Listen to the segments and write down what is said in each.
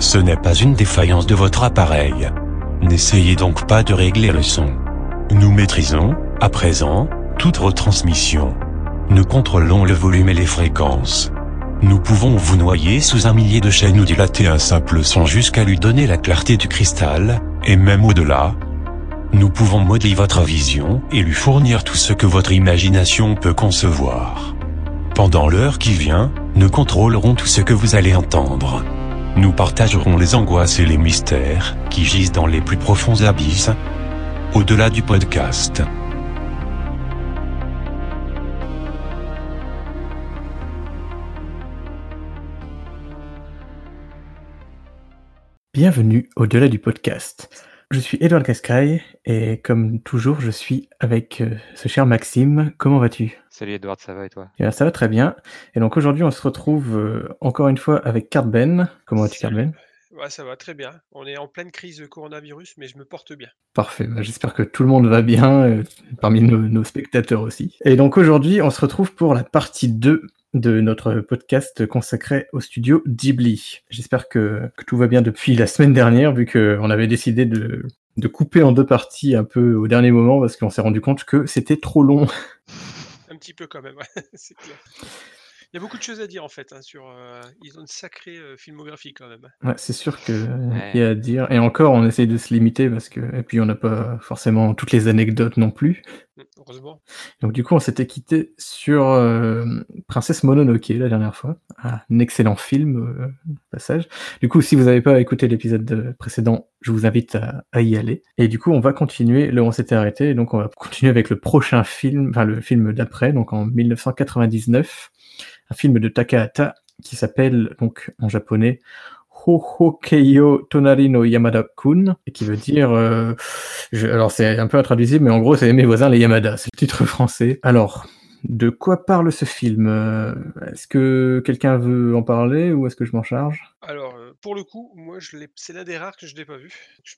Ce n'est pas une défaillance de votre appareil. N'essayez donc pas de régler le son. Nous maîtrisons, à présent, toute retransmission. Nous contrôlons le volume et les fréquences. Nous pouvons vous noyer sous un millier de chaînes ou dilater un simple son jusqu'à lui donner la clarté du cristal, et même au-delà. Nous pouvons modeler votre vision et lui fournir tout ce que votre imagination peut concevoir. Pendant l'heure qui vient, nous contrôlerons tout ce que vous allez entendre. Nous partagerons les angoisses et les mystères qui gisent dans les plus profonds abysses, au-delà du podcast. Bienvenue au-delà du podcast. Je suis Edouard Cascaille et comme toujours, je suis avec ce cher Maxime. Comment vas-tu ? Salut Edouard, ça va et toi ? Eh bien, ça va très bien. Et donc aujourd'hui, on se retrouve encore une fois avec Cartben. Comment vas-tu, Cartben ? Ouais, ça va très bien. On est en pleine crise de coronavirus, mais je me porte bien. Parfait, j'espère que tout le monde va bien, parmi nos spectateurs aussi. Et donc aujourd'hui, on se retrouve pour la partie 2 de notre podcast consacré au studio Ghibli. J'espère que tout va bien depuis la semaine dernière, vu qu'on avait décidé de couper en 2 parties un peu au dernier moment, parce qu'on s'est rendu compte que c'était trop long. Un petit peu quand même, ouais, c'est clair. Il y a beaucoup de choses à dire en fait, sur. Ils ont une sacrée filmographie quand même. Ouais, c'est sûr qu'il y a à dire. Et encore, on essaye de se limiter et puis on n'a pas forcément toutes les anecdotes non plus. Heureusement. Donc du coup, on s'était quitté sur Princesse Mononoke la dernière fois. Un excellent film, au passage. Du coup, si vous n'avez pas écouté l'épisode précédent, je vous invite à y aller. Et du coup, on va continuer là où on s'était arrêté. Et donc, on va continuer avec le prochain film, enfin le film d'après, donc en 1999. Un film de Takahata qui s'appelle, donc en japonais, Hohokeio Tonari no Yamada-kun, et qui veut dire... alors c'est un peu intraduisible, mais en gros c'est Mes voisins les Yamada, c'est le titre français. Alors, de quoi parle ce film ? Est-ce que quelqu'un veut en parler, ou est-ce que je m'en charge ? Alors, pour le coup, moi, c'est l'un des rares que je l'ai pas vu. Je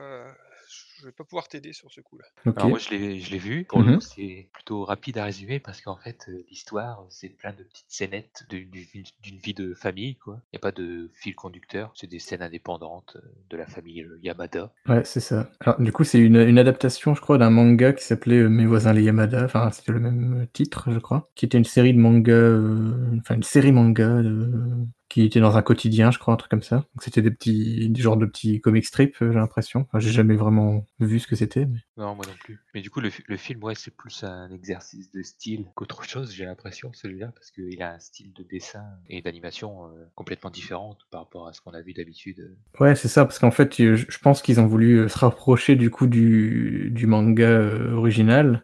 vais pas pouvoir t'aider sur ce coup-là. Okay. Alors moi je l'ai vu, pour le coup c'est plutôt rapide à résumer parce qu'en fait l'histoire c'est plein de petites scénettes d'une vie de famille quoi. Il n'y a pas de fil conducteur, c'est des scènes indépendantes de la famille Yamada. Ouais, c'est ça. Alors du coup c'est une adaptation je crois d'un manga qui s'appelait Mes voisins les Yamada, enfin c'était le même titre je crois, qui était une série de mangas, une série manga qui était dans un quotidien, je crois, un truc comme ça. Donc c'était des genres de petits comic strips, j'ai l'impression. Enfin, j'ai jamais vraiment vu ce que c'était. Mais... Non, moi non plus. Mais du coup, le film, ouais, c'est plus un exercice de style qu'autre chose, j'ai l'impression, celui-là, parce qu'il a un style de dessin et d'animation complètement différent par rapport à ce qu'on a vu d'habitude. Ouais, c'est ça, parce qu'en fait, je pense qu'ils ont voulu se rapprocher du coup du manga original.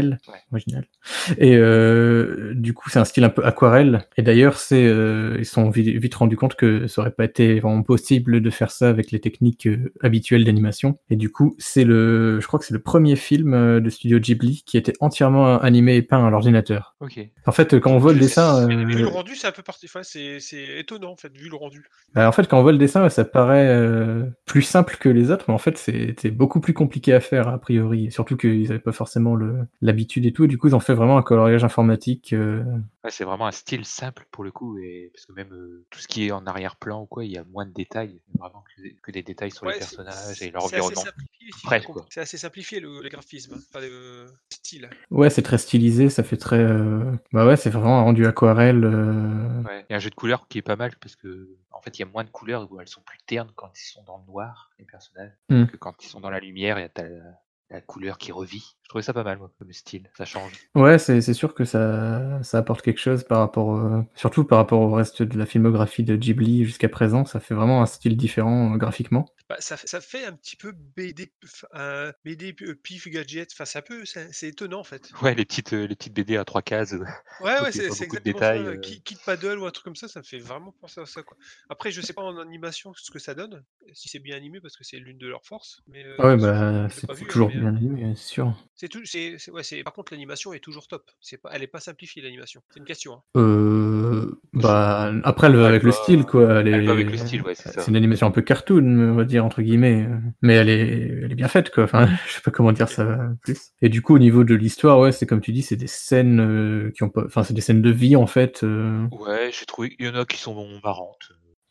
Et du coup, c'est un style un peu aquarelle. Et d'ailleurs, ils sont vite rendu compte que ça aurait pas été vraiment possible de faire ça avec les techniques habituelles d'animation. Et du coup, je crois que c'est le premier film de studio Ghibli qui était entièrement animé et peint à l'ordinateur. Ok. En fait, quand on voit le dessin... Vu le rendu, c'est un peu c'est étonnant, en fait, vu le rendu. En fait, quand on voit le dessin, ça paraît plus simple que les autres, mais en fait, c'était beaucoup plus compliqué à faire, a priori. Surtout qu'ils n'avaient pas forcément l'habitude et tout. Et du coup, ils ont fait vraiment un coloriage informatique... Ouais, c'est vraiment un style simple pour le coup, et parce que même tout ce qui est en arrière-plan ou quoi, il y a moins de détails, vraiment que des détails sur les personnages et leur environnement. C'est assez simplifié le graphisme, enfin le style. Ouais, c'est très stylisé, ça fait très... Bah ouais, c'est vraiment un rendu aquarelle. Ouais, il y a un jeu de couleurs qui est pas mal parce que en fait, il y a moins de couleurs où elles sont plus ternes quand ils sont dans le noir, les personnages, que quand ils sont dans la lumière, il y a la couleur qui revit. Je trouvais ça pas mal, moi, comme style, ça change. Ouais, c'est sûr que ça apporte quelque chose surtout par rapport au reste de la filmographie de Ghibli jusqu'à présent, ça fait vraiment un style différent graphiquement. Bah, ça fait un petit peu BD Pif Gadget, enfin c'est étonnant en fait. Ouais, les petites BD à 3 cases. Ouais, c'est exactement détails, ça. Kid Paddle ou un truc comme ça me fait vraiment penser à ça quoi. Après, je sais pas en animation ce que ça donne, si c'est bien animé parce que c'est l'une de leurs forces. Mais ouais, bah je l'ai pas c'est vu, toujours mais, bien animé, c'est sûr. par contre l'animation est toujours top. Elle est pas simplifiée l'animation. C'est une question. Hein. Bah après elle va avec le style quoi. Elle va avec le style, ouais, c'est ça. C'est une animation un peu cartoon, on va dire entre guillemets, mais elle est bien faite quoi. Enfin, je sais pas comment dire ça plus. Et du coup au niveau de l'histoire, ouais, c'est comme tu dis, c'est des scènes qui ont pas, enfin c'est des scènes de vie en fait. Ouais, j'ai trouvé qu'il y en a qui sont marrantes.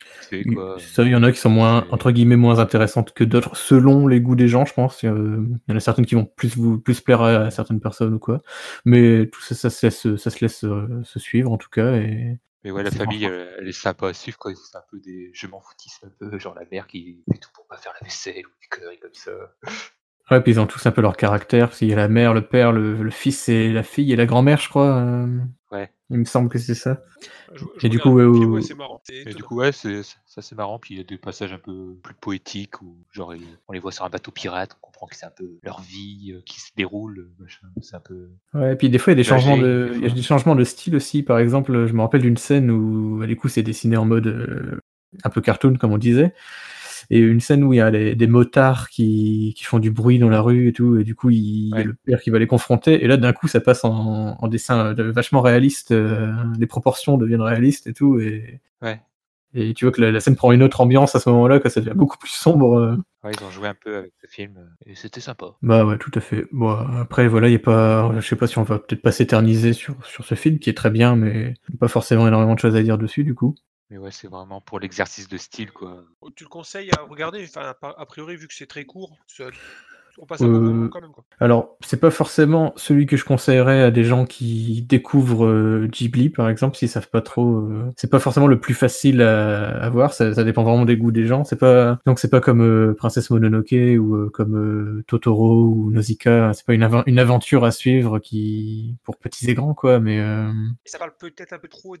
C'est quoi Ça, il y en a qui sont moins, c'est- entre guillemets, moins intéressantes que d'autres, selon les goûts des gens, je pense. Il y en a certaines qui vont plus plaire à certaines personnes ou quoi. Mais tout ça, ça se laisse se suivre, en tout cas. Et Mais ouais, la c'est famille, franchement. elle est sympa à suivre, quoi. C'est un peu des je m'en foutisme un peu, genre la mère qui fait tout pour pas faire la vaisselle ou des conneries comme ça. Ouais, puis ils ont tous un peu leur caractère. Parce qu'il y a la mère, le père, le fils et la fille et la grand-mère, je crois. Ouais. Il me semble que c'est ça. Je Et du regarde coup, le film, ouais, c'est marrant. C'est Et du étonnant. coup, ouais, ça c'est marrant. Puis il y a des passages un peu plus poétiques où, genre, on les voit sur un bateau pirate, on comprend que c'est un peu leur vie qui se déroule, machin. C'est un peu ouais, et puis des fois, il y a des changements imagé, de, des il y a fois. des changements de style aussi. Par exemple, je me rappelle d'une scène où, bah, du coup, c'est dessiné en mode un peu cartoon, comme on disait. Et une scène où il y a des motards qui font du bruit dans la rue et tout, et du coup, il y a Ouais. le père qui va les confronter, et là, d'un coup, ça passe en dessin vachement réaliste, les proportions deviennent réalistes et tout, Ouais. et tu vois que la scène prend une autre ambiance à ce moment-là, que ça devient beaucoup plus sombre. Ouais, ils ont joué un peu avec le film et c'était sympa. Bah ouais, tout à fait. Bon, après, voilà, il y a pas, je sais pas si on va peut-être pas s'éterniser sur ce film, qui est très bien, mais pas forcément énormément de choses à dire dessus, du coup. Mais ouais, c'est vraiment pour l'exercice de style, quoi. Oh, tu le conseilles à regarder, enfin, a priori, vu que c'est très court, on passe un bon moment quand même, quoi. Alors, c'est pas forcément celui que je conseillerais à des gens qui découvrent Ghibli, par exemple, s'ils savent pas trop. C'est pas forcément le plus facile à voir, ça dépend vraiment des goûts des gens. Donc c'est pas comme Princesse Mononoke ou comme Totoro ou Nausicaa. C'est pas une aventure à suivre pour petits et grands, quoi. Mais Et ça parle peut-être un peu trop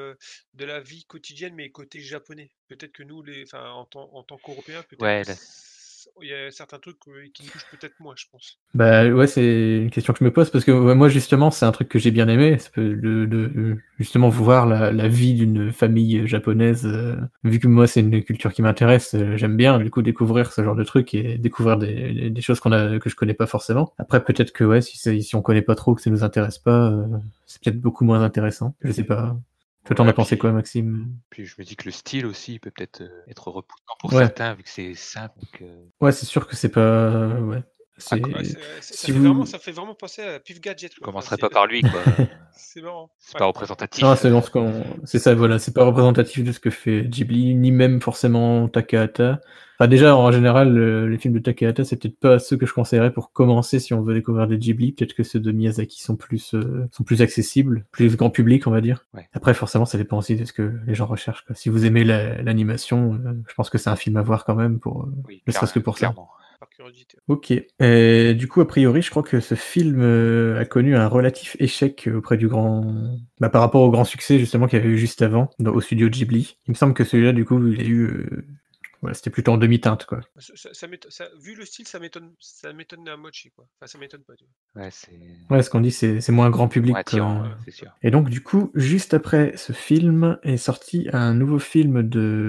de la vie quotidienne, mais côté japonais. Peut-être que nous, enfin, en tant qu'Européens, peut-être Ouais, que là, il y a certains trucs qui nous touchent peut-être moins, je pense. bah ouais, c'est une question que je me pose parce que ouais, moi justement c'est un truc que j'ai bien aimé, c'est de justement voir la vie d'une famille japonaise. Vu que moi c'est une culture qui m'intéresse, j'aime bien du coup découvrir ce genre de trucs et découvrir des choses que je connais pas forcément. Après peut-être que ouais, si on connaît pas trop, que ça nous intéresse pas, c'est peut-être beaucoup moins intéressant. Je sais pas. Toi t'en as ouais, pensé quoi, Maxime? puis je me dis que le style aussi peut peut-être être repoussant pour Ouais, certains vu que c'est simple. Donc, ouais, c'est sûr que c'est pas, ouais, ah, Ouais, c'est ça si fait vous. vraiment penser à Pif Gadget, je quoi. Enfin, commencerai pas par lui, quoi. c'est marrant. C'est Ouais. pas Non, représentatif. c'est ça, voilà, c'est pas représentatif de ce que fait Ghibli, ni même forcément Takahata. Enfin, déjà, en général, les films de Takahata, c'est peut-être pas ceux que je conseillerais pour commencer si on veut découvrir des Ghibli. Peut-être que ceux de Miyazaki sont plus accessibles, plus grand public, on va dire. Ouais. Après, forcément, ça dépend aussi de ce que les gens recherchent, quoi. Si vous aimez l'animation, je pense que c'est un film à voir quand même, Oui, ne serait-ce que pour ça. clairement. Par curiosité. Ok. Et du coup, a priori, je crois que ce film a connu un relatif échec auprès du par rapport au grand succès justement qu'il y avait eu juste avant au studio Ghibli. Il me semble que celui-là, du coup, il a eu, voilà, c'était plutôt en demi-teinte, quoi. Vu le style, ça m'étonne à moitié, quoi. Enfin, ça m'étonne pas, tu vois. Ouais, c'est Ouais, ce qu'on dit, c'est moins grand public, moins quoi. attirant, ouais, c'est sûr. Et donc, du coup, juste après ce film est sorti un nouveau film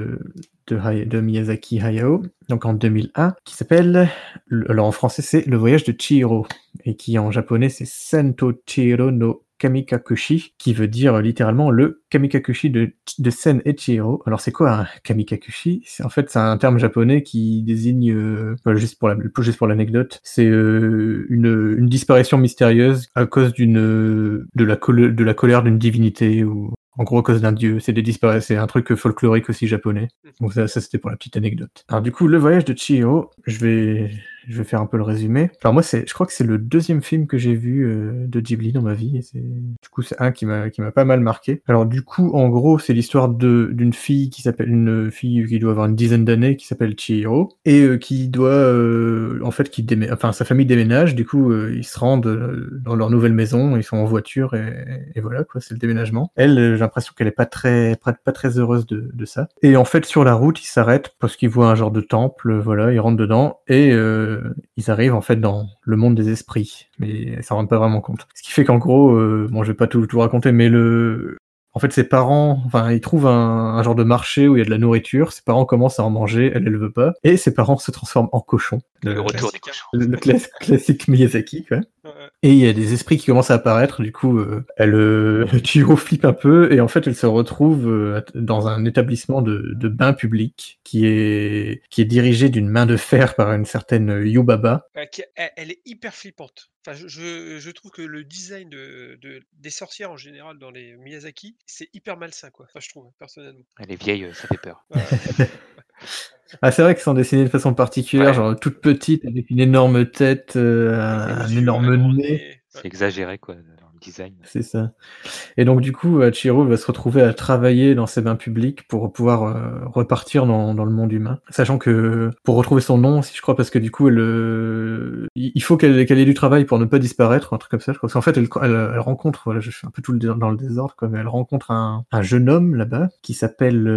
de Miyazaki Hayao, donc en 2001, qui s'appelle, alors en français c'est Le Voyage de Chihiro, et qui en japonais c'est Sento Chihiro no Kamikakushi, qui veut dire littéralement le Kamikakushi de Sen et Chihiro. Alors c'est quoi un Kamikakushi? C'est un terme japonais qui désigne, voilà, juste pour l'anecdote, c'est une disparition mystérieuse à cause de la colère d'une divinité ou en gros à cause d'un dieu. C'est un truc folklorique aussi japonais. Donc ça c'était pour la petite anecdote. Alors du coup, Le Voyage de Chihiro, je vais faire un peu le résumé. Alors moi, je crois que c'est le deuxième film que j'ai vu de Ghibli dans ma vie. Et du coup, c'est un qui m'a pas mal marqué. Alors du coup, en gros, c'est l'histoire une fille qui doit avoir une dizaine d'années, qui s'appelle Chihiro, et qui doit, en fait, enfin, sa famille déménage. Du coup, ils se rendent dans leur nouvelle maison. Ils sont en voiture et voilà, quoi, c'est le déménagement. Elle, j'ai l'impression qu'elle est pas très heureuse de ça. Et en fait, sur la route, ils s'arrêtent parce qu'ils voient un genre de temple. Voilà, ils rentrent dedans et ils arrivent en fait dans le monde des esprits, mais ils s'en rendent pas vraiment compte. Ce qui fait qu'en gros, bon, je vais pas tout raconter, mais en fait, ses parents, enfin, ils trouvent un genre de marché où il y a de la nourriture. Ses parents commencent à en manger, elle veut pas, et ses parents se transforment en cochons. Le retour des Classique, hein. cochons. Le classique Miyazaki, quoi. Et il y a des esprits qui commencent à apparaître, du coup, Chihiro flippe un peu, et en fait, elle se retrouve dans un établissement de bain public qui est dirigé d'une main de fer par une certaine Yubaba. Elle est hyper flippante. Enfin, je trouve que le design des sorcières en général dans les Miyazaki, c'est hyper malsain, quoi. Enfin, je trouve, personnellement. Elle est vieille, ça fait peur. Ah, c'est vrai qu'elles sont dessinées de façon particulière, Ouais. genre toute petite, avec une énorme tête, un Yeux, énorme un grand nez. nez. C'est exagéré, quoi, dans le design. C'est ça. Et donc, du coup, Chihiro va se retrouver à travailler dans ces bains publics pour pouvoir repartir dans le monde humain. Sachant que, pour retrouver son nom, si je crois, parce que du coup, il faut qu'elle ait du travail pour ne pas disparaître, un truc comme ça, je crois. Parce qu'en fait, elle rencontre, voilà, je suis un peu dans le désordre, quoi, mais elle rencontre un jeune homme là-bas qui s'appelle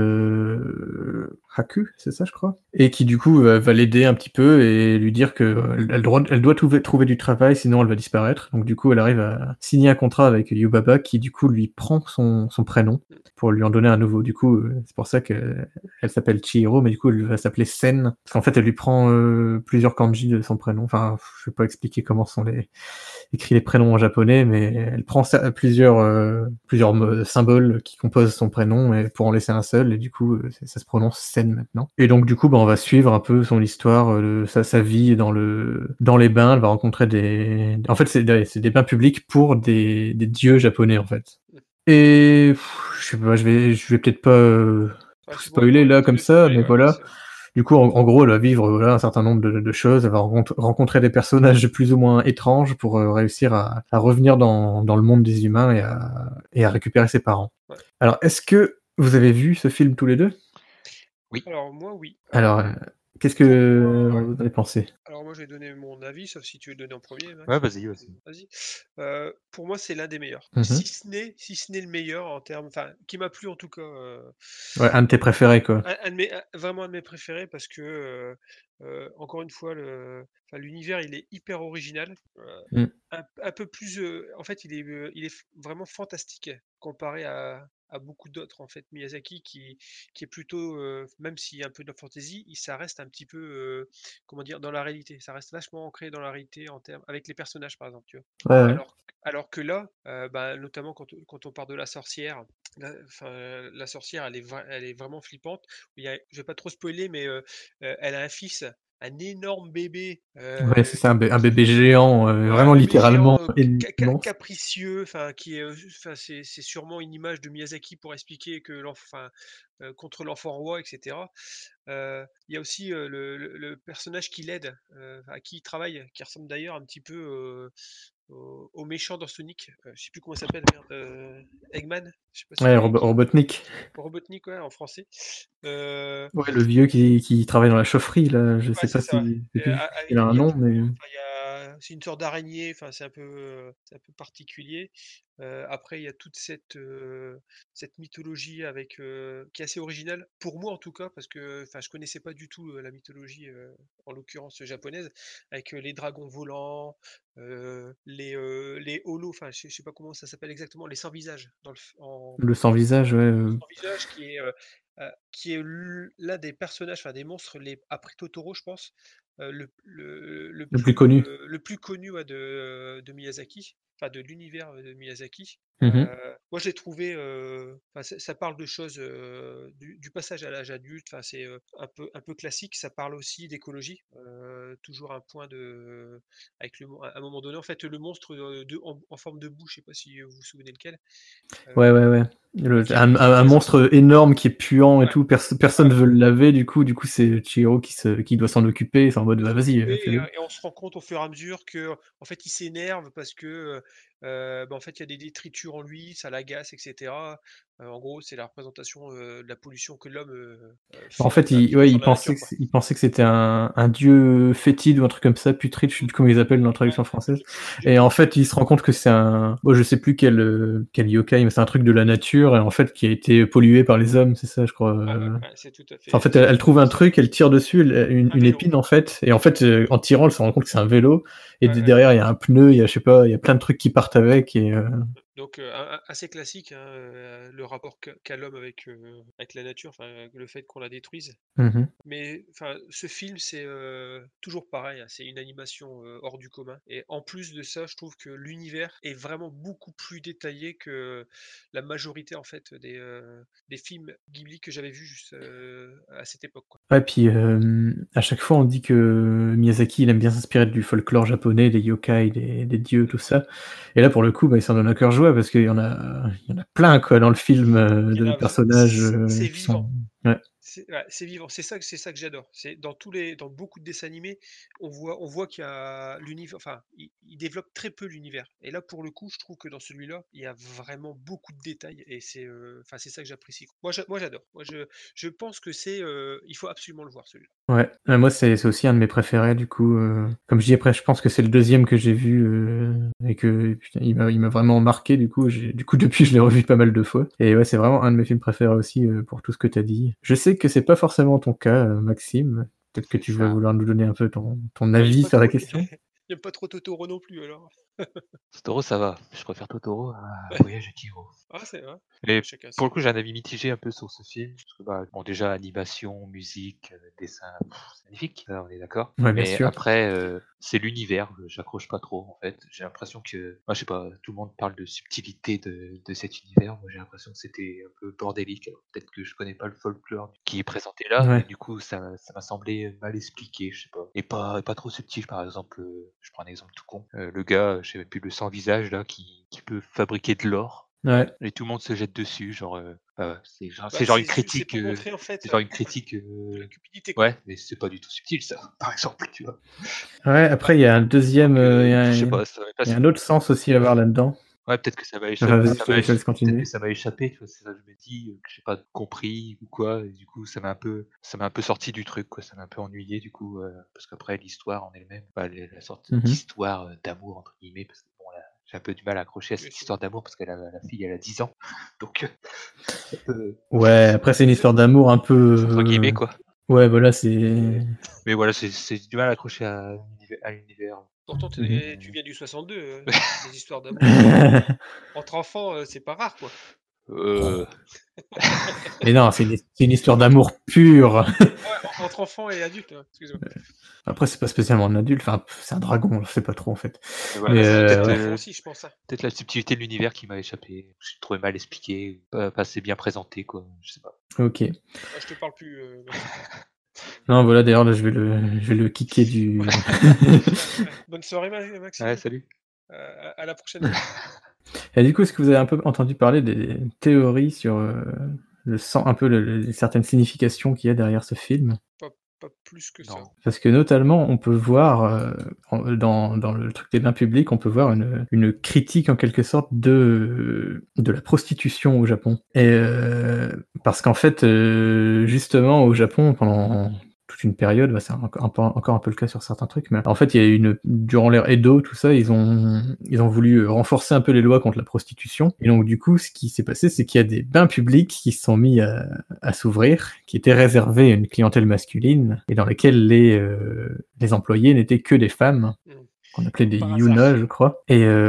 Haku, c'est ça, je crois, et qui du coup va l'aider un petit peu et lui dire que elle doit trouver du travail, sinon elle va disparaître. Donc du coup, elle arrive à signer un contrat avec Yubaba qui du coup lui prend son prénom pour lui en donner un nouveau. Du coup, c'est pour ça qu'elle s'appelle Chihiro, mais du coup elle va s'appeler Sen, parce qu'en fait elle lui prend plusieurs kanji de son prénom. Enfin, je vais pas expliquer comment sont écrit les prénoms en japonais, mais elle prend plusieurs symboles qui composent son prénom et pour en laisser un seul, et du coup ça se prononce Sen maintenant. Et donc du coup on va suivre un peu son histoire, sa vie dans les bains. Elle va rencontrer en fait c'est des bains publics pour des dieux japonais en fait. Et je sais pas, je vais peut-être pas tout spoiler là comme ça, mais voilà. Du coup, en gros, elle va vivre un certain nombre de choses. Elle va rencontrer des personnages plus ou moins étranges pour réussir à revenir dans le monde des humains et à récupérer ses parents. Ouais. Alors, est-ce que vous avez vu ce film tous les deux ? Oui. Alors, moi, oui. Alors, qu'est-ce que vous avez pensé ? Alors, moi, je vais donner mon avis, sauf si tu veux donner en premier, Max. Ouais, vas-y. Vas-y. Pour moi, c'est l'un des meilleurs. Mhm. Si ce n'est le meilleur en termes... Enfin, qui m'a plu en tout cas. Ouais, un de tes préférés, quoi. Vraiment un de mes préférés parce que, encore une fois, l'univers, il est hyper original. Mm. Un peu plus... en fait, il est vraiment fantastique comparé à beaucoup d'autres, en fait. Miyazaki, qui est plutôt, même s'il y a un peu de fantasy, ça reste un petit peu, comment dire, dans la réalité. Ça reste vachement ancré dans la réalité en termes, avec les personnages, par exemple, tu vois. Ouais. Alors que là, notamment quand on parle de la sorcière, la sorcière, elle est vraiment flippante. Je vais pas trop spoiler, mais elle a un fils, un énorme bébé. Ouais, c'est ça, un bébé géant, vraiment Un bébé littéralement géant, immense. capricieux, c'est sûrement une image de Miyazaki pour expliquer que contre l'enfant roi, etc. Il y a aussi le personnage qui l'aide, à qui il travaille, qui ressemble d'ailleurs un petit peu au méchant dans Sonic. Je sais plus comment il s'appelle, merde, Eggman. Je sais pas si Ouais, tu- Robotnik. Robotnik, ouais, en français. Ouais, le vieux qui travaille dans la chaufferie, là, je sais pas C'est ça. si Et, il a un nom, mais... c'est une sorte d'araignée, c'est un peu particulier. Après, il y a toute cette mythologie qui est assez originale, pour moi en tout cas, parce que je connaissais pas du tout la mythologie, en l'occurrence japonaise, avec les dragons volants, les holos, je sais pas comment ça s'appelle exactement, les sans visage Le sans visage, ouais. sans visage qui est l'un des personnages, des monstres, après Totoro, je pense, le plus connu. le plus connu, ouais, de Miyazaki, de l'univers de Miyazaki. Mhm. Moi, je l'ai trouvé, ça parle de choses, du passage à l'âge adulte, c'est un peu classique. Ça parle aussi d'écologie, toujours un point avec à un moment donné, en fait, le monstre en forme de boue, je sais pas si vous vous souvenez lequel. Ouais. Un monstre énorme qui est puant et tout, personne ne veut le laver, du coup c'est Chihiro qui doit s'en occuper, c'est en mode vas-y, fais-le. Et on se rend compte au fur et à mesure que, en fait, il s'énerve parce que, en fait, il y a des détritus en lui, ça l'agace, etc. En gros, c'est la représentation de la pollution que l'homme fait. En fait, il pensait que c'était un dieu fétide ou un truc comme ça, putride, je sais plus comment ils appellent dans la traduction française. Et en fait, il se rend compte que c'est je sais plus quel yokai, mais c'est un truc de la nature, et en fait, qui a été pollué par les hommes, c'est ça, je crois. C'est tout à fait. En fait, elle trouve un truc, elle tire dessus, une épine, en fait, et en fait, en tirant, elle se rend compte que c'est un vélo, et derrière, il y a un pneu, il y a plein de trucs qui partent avec, et Donc assez classique, hein, le rapport qu'a l'homme avec la nature, enfin le fait qu'on la détruise. Mmh. Mais enfin, ce film, c'est toujours pareil, hein, c'est une animation hors du commun. Et en plus de ça, je trouve que l'univers est vraiment beaucoup plus détaillé que la majorité en fait des films Ghibli que j'avais vus juste à cette époque, quoi. Ouais, puis, à chaque fois, on dit que Miyazaki, il aime bien s'inspirer du folklore japonais, des yokai, des dieux, tout ça. Et là, pour le coup, bah, il s'en donne à cœur joie parce qu'il y en a plein, quoi, dans le film, Il y en de a personnages, c'est qui sont vivant. ouais. C'est vivant, c'est ça que j'adore. C'est dans beaucoup de dessins animés, on voit qu'il y a l'univers, enfin, il développe très peu l'univers. Et là, pour le coup, je trouve que dans celui-là, il y a vraiment beaucoup de détails et enfin, c'est ça que j'apprécie, quoi. Moi, j'adore. Moi, je pense que il faut absolument le voir celui-là. Ouais, moi c'est aussi un de mes préférés du coup, comme je dis après je pense que c'est le deuxième que j'ai vu, et que putain il m'a vraiment marqué du coup, depuis je l'ai revu pas mal de fois et ouais, c'est vraiment un de mes films préférés aussi, pour tout ce que tu as dit. Je sais que c'est pas forcément ton cas, Maxime. Peut-être que C'est tu vas ça. vouloir nous donner un peu ton Il avis aime pas sur la trop, question? il aime pas trop Totoro non plus alors. Totoro, ça va. Je préfère Totoro à Voyage à Chihiro. Ah, c'est vrai. Mais Chacun pour ses le coup, goûts. j'ai un avis mitigé un peu sur ce film. Parce que, bah, bon, déjà, animation, musique, dessin, c'est magnifique, ça, on est d'accord. Ouais, bien Mais sûr. après, c'est l'univers, j'accroche pas trop, en fait. J'ai l'impression que, moi, je sais pas, tout le monde parle de subtilité de cet univers. Moi, j'ai l'impression que c'était un peu bordélique. Alors, peut-être que je connais pas le folklore qui est présenté là, mais Ouais. du coup, ça m'a semblé mal expliqué, je sais pas. Et pas trop subtil, par exemple, je prends un exemple tout con. Le gars, je sais même plus, le sans-visage, là, qui peut fabriquer de l'or. Ouais. Et tout le monde se jette dessus, genre, Bah, c'est genre une c'est critique, pour montrer en fait c'est genre une critique, de la cupidité, quoi. ouais, mais c'est pas du tout subtil ça, par exemple, tu vois? Ouais, Bah, après il y a un deuxième, Donc, il y a je sais il pas, ça m'avait pas y a un autre sens aussi à voir là-dedans. ouais, peut-être que ça m'a Enfin, échappé, vas-y, je te laisse peut-être que continuer. ça m'a échappé, tu vois? C'est ça que je me dis, que j'ai pas compris ou quoi et du coup, ça m'a un peu sorti du truc, quoi. Ça m'a un peu ennuyé du coup, parce qu'après l'histoire en elle-même, bah, la sorte Mmh. d'histoire, «d'amour» entre guillemets, parce que bon là, j'ai un peu du mal à accrocher à bien cette sûr. histoire d'amour parce que la fille, elle a 10 ans, donc c'est un peu Ouais, après c'est une histoire d'amour un peu, entre guillemets, quoi. ouais, voilà, c'est Mais voilà, c'est du mal à accrocher à l'univers. Pourtant, Mmh. tu viens du 62, les histoires d'amour entre enfants, c'est pas rare, quoi. Euh, Mais non, c'est une histoire d'amour pure. Ouais, entre enfants et adultes, hein, excuse-moi. Après, c'est pas spécialement un adulte, enfin, c'est un dragon, je sais pas trop en fait. mais voilà, Mais c'est C'est un peut-être enfant aussi, je pense, hein. peut-être la subtilité de l'univers qui m'a échappé. Je trouvé mal expliqué, pas assez bien présenté, quoi. Je sais pas. OK. Ah, je te parle plus, Maxime. Non, voilà, d'ailleurs, là, je vais le kicker du Ouais. Bonne soirée, Maxime. Ouais, salut. À la prochaine fois. et du coup, est-ce que vous avez un peu entendu parler des théories sur, le sens un peu les certaines significations qu'il y a derrière ce film? Pas plus que ça. Non. Parce que notamment, on peut voir, dans le truc des bains publics, on peut voir une critique en quelque sorte de la prostitution au Japon. Et parce qu'en fait, justement au Japon, pendant toute une période, bah, c'est encore un peu le cas sur certains trucs, mais en fait, il y a durant l'ère Edo, tout ça, ils ont voulu renforcer un peu les lois contre la prostitution. Et donc du coup, ce qui s'est passé, c'est qu'il y a des bains publics qui se sont mis à s'ouvrir, qui étaient réservés à une clientèle masculine, et dans lesquels les employés n'étaient que des femmes, qu'on appelait des Par yuna, hasard. je crois.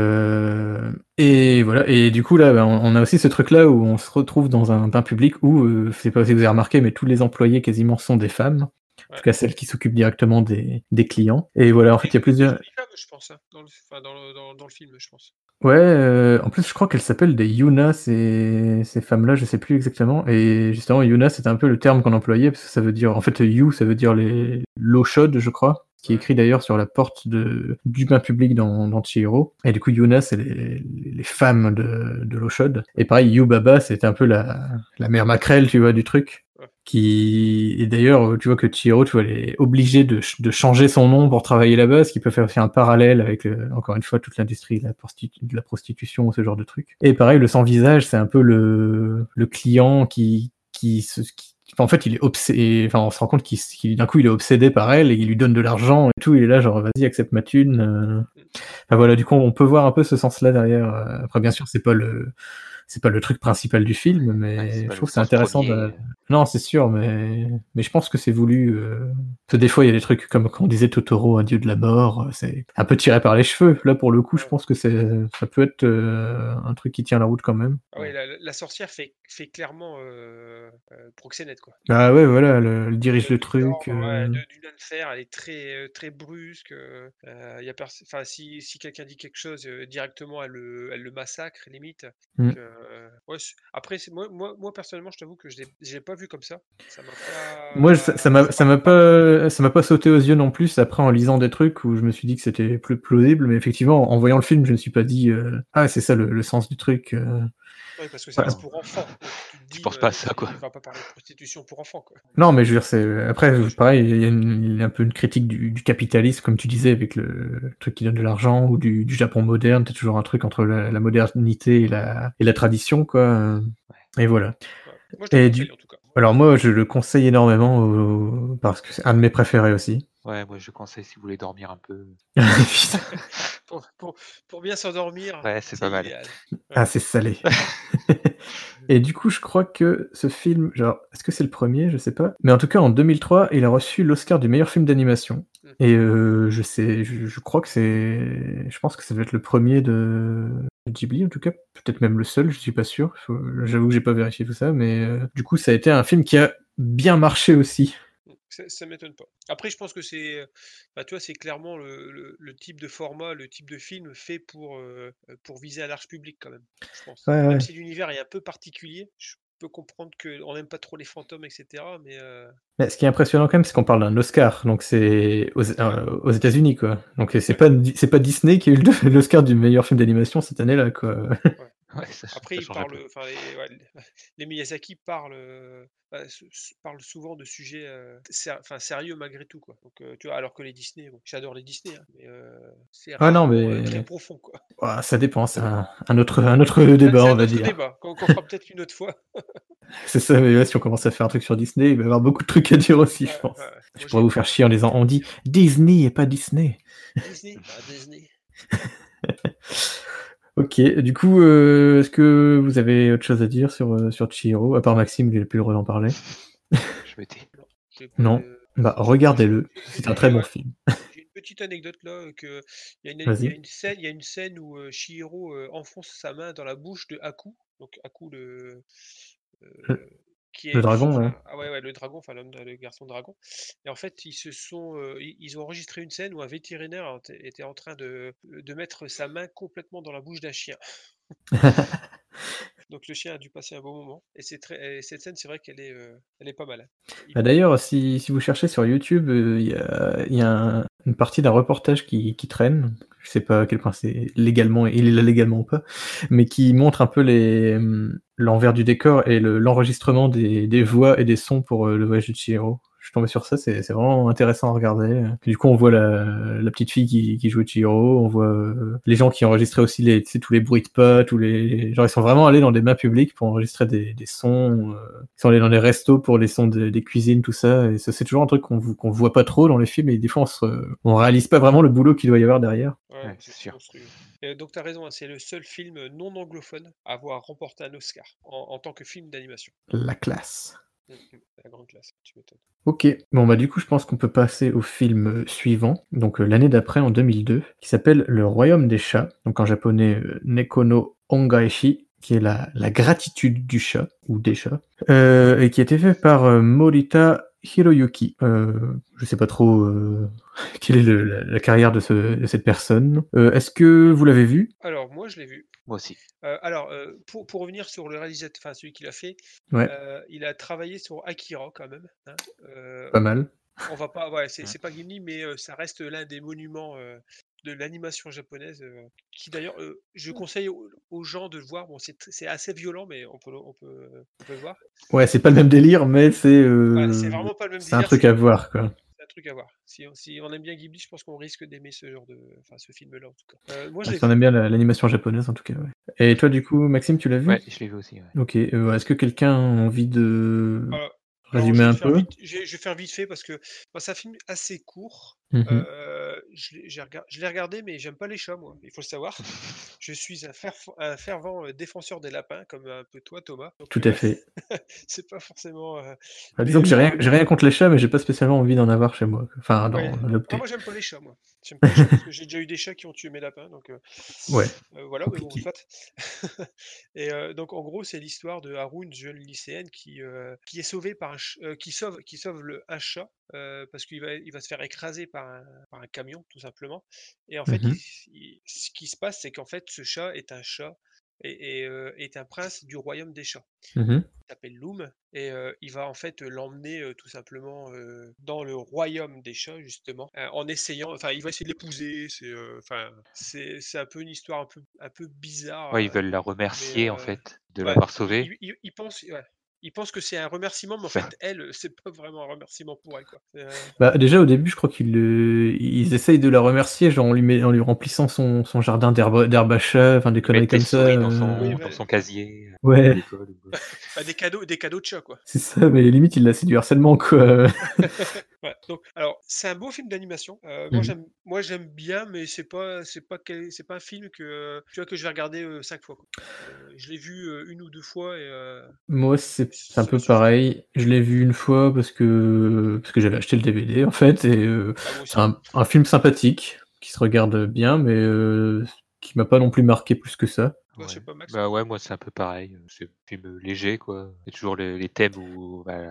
Et voilà. Et du coup, là, bah, on a aussi ce truc-là où on se retrouve dans un bain public où, je sais pas si vous avez remarqué, mais tous les employés quasiment sont des femmes. En Ouais. tout cas, celles qui s'occupent directement des clients. Et voilà, en fait, il y a Des plusieurs. jolies femmes, je pense, hein, dans le film, je pense. Ouais, en plus, je crois qu'elles s'appellent des Yuna, ces femmes-là, je sais plus exactement. Et justement, Yuna, c'était un peu le terme qu'on employait, parce que ça veut dire, en fait, Yu, ça veut dire l'eau chaude, je crois, qui est écrit d'ailleurs sur la porte du bain public dans Chihiro. Et du coup, Yuna, c'est les femmes de l'eau chaude. Et pareil, Yubaba, c'était un peu la mère maquerelle, tu vois, du truc. Ouais. Et d'ailleurs, tu vois que Chihiro, tu vois, elle est obligée de changer son nom pour travailler là-bas, ce qui peut faire aussi un parallèle avec, encore une fois, toute l'industrie de la prostitution, ce genre de truc. Et pareil, le sans-visage, c'est un peu le client en fait, il est obsédé, enfin, on se rend compte qu'il d'un coup, il est obsédé par elle et il lui donne de l'argent et tout, il est là, genre, vas-y, accepte ma thune. Enfin, voilà, du coup, on peut voir un peu ce sens-là derrière. Après, bien sûr, c'est pas le truc principal du film, mais Ouais, c'est je pas le trouve que c'est sens intéressant premier. Non, c'est sûr, mais je pense que c'est voulu. Parce que des fois, il y a des trucs comme quand on disait Totoro, un dieu de la mort, c'est un peu tiré par les cheveux. Là, pour le coup, je Ouais. pense que ça peut être un truc qui tient la route quand même. Ah ouais, la sorcière fait clairement proxénète, quoi. Ah ouais, voilà, elle dirige le Du truc. d'une main de fer, elle est très brusque. Y a enfin, si quelqu'un dit quelque chose, directement, elle le massacre, limite. Mm. Donc, ouais, après, moi, personnellement, je t'avoue que je l'ai pas vu comme ça. Ça m'a pas. Moi, ça m'a pas sauté aux yeux non plus. Après, en lisant des trucs où je me suis dit que c'était plus plausible, mais effectivement, en voyant le film, je me suis pas dit ah, c'est ça le sens du truc. Oui, parce que ça Voilà. reste pour enfants. Donc tu te Tu dis, penses pas à ça, quoi. il va pas parler de prostitution pour enfants, quoi. Non, mais je veux dire, c'est après, pareil, il y a un peu une critique du capitalisme, comme tu disais, avec le truc qui donne de l'argent, ou du Japon moderne. T'as toujours un truc entre la modernité et la tradition, quoi. Et voilà. Ouais. Moi, je te le Et conseille, en tout cas. alors moi, je le conseille énormément parce que c'est un de mes préférés aussi. Ouais, moi je conseille si vous voulez dormir un peu. Pour bien s'endormir, Ouais, c'est pas mal. idéal. Ah, c'est salé. Et du coup, je crois que ce film, genre, est-ce que c'est le premier? Je sais pas. Mais en tout cas, en 2003, il a reçu l'Oscar du meilleur film d'animation. Et je crois que je pense que ça doit être le premier de Ghibli, en tout cas. Peut-être même le seul, je suis pas sûr. J'avoue que j'ai pas vérifié tout ça, mais du coup, ça a été un film qui a bien marché aussi. Ça m'étonne pas. Après, je pense que c'est, bah, tu vois, c'est clairement le type de format, le type de film fait pour viser un large public quand même, je pense. Ouais, Même ouais. si l'univers est un peu particulier, je peux comprendre qu'on n'aime pas trop les fantômes, etc. Mais Mais ce qui est impressionnant quand même, c'est qu'on parle d'un Oscar, donc c'est aux États-Unis, quoi. Donc c'est pas Disney qui a eu l'Oscar du meilleur film d'animation cette année-là, quoi. Ouais, ça après, ça ils change un parlent, peu. enfin, les Miyazaki parlent, parlent souvent de sujets sérieux malgré tout, quoi. Donc, tu vois, alors que les Disney, bon, j'adore les Disney, hein, mais c'est Ah non, rarement très mais profond, quoi. ouah, ça dépend, c'est un autre débat, C'est on un va autre dire. débat qu'on fera peut-être une autre fois. C'est ça, mais ouais, si on commence à faire un truc sur Disney, il va y avoir beaucoup de trucs à dire aussi, je Ouais, pense. ouais. Je Moi, pourrais vous faire chier en disant, on dit Disney et pas Disney. Disney, bah, Disney. Ok, du coup, est-ce que vous avez autre chose à dire sur Chihiro? À part Maxime, il n'a plus le droit d'en parler. Je me tais. Non, j'ai pas Non. de- Bah, j'ai- regardez-le, c'est un j'ai- très bon ouais, film. j'ai une petite anecdote là, que Vas-y. il y a une scène où Chihiro enfonce sa main dans la bouche de Haku, donc Haku Le, euh, qui le est dragon, ouais. ah ouais, le dragon, enfin le garçon dragon. Et en fait, ils ont enregistré une scène où un vétérinaire était en train de mettre sa main complètement dans la bouche d'un chien. Donc le chien a dû passer un bon moment. Et cette scène, c'est vrai elle est pas mal. Bah, d'ailleurs, si vous cherchez sur YouTube, il y a une partie d'un reportage qui traîne. Je sais pas à quel point il est là légalement ou pas, mais qui montre un peu l'envers du décor et l'enregistrement des voix et des sons pour le voyage de Chihiro. Je suis tombé sur ça, c'est vraiment intéressant à regarder. Du coup, on voit la petite fille qui joue Chihiro, on voit les gens qui enregistraient aussi tu sais, tous les bruits de pas, genre ils sont vraiment allés dans des mains publiques pour enregistrer des sons. Ils sont allés dans les restos pour les sons des cuisines, tout ça. Et ça, c'est toujours un truc qu'on voit pas trop dans les films, et des fois on réalise pas vraiment le boulot qu'il doit y avoir derrière. Ouais, C'est sûr. monstrueux. Donc tu as raison, hein, c'est le seul film non anglophone à avoir remporté un Oscar en tant que film d'animation. La classe. La grande classe, tu m'étonnes. Ok, bon bah du coup je pense qu'on peut passer au film suivant, donc l'année d'après en 2002, qui s'appelle Le Royaume des chats, donc en japonais Neko no Ongaishi, qui est la gratitude du chat, ou des chats, et qui a été fait par Morita Hiroyuki. Je sais pas trop quelle est la carrière de cette personne. Est-ce que vous l'avez vu? Alors moi je l'ai vu. Moi aussi. Alors pour revenir sur le réalisateur, enfin celui qui l'a fait, Ouais, il a travaillé sur Akira quand même, hein. pas mal. On va pas, ouais, c'est pas Ghibli, mais ça reste l'un des monuments de l'animation japonaise, qui d'ailleurs, je conseille aux gens de le voir. Bon, c'est assez violent, mais on peut le voir. Ouais, c'est pas le même délire, mais c'est C'est vraiment pas le même c'est un délire. truc à voir, quoi. C'est un truc à voir. Si on aime bien Ghibli, je pense qu'on risque d'aimer ce film-là en tout cas. Moi, je l'ai Si on vu. aime bien l'animation japonaise, en tout cas, ouais. Et toi, du coup, Maxime, tu l'as vu? Ouais, je l'ai vu aussi. Ouais. Ok, est-ce que quelqu'un a envie de Alors, résumer je vais un faire peu? vite. Je vais faire vite fait parce que c'est un film assez court. Mhm. Je l'ai regardé, mais j'aime pas les chats, moi. Il faut le savoir. Je suis un fervent défenseur des lapins, comme un peu toi, Thomas. Donc, Tout à fait. c'est pas forcément. Enfin, Mais disons que j'ai rien contre les chats, mais j'ai pas spécialement envie d'en avoir chez moi. Enfin, ouais. d'en Ah, adopter. moi, j'aime pas les chats, moi. J'aime pas les chats parce que j'ai déjà eu des chats qui ont tué mes lapins. Donc, Ouais, voilà, mais bon, compliqué. soit. Et donc, en gros, c'est l'histoire de Haroun, une jeune lycéenne qui est sauvée par qui sauve un chat parce qu'il va se faire écraser par un camion, tout simplement. Et en fait, Mhm. ce qui se passe, c'est qu'en fait, ce chat est un chat est un prince du royaume des chats. Mhm. Il s'appelle Loom et il va en fait l'emmener tout simplement dans le royaume des chats justement en essayant, enfin il va essayer de l'épouser, c'est un peu une histoire un peu bizarre, Ouais, ils veulent la mais remercier en fait de ouais, l'avoir sauvée. il pense, ouais, il pense que c'est un remerciement, mais en Ça. fait elle, c'est pas vraiment un remerciement pour elle quoi. Bah, déjà au début, je crois ils essayent de la remercier, genre en lui remplissant son jardin d'herbe à chat, enfin des Ils mettent conneries des comme ça. souris Oui, dans son casier à Ouais, l'école. bah, des cadeaux de chat quoi. c'est ça, mais limite il c'est du harcèlement quoi. Ouais, donc alors c'est un beau film d'animation. Mhm. Moi j'aime bien, mais c'est pas un film que tu vois que je vais regarder 5 fois quoi. Je l'ai vu 1 ou 2 fois et Moi, c'est un cela peu suffit. pareil. Je l'ai vu une fois parce que j'avais acheté le DVD en fait, et Ah moi c'est aussi. un film sympathique qui se regarde bien, mais qui m'a pas non plus marqué plus que ça. Bah, je Ouais. sais pas Max, Bah toi? ouais, moi c'est un peu pareil. C'est un film léger quoi. C'est toujours les thèmes où bah,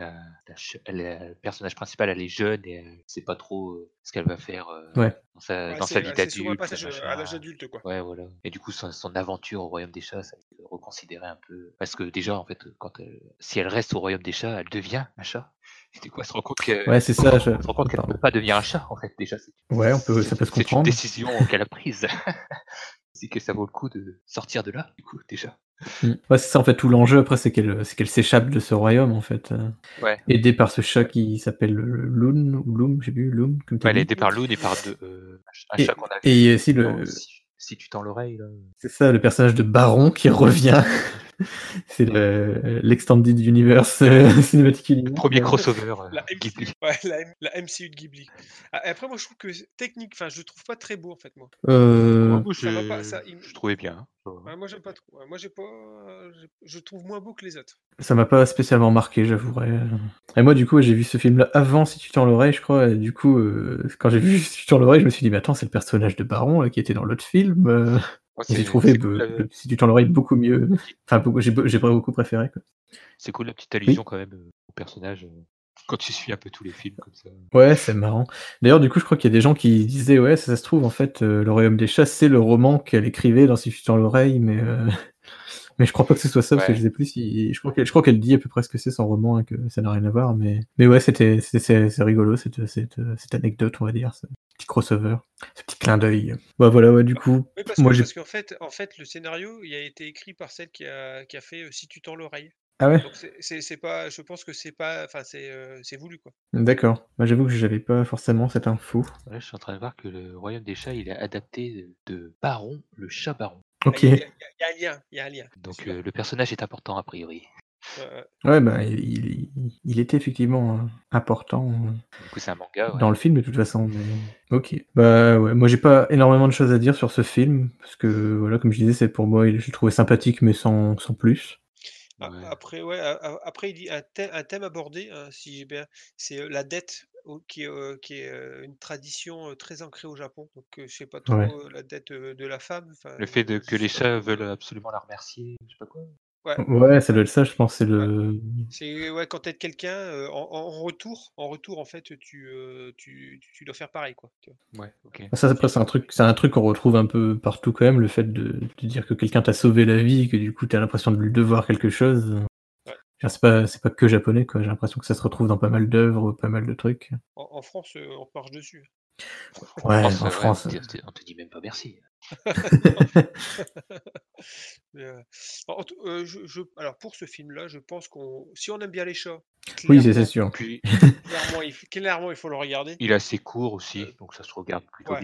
le personnage principal elle est jeune et elle sait pas trop ce qu'elle va faire Ouais. Ouais, dans sa vie c'est souvent un d'adulte, passage à l'âge machin. adulte quoi. Ouais, voilà. Et du coup, son aventure au royaume des chats, ça va être reconsidéré un peu. Parce que déjà, en fait, si elle reste au royaume des chats, elle devient un chat. Et du coup, elle se rend compte Ouais, c'est ça. on se rend compte qu'elle ne peut Pardon. pas devenir un chat, en fait, déjà. Ouais, ça peut se C'est une comprendre. décision qu'elle a prise. C'est que ça vaut le coup de sortir de là, du coup, déjà. Ouais, c'est ça en fait tout l'enjeu après, c'est qu'elle s'échappe de ce royaume en fait, Ouais. aidée par ce chat qui s'appelle Loon ou Loom, je sais plus, Loom comme tu Ouais, elle est dit. aidée par Loon et par un chat Et qu'on a et il y a vu aussi dans le Si tu tends l'oreille, là. c'est ça, le personnage de Baron qui revient. C'est l'extended universe, Cinematic Le Universe. premier crossover La MCU, Ghibli. ouais, la MCU de Ghibli. Après moi je trouve que technique, enfin je le trouve pas très beau en fait moi. Ouais, moi, Ça va pas, ça, je trouvais bien. ouais, moi j'aime pas trop. Ouais, moi j'ai pas, je trouve moins beau que les autres. Ça m'a pas spécialement marqué, j'avouerai. Et moi, du coup, j'ai vu ce film-là avant Si tu tends l'oreille, je crois. Et du coup, quand j'ai vu Si tu tends l'oreille, je me suis dit, mais attends, c'est le personnage de Baron là, qui était dans l'autre film. Moi, Et j'ai trouvé c'est cool. Si tu tends l'oreille beaucoup mieux. Enfin, j'ai pas beaucoup préféré. Quoi. C'est cool la petite Oui. allusion quand même au personnage quand tu suis un peu tous les films comme ça. Ouais, c'est marrant. D'ailleurs, du coup, je crois qu'il y a des gens qui disaient, ouais, ça se trouve, en fait, Le Royaume des Chats, c'est le roman qu'elle écrivait dans Si tu tends l'oreille, mais je crois pas que ce soit ça, parce que je Ouais. sais plus si. Je crois qu'elle dit à peu près ce que c'est son roman et que ça n'a rien à voir, mais ouais, c'est rigolo, cette anecdote, on va dire, ce petit crossover, ce petit clin d'œil. Bah voilà, ouais, du coup, Oui, moi parce j'ai. qu'en fait, le scénario, il a été écrit par celle qui a fait Si tu tends l'oreille. Ah ouais? Donc c'est pas, je pense que c'est pas, enfin c'est voulu quoi. D'accord. Bah, j'avoue que j'avais pas forcément cette info. Là, je suis en train de voir que le Royaume des Chats, il est adapté de Baron, le chat Baron. Ah, Ok. y a un lien, il y a un lien. C'est Donc sûr. le personnage est important a priori. Ouais, bah, il était effectivement important Du coup, c'est un manga, dans ouais. le film de toute façon, mais ok. Bah ouais, moi j'ai pas énormément de choses à dire sur ce film, parce que voilà, comme je disais, c'est pour moi, je l'ai trouvé sympathique, mais sans plus. Ouais. Après, ouais, après il dit un thème abordé, hein, si j'ai bien, c'est la dette qui est une tradition très ancrée au Japon. Donc je sais pas Ouais. trop la dette de la femme. Enfin, Le fait je que les sais pas chats trop. veulent absolument la remercier, je sais pas quoi. Ouais, Ouais, ça ouais, doit être ça, je pense, c'est ouais. le. C'est ouais, quand t'aides quelqu'un en retour en fait, tu dois faire pareil quoi. Tu vois. Ouais, ok. Ça, après, c'est un truc qu'on retrouve un peu partout quand même, le fait de dire que quelqu'un t'a sauvé la vie, et que du coup t'as l'impression de lui devoir quelque chose. Ouais. Genre, c'est pas que japonais, quoi. J'ai l'impression que ça se retrouve dans pas mal d'œuvres, pas mal de trucs. En France, on te marche dessus. Ouais, France, en ouais, France. on te dit même pas merci. Mais, alors pour ce film-là, je pense si on aime bien les chats, Oui, c'est sûr. Puis clairement, il faut le regarder. il est assez court aussi, Euh, donc ça se regarde plutôt ouais, bien, quoi.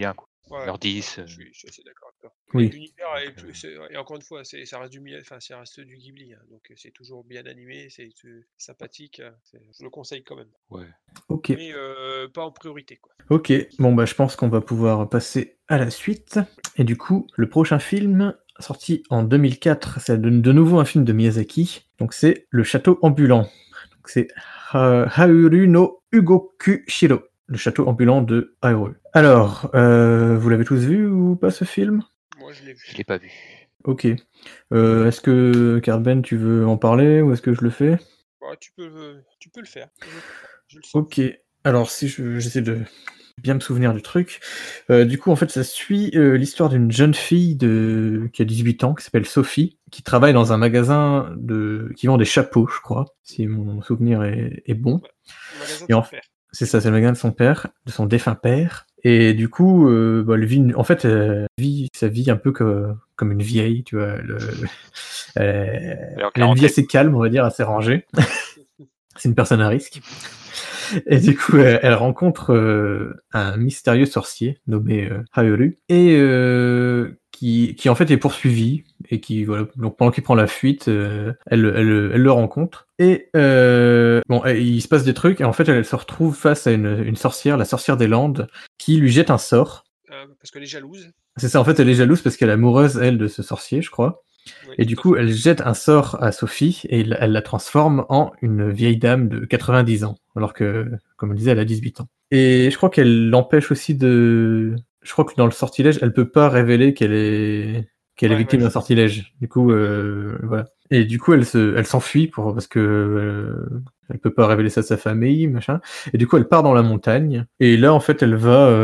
Ouais, 1h10. je suis assez d'accord avec toi. Oui. Mais l'univers et encore une fois, ça reste ça reste du Ghibli, hein, donc c'est toujours bien animé, c'est sympathique, je le conseille quand même. Ouais. Ok. Mais pas en priorité, quoi. Ok, bon bah je pense qu'on va pouvoir passer à la suite. Et du coup, le prochain film, sorti en 2004, c'est de nouveau un film de Miyazaki. Donc c'est Le Château Ambulant. Donc c'est Hauru no Ugoku Shiro, le château ambulant de Hauru. Alors, vous l'avez tous vu ou pas ce film? Moi, je l'ai vu. Je l'ai pas vu. Ok. Est-ce que Carben, tu veux en parler ou est-ce que je le fais? Ouais, tu peux le faire. Je le sens. Ok. Alors si j'essaie de bien me souvenir du truc. Du coup, en fait, ça suit l'histoire d'une jeune fille qui a 18 ans, qui s'appelle Sophie, qui travaille dans un magasin qui vend des chapeaux, je crois, si mon souvenir est bon. Ouais. Le magasin Et de son père. c'est ça, c'est le magasin de son père, de son défunt père. Et du coup, elle vit sa vie un peu comme une vieille, tu vois. Elle a une vie assez calme, on va dire, assez rangée. C'est une personne à risque. Et du coup, elle rencontre un mystérieux sorcier nommé Hauru et qui en fait est poursuivi et qui voilà, donc pendant qu'il prend la fuite, elle le rencontre et il se passe des trucs et en fait elle se retrouve face à une sorcière, la sorcière des Landes, qui lui jette un sort. Parce qu'elle est jalouse. C'est ça, en fait elle est jalouse parce qu'elle est amoureuse elle de ce sorcier, je crois. Oui, et du coup, elle jette un sort à Sophie et elle la transforme en une vieille dame de 90 ans, alors que, comme on disait, elle a 18 ans. Et je crois qu'elle l'empêche aussi de... Je crois que dans le sortilège, elle peut pas révéler qu'elle est victime d'un sortilège. Du coup, voilà. Et du coup, elle s'enfuit parce que elle peut pas révéler ça à sa famille, machin. Et du coup, elle part dans la montagne. Et là, en fait, elle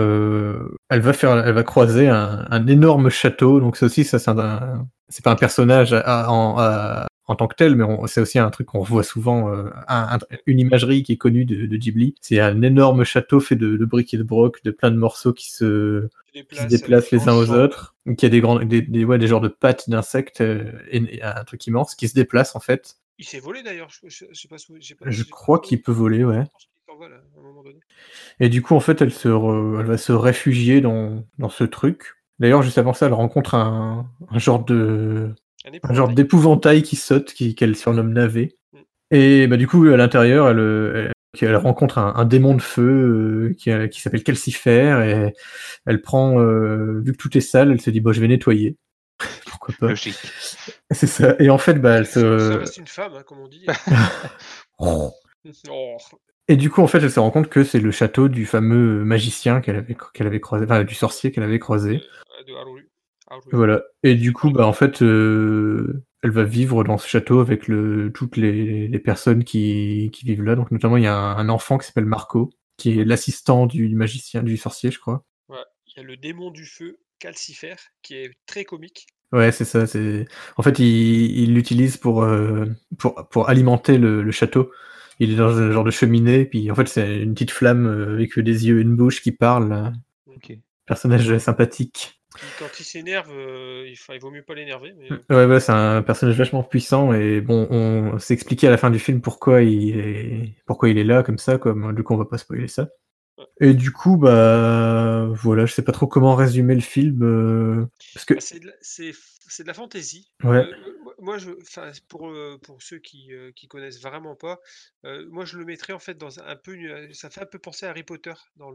va croiser un énorme château. Donc ça aussi, c'est pas un personnage en tant que tel, mais c'est aussi un truc qu'on revoit souvent, une imagerie qui est connue de Ghibli. C'est un énorme château fait de briques et de broc, de plein de morceaux qui se déplacent les uns aux autres, qui a des genres de pattes d'insectes et un truc immense qui se déplace en fait. Il s'est volé d'ailleurs, je sais pas. Je crois qu'il peut voler, ouais. Je pense qu'il s'envole à un moment donné. Et du coup, en fait, elle va se réfugier dans ce truc. D'ailleurs, juste avant ça, elle rencontre un genre d'épouvantail qui saute, qu'elle surnomme Navé. Et bah, du coup, à l'intérieur, elle rencontre un démon de feu qui s'appelle Calcifer, et elle prend, vu que tout est sale, elle se dit, je vais nettoyer. Pourquoi pas. Logique. C'est ça. Et en fait, elle Ça reste une femme, hein, comme on dit. Oh. Et du coup, en fait, elle se rend compte que c'est le château du fameux magicien qu'elle avait croisé, enfin, du sorcier qu'elle avait croisé. De Haru. Voilà. Et du coup, en fait, elle va vivre dans ce château avec toutes les personnes qui vivent là. Donc, notamment, il y a un enfant qui s'appelle Marco, qui est l'assistant du magicien, du sorcier, je crois. Ouais. Il y a le démon du feu, Calcifer, qui est très comique. Ouais, c'est ça. En fait, il l'utilise pour alimenter le château. Il est dans un genre de cheminée, puis en fait, c'est une petite flamme avec des yeux et une bouche qui parle. Ok. Personnage sympathique. Quand il s'énerve, il vaut mieux pas l'énerver. Mais... Ouais, c'est un personnage vachement puissant, et bon, on s'est expliqué à la fin du film pourquoi il est là comme ça, du coup on va pas spoiler ça. Ouais. Et du coup, voilà, je sais pas trop comment résumer le film, parce que c'est de la fantaisie. Ouais. Moi, pour ceux qui connaissent vraiment pas, moi je le mettrais en fait dans ça fait un peu penser à Harry Potter dans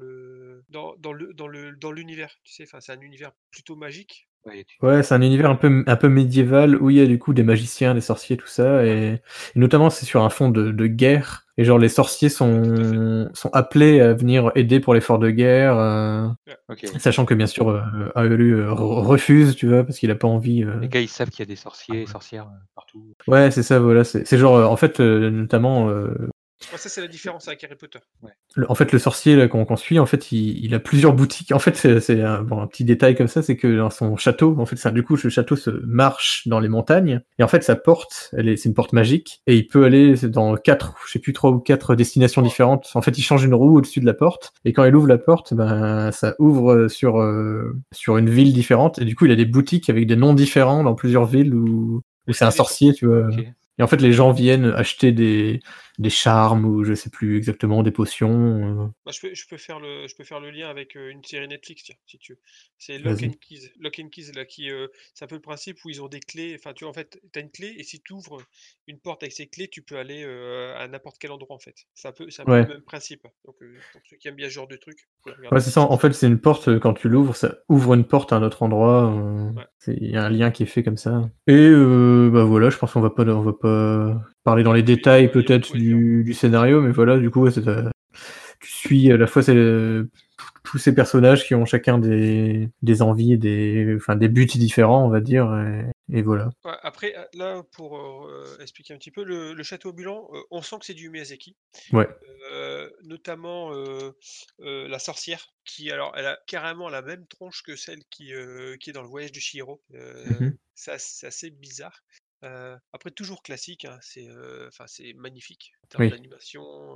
l'univers. Tu sais, c'est un univers plutôt magique. Ouais, c'est un univers un peu médiéval où il y a du coup des magiciens, des sorciers, tout ça, et notamment c'est sur un fond de guerre. Et genre les sorciers sont appelés à venir aider pour l'effort de guerre, sachant que bien sûr Aelu refuse, tu vois, parce qu'il a pas envie. Les gars, ils savent qu'il y a des sorciers et sorcières partout. Ouais, c'est ça, voilà. C'est genre, en fait, notamment. Ça, c'est la différence avec Harry Potter. Ouais. En fait, le sorcier là, qu'on suit, en fait, il a plusieurs boutiques. En fait, c'est un petit détail comme ça, c'est que dans son château, en fait, du coup, le château se marche dans les montagnes, et en fait, sa porte, c'est une porte magique, et il peut aller dans 3 ou 4 destinations différentes. En fait, il change une roue au-dessus de la porte, et quand il ouvre la porte, ça ouvre sur une ville différente, et du coup, il a des boutiques avec des noms différents dans plusieurs villes où c'est un sorcier, tu vois. Okay. Et en fait, les gens viennent acheter des charmes ou je sais plus exactement, des potions. Bah, je peux faire le lien avec une série Netflix, tiens, si tu veux. C'est Lock and Vas-y. Keys. Lock and Keys, là, c'est un peu le principe où ils ont des clés. Enfin, tu vois, en fait, tu as une clé et si tu ouvres une porte avec ces clés, tu peux aller à n'importe quel endroit, en fait. C'est un peu le Ouais. même principe. Donc, pour ceux qui aiment bien ce genre de truc, vous pouvez Ouais, regarder c'est ça. ça. En fait, c'est une porte, quand tu l'ouvres, ça ouvre une porte à un autre endroit. Ouais. Il y a un lien qui est fait comme ça. Et bah voilà, je pense qu'on va pas parler dans les Oui, il y détails a beaucoup peut-être à dire. du scénario, mais voilà, du coup, ouais, tu suis à la fois tous ces personnages qui ont chacun des envies et des buts différents, on va dire, et voilà. Ouais, après, là, pour expliquer un petit peu, le château ambulant, on sent que c'est du Miyazaki. Ouais. Notamment la sorcière, qui alors elle a carrément la même tronche que celle qui est dans le voyage de Chihiro. Mhm. C'est assez bizarre. Après toujours classique, hein, enfin c'est magnifique en termes Oui. d'animation.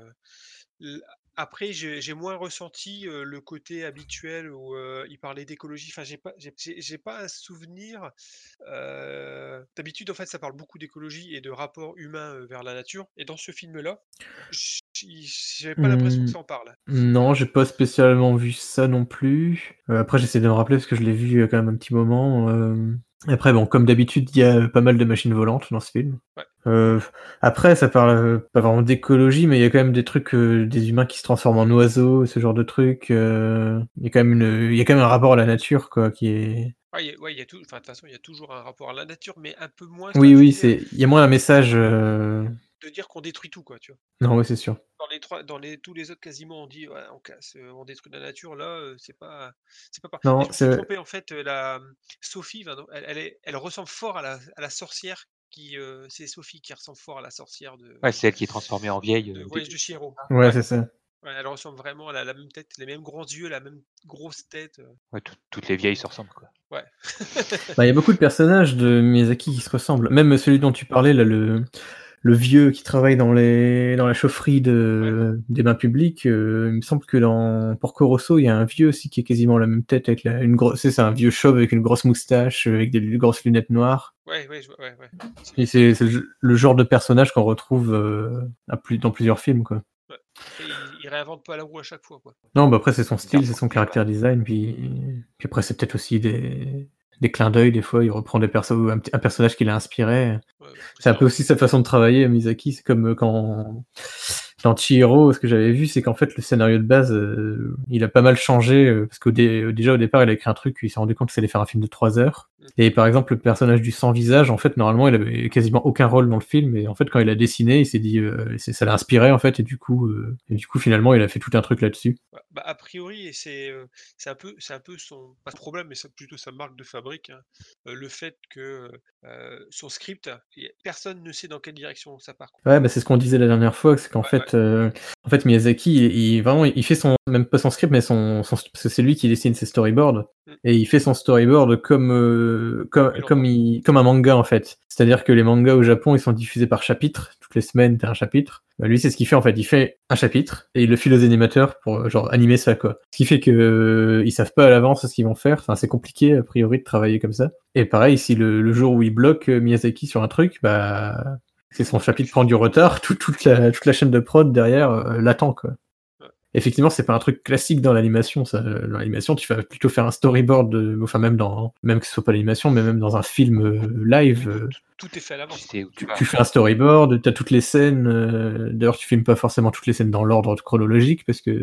L Après j'ai moins ressenti, le côté habituel où, il parlait d'écologie. Enfin j'ai pas un souvenir. D'habitude en fait ça parle beaucoup d'écologie et de rapport humain, vers la nature et dans ce film-là, j'avais pas l'impression que Mmh, ça en parle. non, j'ai pas spécialement vu ça non plus. Après, j'essaie de me rappeler parce que je l'ai vu il y a quand même un petit moment. Après, bon, comme d'habitude, il y a pas mal de machines volantes dans ce film. Ouais. Après, ça parle pas vraiment d'écologie, mais il y a quand même des trucs, des humains qui se transforment en oiseaux, ce genre de trucs. Il y a quand même il y a quand même un rapport à la nature, quoi, qui est. Ouais, il y a tout enfin de toute façon, il y a toujours un rapport à la nature, mais un peu moins Oui, tu oui, sais, il y a moins un message. de dire qu'on détruit tout quoi, tu vois? Non, ouais, c'est sûr. Dans tous les autres quasiment on dit: «Ouais, on casse, on détruit la nature». Là, c'est pas et Non, je me suis c'est. trompé en fait, Sophie, enfin non, elle ressemble fort à la sorcière c'est Sophie qui ressemble fort à la sorcière Ouais, c'est elle qui est transformée en vieille de au Voyage début, de c'est Chihiro. ça? Ouais, Ouais, c'est ça. ouais, elle ressemble vraiment, elle a la même tête, les mêmes grands yeux, la même grosse tête. Ouais, toutes les vieilles se ressemblent, quoi. Ouais. Bah, il y a beaucoup de personnages de Miyazaki qui se ressemblent. Même celui dont tu parlais, là, le vieux qui travaille dans la chaufferie Ouais. des bains publics, il me semble que dans Porco Rosso, il y a un vieux aussi qui a quasiment la même tête avec une grosse, c'est un vieux chauve avec une grosse moustache, avec des grosses lunettes noires. Ouais, je vois, ouais. Et C'est lui. c'est le genre de personnage qu'on retrouve dans plusieurs films, quoi. Ouais. Après il réinvente pas la roue à chaque fois, quoi. Non, bah après c'est son Il garde style, c'est son son style, ouais. caractère design, puis après c'est peut-être aussi des clins d'œil, des fois il reprend un personnage qui l'a inspiré. Ouais, bah, après C'est c'est un peu normal. aussi sa façon de travailler, Miyazaki, c'est comme quand dans Chihiro, ce que j'avais vu, c'est qu'en fait le scénario de base, il a pas mal changé, parce déjà au départ il a écrit un truc, il s'est rendu compte que ça allait faire un film de 3 heures. Mmh. Et par exemple le personnage du sans visage, en fait normalement il avait quasiment aucun rôle dans le film, et en fait quand il a dessiné, il s'est dit, ça l'a inspiré en fait, et du coup finalement il a fait tout un truc là-dessus. Ouais, bah, a priori et c'est un peu son pas son problème, mais c'est plutôt sa marque de fabrique, hein, le fait que, son script, personne ne sait dans quelle direction ça part, quoi. Ouais, bah, c'est ce qu'on disait la dernière fois, c'est qu'en Ouais, ouais. fait, Miyazaki, vraiment, il fait même pas son script, mais parce que c'est lui qui dessine ses storyboards, Mmh. et il fait son storyboard Comme il l'entend. comme un manga, en fait. C'est-à-dire que les mangas au Japon, ils sont diffusés par chapitre. Toutes les semaines, t'as un chapitre. Bah, lui, c'est ce qu'il fait, en fait. Il fait un chapitre, et il le file aux animateurs pour, genre, animer ça, quoi. Ce qui fait que, ils savent pas à l'avance ce qu'ils vont faire. Enfin, c'est compliqué, a priori, de travailler comme ça. Et pareil, si le jour où il bloque Miyazaki sur un truc, bah, si son chapitre prend du retard, toute la chaîne de prod derrière l'attend, quoi. Ouais. Effectivement, c'est pas un truc classique dans l'animation. Ça. Dans l'animation, tu vas plutôt faire un storyboard, enfin même que ce soit pas l'animation, mais même dans un film live, Tout est fait à Tu l'avance, quoi. sais où tu vas, tu fais quoi. un storyboard, t'as toutes les scènes. D'ailleurs, tu filmes pas forcément toutes les scènes dans l'ordre chronologique parce que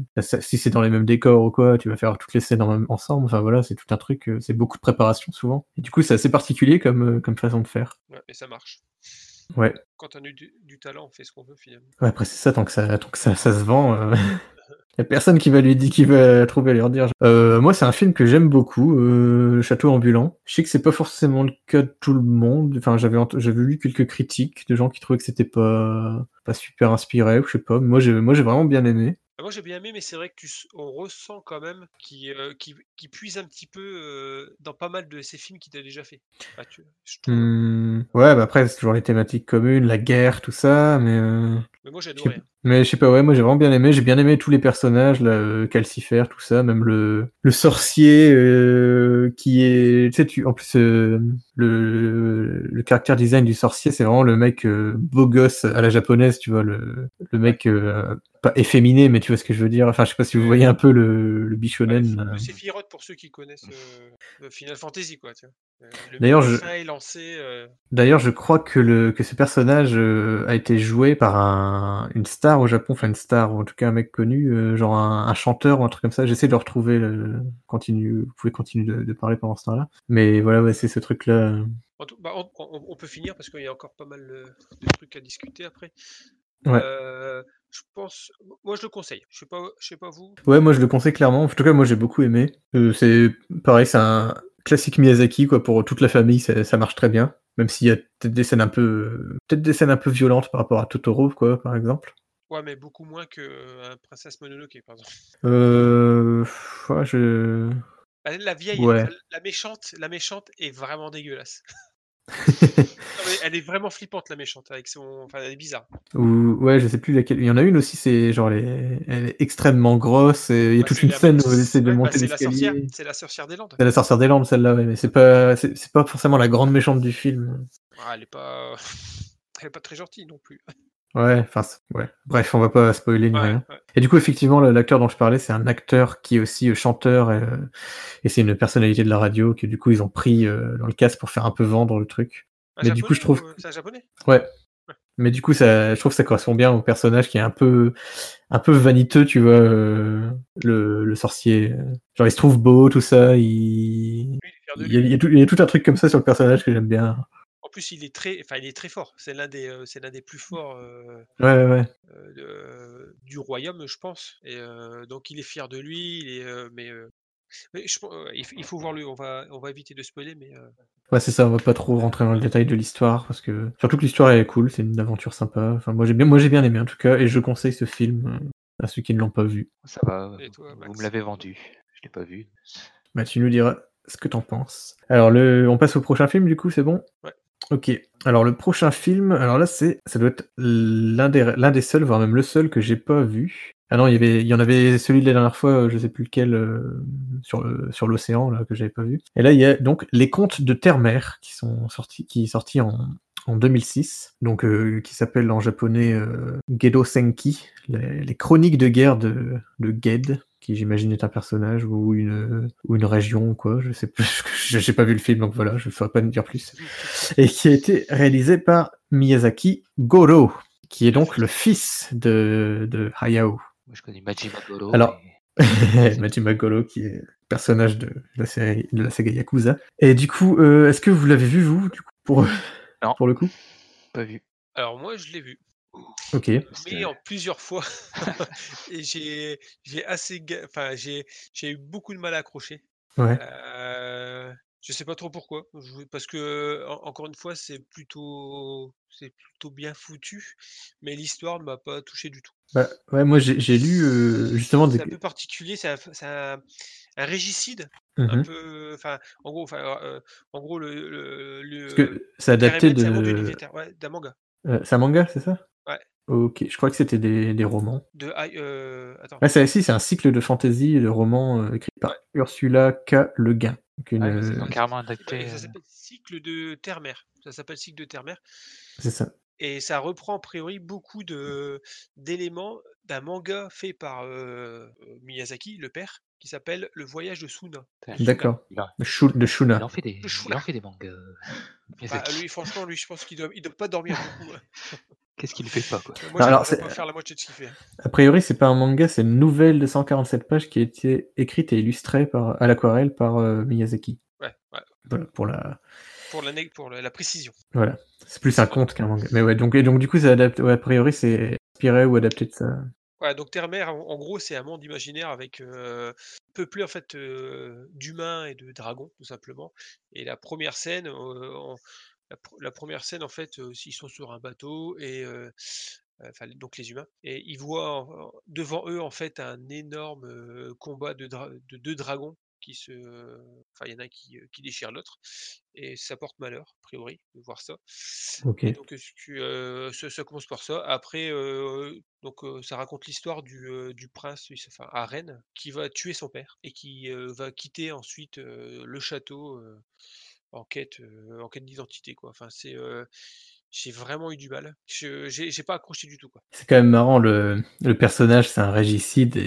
si c'est dans les mêmes décors ou quoi, tu vas faire toutes les scènes ensemble. Enfin voilà, c'est tout un truc. C'est beaucoup de préparation souvent. Et du coup, c'est assez particulier comme façon de faire. Ouais, et ça marche. Ouais. Quand on a du talent, on fait ce qu'on veut, finalement. Ouais, après c'est ça, tant que ça se vend, y a personne qui va lui dire, qui va trouver à lui redire. Moi, c'est un film que j'aime beaucoup, Château ambulant. Je sais que c'est pas forcément le cas de tout le monde. Enfin, j'avais lu quelques critiques de gens qui trouvaient que c'était pas super inspiré, ou je sais pas. Moi, j'ai vraiment bien aimé. Bah, moi, j'ai bien aimé, mais c'est vrai que on ressent quand même qu'il puise un petit peu, dans pas mal de ces films qu'il a déjà fait. Ah, je trouve, hein. Ouais, bah après, c'est toujours les thématiques communes, la guerre, tout ça, mais Mais moi, j'ai je sais adoré, hein. Mais je sais pas, ouais, moi j'ai vraiment bien aimé. J'ai bien aimé tous les personnages, là, Calcifer, tout ça, même le sorcier qui est. Tu sais, en plus, le caractère design du sorcier, c'est vraiment le mec beau gosse à la japonaise, tu vois, le mec pas efféminé, mais tu vois ce que je veux dire. Enfin, je sais pas si vous voyez un peu le Bishonen. Le Sephiroth pour ceux qui connaissent Final Fantasy, quoi. Tu vois. Le D'ailleurs, mec fin élancé. D'ailleurs, je crois que ce personnage a été joué par une star au Japon, enfin une star, ou en tout cas un mec connu, genre un chanteur ou un truc comme ça. J'essaie de le retrouver. Vous pouvez continuer de parler pendant ce temps-là. Mais voilà, ouais, c'est ce truc-là. On peut finir parce qu'il y a encore pas mal de trucs à discuter après. Ouais. Je pense, moi je le conseille. Je sais pas vous. Ouais, moi je le conseille clairement. En tout cas, moi j'ai beaucoup aimé. C'est pareil, c'est un classique Miyazaki quoi. Pour toute la famille, ça marche très bien. Même s'il y a peut-être des scènes un peu violentes par rapport à Totoro, quoi, par exemple. Ouais, mais beaucoup moins que Princesse Mononoke, par exemple. Ouais, La vieille, Ouais. la méchante est vraiment dégueulasse. Non, mais elle est vraiment flippante, la méchante, enfin, elle est bizarre. Ouais, je sais plus laquelle. Il y en a une aussi, c'est genre elle est extrêmement grosse. Et il y a toute une scène où elle essaie de monter l'escalier. C'est la sorcière des Landes. C'est la sorcière des Landes, celle-là, ouais, mais c'est pas forcément la grande méchante du film. Ah, elle est pas, elle est pas très gentille non plus. Ouais, enfin, ouais. Bref, on va pas spoiler ni rien. Ouais. Et du coup, effectivement, l'acteur dont je parlais, c'est un acteur qui est aussi chanteur et c'est une personnalité de la radio que du coup ils ont pris dans le cast pour faire un peu vendre le truc. Mais du coup, je trouve. C'est un japonais. Ouais. Mais du coup, je trouve que ça correspond bien au personnage qui est un peu vaniteux, tu vois, le sorcier. Genre, il se trouve beau, tout ça. Il y a tout un truc comme ça sur le personnage que j'aime bien. En plus, il est très fort. C'est l'un des plus forts Ouais. du royaume, je pense. Et donc, il est fier de lui. Il faut voir le. On va éviter de spoiler, mais. Ouais, c'est ça, on va pas trop rentrer dans le détail de l'histoire, parce que surtout que l'histoire est cool, c'est une aventure sympa. Enfin, moi j'ai bien aimé en tout cas, et je conseille ce film à ceux qui ne l'ont pas vu. Ça va, Et toi, vous Max? me l'avez vendu. Je l'ai pas vu. Bah, tu nous diras ce que t'en penses. Alors, on passe au prochain film, du coup, c'est bon? Ouais. Ok. Alors, le prochain film, alors là, ça doit être l'un des seuls, voire même le seul que j'ai pas vu. Ah non, il y en avait celui de la dernière fois, je sais plus lequel, sur l'océan, là, que j'avais pas vu. Et là, il y a donc Les Contes de Terre-Mer qui est sorti en 2006, donc qui s'appelle en japonais Gedo Senki, les chroniques de guerre de Ged, qui j'imagine est un personnage ou une région, quoi, je sais plus, j'ai pas vu le film, donc voilà, je ne saurais pas me dire plus. Et qui a été réalisé par Miyazaki Goro, qui est donc le fils de Hayao. Moi, je connais Majima Goro. Alors, Majima Goro, qui est personnage de la saga Yakuza. Et du coup, est-ce que vous l'avez vu, vous, du coup, pour le coup? Pas vu. Alors, moi, je l'ai vu. Ok. Mais en plusieurs fois. Et j'ai eu beaucoup de mal à accrocher. Ouais. Je sais pas trop pourquoi. Parce que, encore une fois, c'est plutôt bien foutu, mais l'histoire ne m'a pas touché du tout. Bah, ouais, moi j'ai lu justement C'est un peu particulier, c'est un régicide, un Mhm. peu, en gros, Parce que c'est adapté c'est un monde universitaire, ouais, d'un manga. c'est un manga, c'est ça? Ouais. Ok, je crois que c'était des romans. Attends. Ouais, c'est un cycle de fantasy et de romans écrit par Ursula K. Le Guin. C'est carrément adapté. Ça s'appelle Cycle de Terre-Mer. Ça s'appelle Cycle de Terre-Mer. C'est ça. Et ça reprend a priori beaucoup d'éléments d'un manga fait par Miyazaki, le père, qui s'appelle Le Voyage de Suna. D'accord. De Shuna. Il en fait des mangas. Lui, franchement, je pense qu'il doit pas dormir beaucoup. Qu'est-ce qu'il fait pas, quoi? Moi, j'arriverais pas à faire la moitié de ce qu'il fait. A priori, c'est pas un manga, c'est une nouvelle de 147 pages qui a été écrite et illustrée à l'aquarelle par Miyazaki. Ouais. Voilà, pour la précision. Voilà. C'est plus un conte qu'un manga. Mais ouais, donc du coup, c'est adapté. Ouais, a priori, c'est inspiré ou adapté de ça. Ouais, donc Terre-Mer, en gros, c'est un monde imaginaire avec peuplé en fait d'humains et de dragons, tout simplement. Et la première scène, en fait, ils sont sur un bateau et donc les humains, et ils voient devant eux en fait un énorme combat de deux dragons il y en a un qui déchire l'autre et ça porte malheur, a priori, de voir ça. Ok. Et donc, ça commence par ça. Après, ça raconte l'histoire du prince, enfin à Rennes, qui va tuer son père et qui, va quitter ensuite, le château, en quête d'identité, quoi. Enfin, j'ai vraiment eu du mal. J'ai pas accroché du tout, quoi. C'est quand même marrant, le personnage, c'est un régicide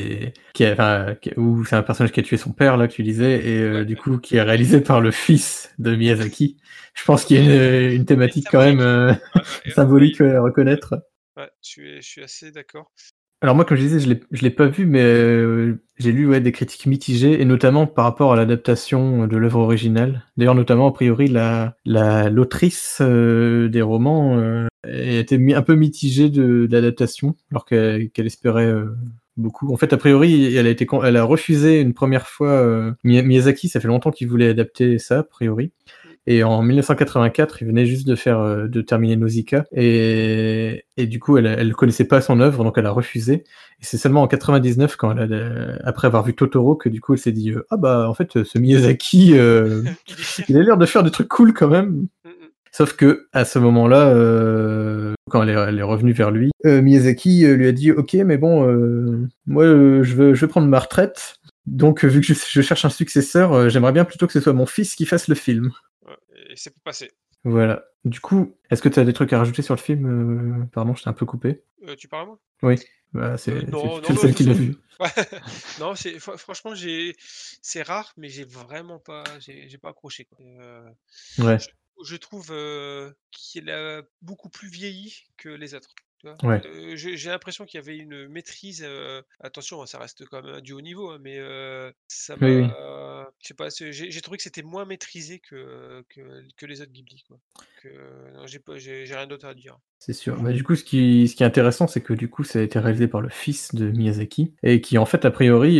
ou c'est un personnage qui a tué son père, là, que tu disais, et Ouais, du coup, qui est réalisé par le fils de Miyazaki. Je pense qu'il y a une thématique quand même Ouais, symbolique à reconnaître. ouais, je suis assez d'accord. Alors moi, comme je disais, je l'ai pas vu, mais j'ai lu des critiques mitigées, et notamment par rapport à l'adaptation de l'œuvre originale. D'ailleurs, notamment, a priori, l'autrice des romans était un peu mitigée de l'adaptation, alors qu'elle espérait beaucoup. En fait, a priori, elle a refusé une première fois. Miyazaki, ça fait longtemps qu'il voulait adapter ça, a priori. Et en 1984, il venait juste de terminer Nausicaa, et du coup, elle connaissait pas son œuvre, donc elle a refusé. Et c'est seulement en 99, après avoir vu Totoro, que du coup, elle s'est dit ah bah en fait, ce Miyazaki, Il déchire. il a l'air de faire des trucs cool quand même. Mmh mh. Sauf que à ce moment-là, quand elle est revenue vers lui, Miyazaki lui a dit ok, mais bon, moi, je veux prendre ma retraite. Donc, vu que je cherche un successeur, j'aimerais bien plutôt que ce soit mon fils qui fasse le film. Ouais, et c'est pas passé. Voilà. Du coup, est-ce que tu as des trucs à rajouter sur le film? Pardon, je t'ai un peu coupé. Tu parles à moi? Oui. Bah, c'est Non, tu es non, le mais de seul toute qui l'a façon vu. ouais, non, franchement, c'est rare, mais j'ai pas accroché, quoi. Ouais, Je trouve, qu'il a beaucoup plus vieilli que les autres, tu vois? ouais. J'ai l'impression qu'il y avait une maîtrise, attention, hein, ça reste quand même du haut niveau, hein, mais ça Oui, oui. je sais pas, j'ai trouvé que c'était moins maîtrisé que les autres Ghibli, quoi. Donc non, j'ai rien d'autre à dire. C'est sûr. Bah, du coup, ce qui est intéressant, c'est que du coup, ça a été réalisé par le fils de Miyazaki, et qui, en fait, a priori,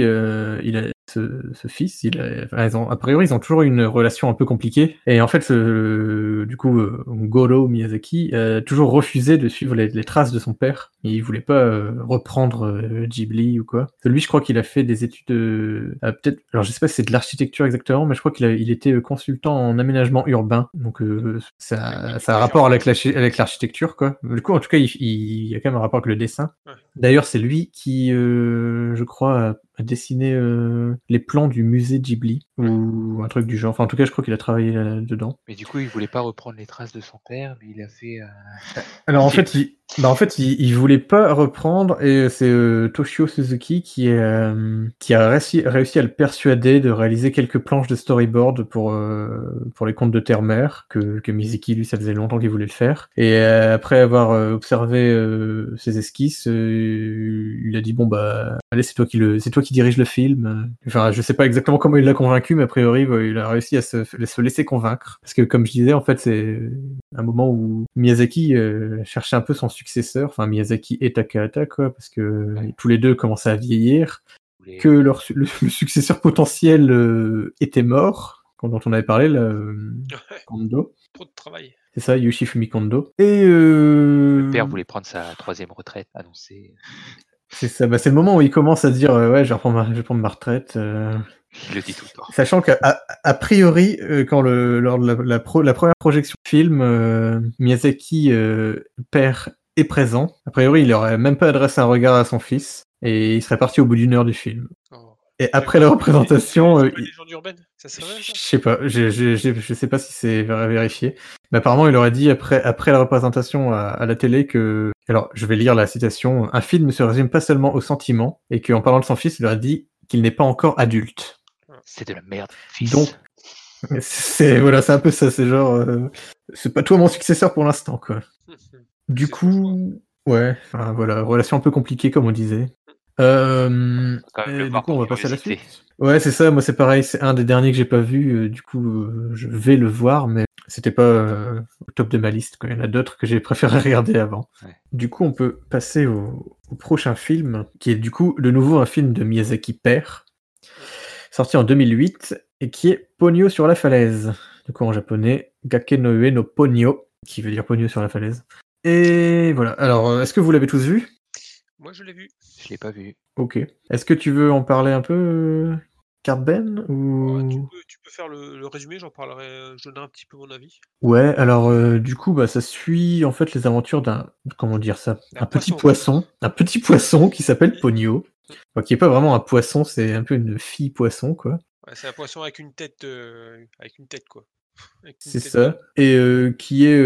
ce fils, a priori, ils ont toujours eu une relation un peu compliquée. Et en fait, du coup, Goro Miyazaki a toujours refusé de suivre les traces de son père. Il voulait pas reprendre Ghibli ou quoi. Lui, je crois qu'il a fait des études, peut-être, alors je sais pas si c'est de l'architecture exactement, mais je crois il était consultant en aménagement urbain. Donc ça a un rapport avec l'architecture, quoi. Du coup, en tout cas, il y a quand même un rapport avec le dessin. Ouais. D'ailleurs, c'est lui qui, je crois, a dessiné les plans du musée Ghibli, ou un truc du genre. Enfin, en tout cas, je crois qu'il a travaillé là-dedans. Mais du coup, il voulait pas reprendre les traces de son père, mais il a fait Alors en film. fait, il voulait pas reprendre, et c'est Toshio Suzuki qui a réussi à le persuader de réaliser quelques planches de storyboard pour les contes de Terre-Mère, que Miyazaki, lui, ça faisait longtemps qu'il voulait le faire. Et après avoir observé ses esquisses, il a dit bon bah allez, c'est toi qui dirige le film. Enfin, je sais pas exactement comment il l'a convaincu, mais a priori, il a réussi à se laisser convaincre. Parce que comme je disais, en fait, c'est un moment où Miyazaki cherchait un peu son successeur, enfin Miyazaki et Takahata, quoi, parce que tous les deux commençaient à vieillir, que le successeur potentiel était mort, dont on avait parlé, là, Ouais, Kondo. trop de travail. C'est ça, Yoshifumi Kondo. Et Le père voulait prendre sa 3e retraite annoncée. c'est ça, bah, c'est le moment où il commence à dire ouais, je vais prendre ma retraite. Il le dit tout le temps. Sachant qu'a priori, lors de la première projection de film, Miyazaki, père, est présent. A priori, il aurait même pas adressé un regard à son fils, et il serait parti au bout d'1 heure du film. Oh. Et après la représentation, C'est pas une légende urbaine? Ça serait vrai, ça? je sais pas, je sais pas si c'est vérifié, mais apparemment il aurait dit après la représentation à la télé que, alors je vais lire la citation, un film ne se résume pas seulement aux sentiments, et qu'en parlant de son fils, il aurait dit qu'il n'est pas encore adulte. C'est de la merde, fils. Donc, c'est un peu ça, c'est genre, c'est pas toi mon successeur pour l'instant, quoi. Du C'est le choix. coup, ouais, enfin, voilà, relation un peu compliquée, comme on disait. Quand même le Du voir coup, on par va passer à la curiosité. suite. Ouais, c'est ça, moi c'est pareil, c'est un des derniers que j'ai pas vu, du coup, je vais le voir, mais c'était pas au top de ma liste, quoi. Il y en a d'autres que j'ai préféré regarder avant. Ouais. Du coup, on peut passer au prochain film, qui est du coup de nouveau un film de Miyazaki père, sorti en 2008, et qui est Ponyo sur la falaise. Du coup, en japonais, Gake no Ue no Ponyo, qui veut dire Ponyo sur la falaise. Et voilà. Alors, est-ce que vous l'avez tous vu? Moi, je l'ai vu. Je l'ai pas vu. Ok. Est-ce que tu veux en parler un peu? Carben Ouais, ou... tu peux faire le résumé, j'en parlerai, je donnerai un petit peu mon avis. Ouais, alors du coup, bah, ça suit en fait les aventures d'un, comment dire ça, Un poisson rouge. un petit poisson qui s'appelle Pogno, enfin, qui est pas vraiment un poisson, c'est un peu une fille poisson quoi. Ouais, c'est un poisson avec une tête, quoi. Avec une C'est tête d'homme. ça, et qui est,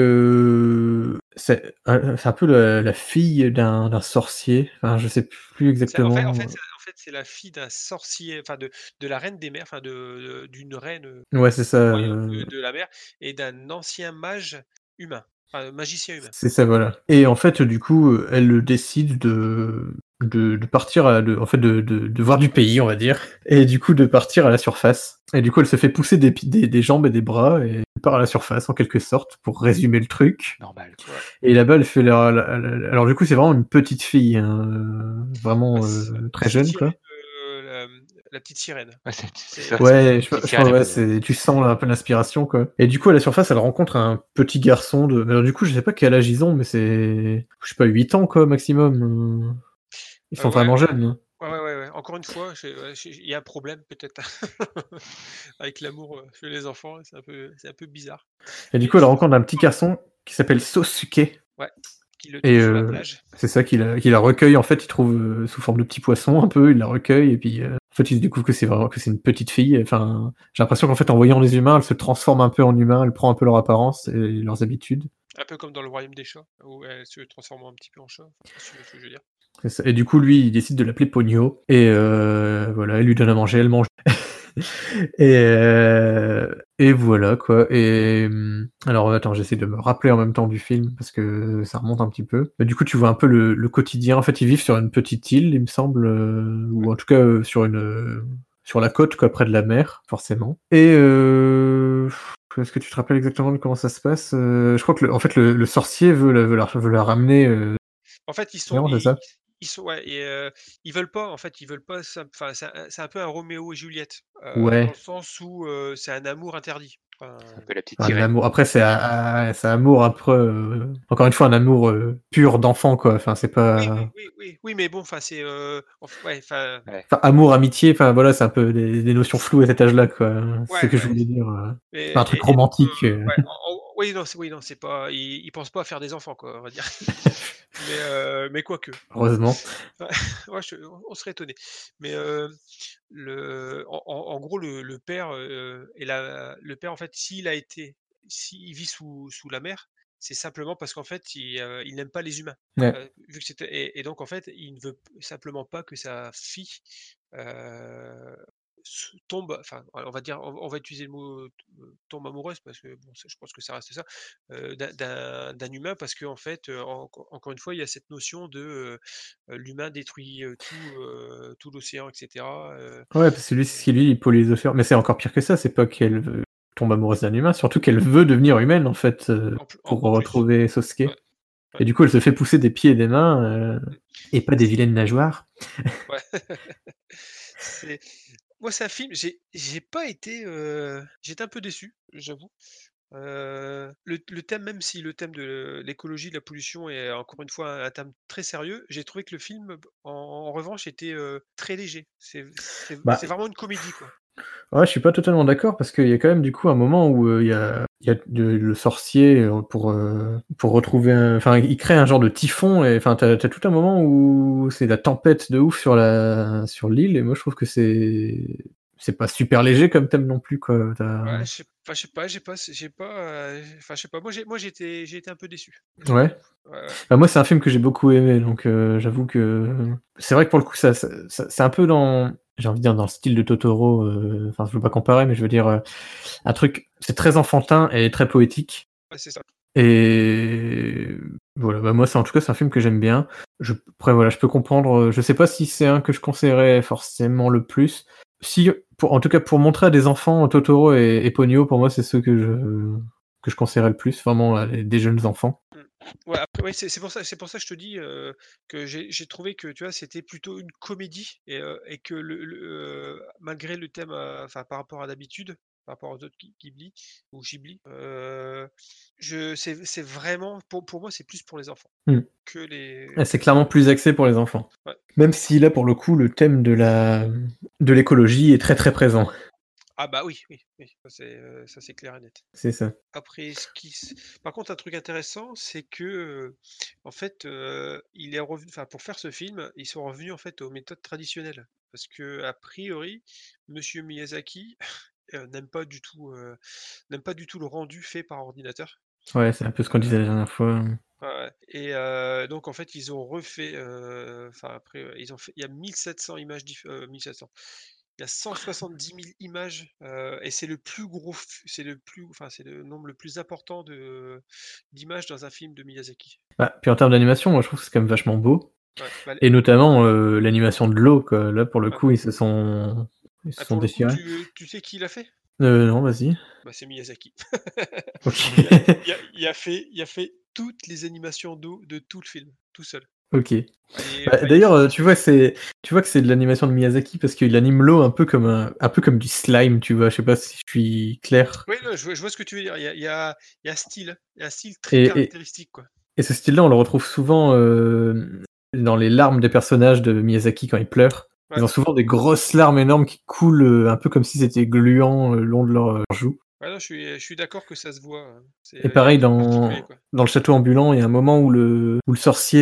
c'est un peu la fille d'un sorcier. Enfin, je sais plus En fait, exactement. c'est la fille d'un sorcier, enfin de la reine des mers, enfin d'une reine Ouais, c'est ça. royaume de la mer et d'un ancien mage humain, enfin magicien humain. C'est ça, voilà. Et en fait, du coup, elle décide de partir, en fait, de voir du pays, on va dire, et du coup de partir à la surface. Et du coup, elle se fait pousser des jambes et des bras, et elle part à la surface, en quelque sorte, pour résumer le truc. Normal. Ouais. Et là-bas, elle fait alors du coup, c'est vraiment une petite fille, hein, vraiment très C'est jeune, tiré quoi. de la petite sirène. Ouais, c'est C'est ça, Ouais, je petite pense, sirène ouais, japonaise. tu sens un peu l'inspiration, quoi. Et du coup, à la surface, elle rencontre un petit garçon de. Alors, du coup, je sais pas quel âge ils ont, mais c'est, je sais pas, 8 ans, quoi, maximum. Ils sont Ouais, vraiment jeunes, hein. ouais. Encore une fois, il y a un problème peut-être avec l'amour chez les enfants, c'est un peu bizarre. Et du Mais coup, elle tu rencontre un petit garçon qui s'appelle Sosuke. ouais, qui le Et trouve sur la plage. c'est ça qui la recueille, en fait, il trouve sous forme de petit poisson, un peu, il la recueille, et puis en fait, il découvre que c'est une petite fille. Enfin, j'ai l'impression qu'en fait, en voyant les humains, elle se transforme un peu en humain, elle prend un peu leur apparence et leurs habitudes. Un peu comme dans le royaume des chats, où elle se transforme un petit peu en chat, si tu vois ce que je veux dire. C'est ça. Et du coup, lui, il décide de l'appeler Pogno. Et voilà, il lui donne à manger, elle mange. Et voilà, quoi. Et alors, attends, j'essaie de me rappeler en même temps du film, parce que ça remonte un petit peu. Mais du coup, tu vois un peu le quotidien. En fait, ils vivent sur une petite île, il me semble, ou en tout cas sur la côte, quoi, près de la mer, forcément. Et est-ce que tu te rappelles exactement de comment ça se passe? Je crois que en fait, le sorcier veut la ramener. En fait, Non, c'est ça? ils sont ouais et ils veulent pas ça enfin, c'est un peu un Roméo et Juliette, dans le Ouais. sens où, c'est un amour interdit. C'est Enfin, un peu la petite Un sirène, amour. quoi. Après, c'est un amour après, encore une fois, un amour pur d'enfant, quoi. Enfin, c'est pas. oui, mais bon, enfin, c'est, ouais, enfin, Ouais. Enfin, amour, amitié, enfin voilà, c'est un peu des notions floues à cet âge-là, quoi. C'est ce ouais, que je ouais. voulais dire. C'est pas un truc Et donc, romantique. ouais, oui, non, c'est pas ils pensent pas à faire des enfants, quoi, on va dire. Mais quoique. Heureusement. Ouais, ouais, on serait étonné. Mais, en gros, le père, le père, en fait, s'il vit sous la mer, c'est simplement parce qu'en fait, il n'aime pas les humains. Ouais. Vu que c'était et donc en fait, il ne veut simplement pas que sa fille, heu, tombe enfin, on va dire, on va utiliser le mot, tombe amoureuse parce que bon, ça je pense que ça reste ça, d'un humain parce qu'en fait, encore une fois, il y a cette notion de, l'humain détruit, tout l'océan et cetera, Ouais, parce que lui, c'est ce qui lui, il pollue les océans. Mais c'est encore pire que ça, c'est pas qu'elle tombe amoureuse d'un humain, surtout qu'elle veut devenir humaine, en fait, pour en plus. retrouver Ouais, Sasuke. ouais. Et du coup, elle se fait pousser des pieds et des mains, Mmh. et pas des vilaines nageoires. Ouais. C'est moi, c'est un film, j'ai pas été, j'étais un peu déçu, j'avoue. Le thème, même si le thème de l'écologie, de la pollution est encore une fois un thème très sérieux, j'ai trouvé que le film, en revanche, était, très léger. Bah, C'est vraiment une comédie, quoi. ouais, je suis pas totalement d'accord parce qu'il y a quand même du coup un moment où il y a le sorcier pour retrouver enfin il crée un genre de typhon et enfin t'as tout un moment où c'est la tempête de ouf sur l'île et moi je trouve que c'est pas super léger comme thème non plus quoi. Ouais, je sais pas, j'ai pas, enfin, je sais pas, moi, j'ai été un peu déçu, j'avoue. Ouais. Ouais, ouais. Bah, moi c'est un film que j'ai beaucoup aimé donc j'avoue que c'est vrai que pour le coup c'est un peu dans j'ai envie de dire dans le style de Totoro, enfin je veux pas comparer mais je veux dire un truc c'est très enfantin et très poétique. Ouais, c'est ça. Et voilà, bah, moi, c'est en tout cas, c'est un film que j'aime bien. Après, voilà, je peux comprendre, je sais pas si c'est un que je conseillerais forcément le plus. Si, en tout cas, pour montrer à des enfants Totoro et Ponyo, pour moi, c'est ceux que je conseillerais le plus, vraiment à des jeunes enfants. Mmh. Ouais, après, ouais, c'est pour ça que je te dis, que j'ai trouvé que, tu vois, c'était plutôt une comédie et que malgré le thème, enfin, par rapport à d'habitude, par rapport aux autres Ghibli ou Ghibli, c'est vraiment pour moi, c'est plus pour les enfants Mmh. que les Ouais, c'est clairement plus axé pour les enfants. ouais. Même si là, pour le coup, le thème de l'écologie est très très présent. Ah bah oui, ça c'est clair et net. C'est ça. Après, par contre, un truc intéressant, c'est que, en fait, il est revenu, enfin, pour faire ce film, ils sont revenus en fait aux méthodes traditionnelles. Parce que a priori, Monsieur Miyazaki n'aime pas du tout le rendu fait par ordinateur. Ouais, c'est un peu ce qu'on disait la dernière fois. Ouais, et donc en fait, ils ont refait, enfin après, ils ont fait il y a 1700 images 1700. Il y a 170 000 images, et c'est le plus gros f c'est le nombre le plus important d'images dans un film de Miyazaki. Bah, puis en termes d'animation, moi je trouve que c'est quand même vachement beau. Ouais, bah, Et notamment l'animation de l'eau, quoi. Là, pour le ouais. coup, ils se sont Pour le coup, déchirés. tu sais qui l'a fait? Non, vas-y. Bah, c'est Miyazaki. Ok. Il a fait toutes les animations d'eau de tout le film, tout seul. Ok. Et Bah, enfin, d'ailleurs, tu vois que c'est de l'animation de Miyazaki parce qu'il anime l'eau un peu comme du slime, tu vois. Je sais pas si je suis clair. oui, non, je vois ce que tu veux dire. Il y a un style, très Et, et, caractéristique, quoi. et ce style-là, on le retrouve souvent dans les larmes des personnages de Miyazaki quand ils pleurent. Ouais. Ils ont souvent des grosses larmes énormes qui coulent un peu comme si c'était gluant le long de leurs joues. Ouais, non, je suis d'accord que ça se voit. Et Il y a pareil, un truc particulier, quoi. dans le château ambulant, il y a un moment où le sorcier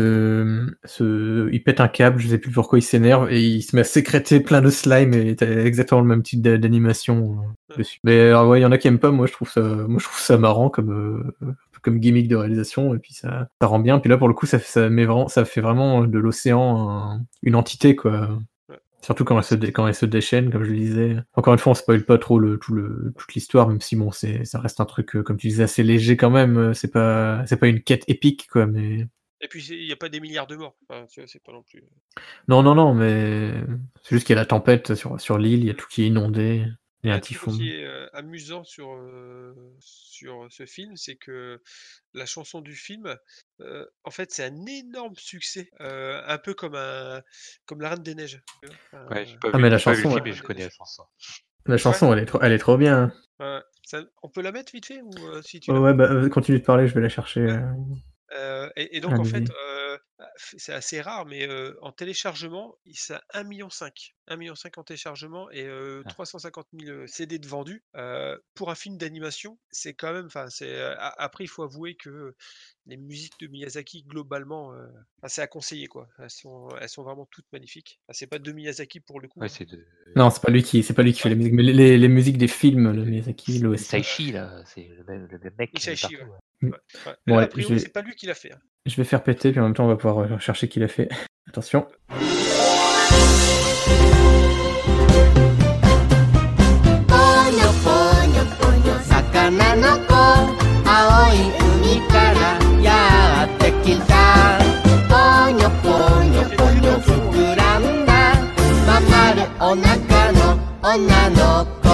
il pète un câble, je sais plus pourquoi il s'énerve, et il se met à sécréter plein de slime, et t'as exactement le même type d'animation dessus. Mais alors, ouais, il y en a qui aiment pas, moi je trouve ça marrant comme gimmick de réalisation, et puis ça rend bien. Puis là, pour le coup, ça fait vraiment de l'océan une entité, quoi. Surtout quand elle se déchaîne, comme je le disais. Encore une fois, on spoil pas trop toute l'histoire, même si bon, ça reste un truc, comme tu disais, assez léger quand même. C'est pas une quête épique, quoi, mais. Et puis, il n'y a pas des milliards de morts. Enfin, tu vois, c'est pas non plus. Non, mais c'est juste qu'il y a la tempête sur l'île, il y a tout qui est inondé, il y a un Un truc typhon. aussi amusant sur ce film, c'est que la chanson du film, en fait, c'est un énorme succès, un peu comme la Reine des Neiges. Tu vois. Ouais, mais la j'ai pas vu le chanson, film, mais je connais la chanson. la chanson, elle est trop bien. Ouais. On peut la mettre vite fait ou si tu Ouais, bah continue de parler, je vais la chercher. et donc en fait, Allez-y. c'est assez rare, mais en téléchargement, c'est 1,5 million. 1,5 million en téléchargement et 350 000 CD de vendus. Pour un film d'animation, c'est quand même. Après, il faut avouer que les musiques de Miyazaki, globalement, c'est à conseiller, quoi. Elles sont vraiment toutes magnifiques. C'est pas de Miyazaki pour le coup. Ouais, Hein. c'est de. Non, c'est pas lui qui fait les musiques, mais les musiques des films, le Miyazaki, l'OST. Hisaishi, là, c'est le même mec qui est Hisaishi, partout. ouais. Bon, Là, a allez, priori, c'est pas lui qui l'a fait. Hein. je vais faire péter, puis en même temps, on va pouvoir chercher qui l'a fait. Attention. ぽにょぽにょぽにょ魚の子青い海からやってきたぽにょぽにょぽにょ膨らんだまん丸お腹の女の子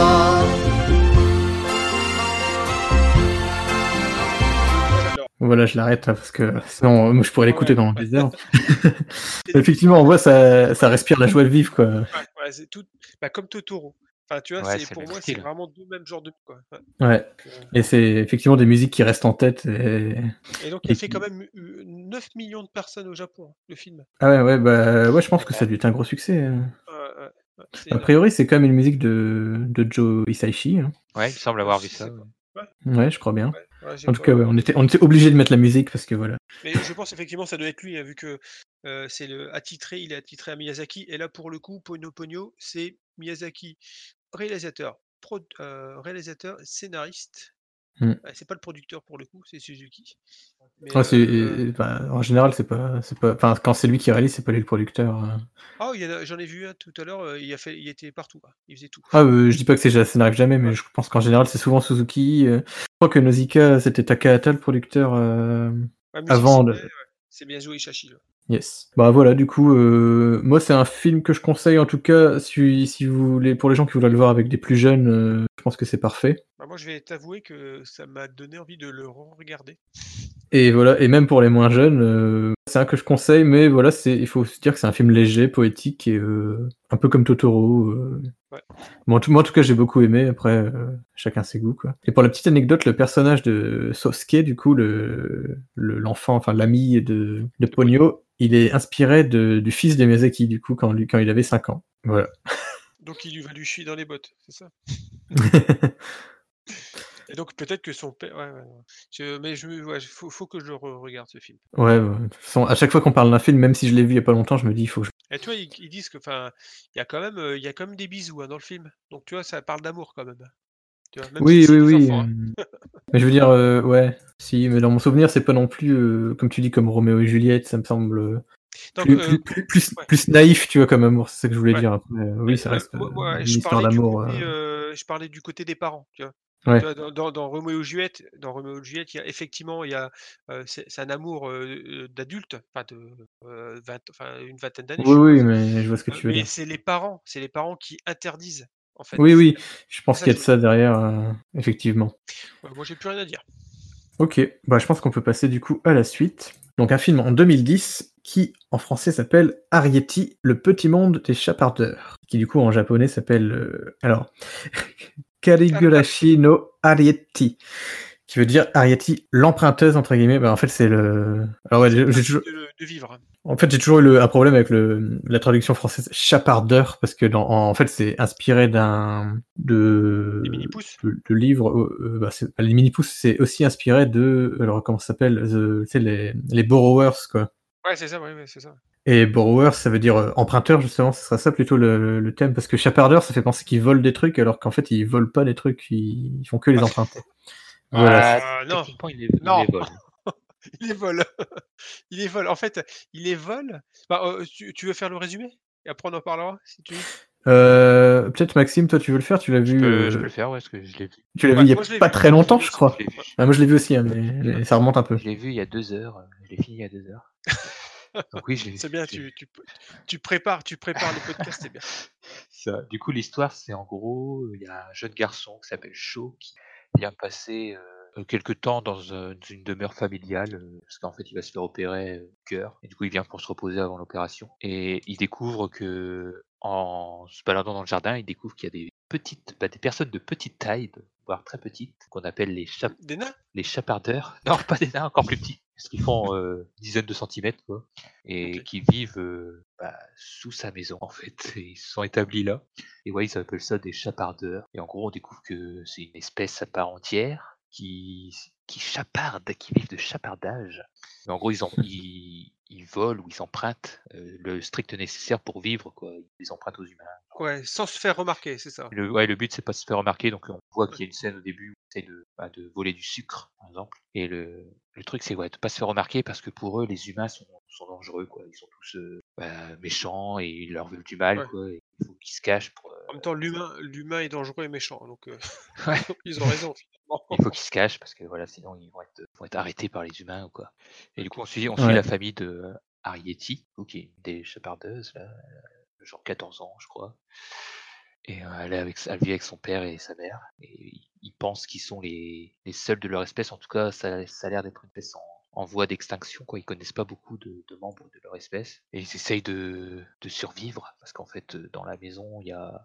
Voilà, je l'arrête là, parce que sinon, moi, je pourrais l'écouter dans des heures. Effectivement, on voit ça respire la joie de vivre, quoi. Ouais, c'est tout. Bah, comme Totoro. Enfin, tu vois, Ouais, c'est c'est pour le moi, style. c'est vraiment deux mêmes genres de. Quoi. Ouais. Et c'est effectivement des musiques qui restent en tête. Et donc, il a fait quand même 9 millions de personnes au Japon, le film. Ah ouais, je pense que ça a dû être un gros succès. C'est A énorme. priori, c'est quand même une musique de Joe Hisaishi. Hein. Ouais, il me semble avoir vu Je ça. sais pas. Ouais, je crois bien. Ouais, En tout cas, ouais, on était obligé de mettre la musique parce que voilà. Mais je pense effectivement ça doit être lui, hein, vu que il est attitré à Miyazaki. Et là, pour le coup, Ponyo Ponyo, c'est Miyazaki, réalisateur, scénariste. Mm. C'est pas le producteur pour le coup, c'est Suzuki. Mais, en général, c'est pas. Enfin, quand c'est lui qui réalise, c'est pas lui le producteur. j'en ai vu un tout à l'heure, il était partout, quoi. Il faisait tout. Je dis pas que ça n'arrive jamais, mais je pense qu'en général, c'est souvent Suzuki. Je crois que Nausicaa, c'était Takahata le producteur avant. C'est bien joué, Ishashi. Là. Yes. Bah voilà, du coup, moi c'est un film que je conseille en tout cas si vous voulez, pour les gens qui voudraient le voir avec des plus jeunes, je pense que c'est parfait. Bah, moi, je vais t'avouer que ça m'a donné envie de le regarder. Et voilà, et même pour les moins jeunes, c'est un que je conseille, mais voilà, il faut se dire que c'est un film léger, poétique et un peu comme Totoro. Ouais. Moi, en tout cas, j'ai beaucoup aimé. Après, chacun ses goûts, quoi. Et pour la petite anecdote, le personnage de Sosuke, du coup, l'enfant, enfin l'ami de Ponyo, il est inspiré du fils de Miyazaki, du coup, quand il avait 5 ans. Voilà. Donc il lui va lui chier dans les bottes, c'est ça? Et donc peut-être que son père ouais. Mais faut que je regarde ce film. Ouais, de toute façon, à chaque fois qu'on parle d'un film, même si je l'ai vu il y a pas longtemps, je me dis: «Il faut que je» Et tu vois, ils disent que enfin, il y a quand même des bisous, hein, dans le film. Donc tu vois, ça parle d'amour quand même. Tu vois? Même si oui, c'est oui, des oui, enfants, hein. mais je veux dire, ouais, si, mais dans mon souvenir, c'est pas non plus, comme tu dis, comme Roméo et Juliette, ça me semble, Donc ouais. plus naïf, tu vois, comme amour, c'est ça que je voulais Ouais. dire. Après, oui, ça Ouais, reste, moi, une je histoire parlais du d'amour, côté, je parlais du côté des parents, tu vois? Tu ouais. vois, dans Roméo et Juliette, il y a effectivement, c'est un amour, d'adulte, enfin une vingtaine d'années, je Oui, oui, suppose. mais je vois ce que tu veux Mais dire. c'est les parents qui interdisent, en fait. Oui, oui, je C'est pense ça qu'il que y a je de veux ça dire. derrière, effectivement. Ouais, moi, j'ai plus rien à dire. OK, bah, je pense qu'on peut passer du coup à la suite. Donc un film en 2010 qui, en français, s'appelle Arrietty, le petit monde des chapardeurs, qui du coup en japonais s'appelle, alors Karigurashi no Arrietty, qui veut dire Arrietty «l'emprunteuse» entre guillemets. Bah, en fait, c'est le alors ouais, C'est le j'ai principe toujours de vivre, hein. en fait, j'ai toujours eu un problème avec la traduction française chapardeur parce que en fait, c'est inspiré Les mini-pousses? de livres. Bah, les mini-pousses, c'est aussi inspiré de. Alors, comment ça s'appelle tu sais, les borrowers, quoi. Ouais, c'est ça, ouais, c'est ça. Et borrower, ça veut dire emprunteur, justement, ce serait ça plutôt le thème. Parce que chapardeur, ça fait penser qu'ils volent des trucs alors qu'en fait, ils volent pas des trucs, ils font que les emprunter. Voilà. Non, Techniquement, il non, les vole. il les vole. Il les vole. En fait, il les vole. Bah, tu veux faire le résumé? Et après on en parlera, si tu veux? Peut-être Maxime, toi, tu veux le faire? Je peux le faire, ouais, parce que je l'ai vu. Tu l'as vu Ouais, il y a moi je l'ai pas vu. très Moi je l'ai longtemps, vu je aussi. crois. Je l'ai vu. Ouais. Moi, je l'ai vu aussi, hein, mais ça remonte un peu. Je l'ai vu il y a 2 heures, je l'ai fini il y a 2 heures. Donc oui, C'est bien, je l'ai tu prépares le podcast, c'est bien. ça. Du coup, l'histoire, c'est en gros, il y a un jeune garçon qui s'appelle Sho qui vient passer, quelque temps dans, une demeure familiale, parce qu'en fait, il va se faire opérer, du cœur et du coup, il vient pour se reposer avant l'opération et il découvre que en se baladant dans le jardin, il découvre qu'il y a des personnes de petite taille, voire très petites, qu'on appelle Des nains? les chapardeurs. Non, pas des nains, encore plus petits, parce qu'ils font, dizaines de centimètres, quoi, et OK. qui vivent, sous sa maison, en fait. Et ils se sont établis là. Et ouais, ils appellent ça des chapardeurs. Et en gros, on découvre que c'est une espèce à part entière qui chaparde, qui vivent de chapardage. Mais en gros, ils volent ou ils empruntent le strict nécessaire pour vivre, quoi. Ils empruntent aux humains. Ouais, sans se faire remarquer, c'est ça? Le but, c'est pas de se faire remarquer, donc on voit Ouais. qu'il y a une scène au début où ils essaient de voler du sucre, par exemple. Et le truc, c'est ouais, de pas se faire remarquer parce que pour eux, les humains sont dangereux, quoi. Ils sont tous méchants et ils leur veulent du mal, Ouais. quoi. Et il faut qu'ils se cachent pour. En même temps, l'humain est dangereux et méchant, donc Ouais, ils ont raison finalement. il faut qu'ils se cachent parce que voilà, sinon ils vont être arrêtés par les humains ou quoi. Et du coup, on suit Ouais. la famille de Arrietty, qui est une des chapardeuses, là, genre 14 ans, je crois. Et elle vit avec son père et sa mère. Et ils pensent qu'ils sont les seuls de leur espèce. En tout cas, ça a l'air d'être une espèce en voie d'extinction, quoi. Ils connaissent pas beaucoup de membres de leur espèce. Et ils essayent de survivre. Parce qu'en fait, dans la maison, il y a.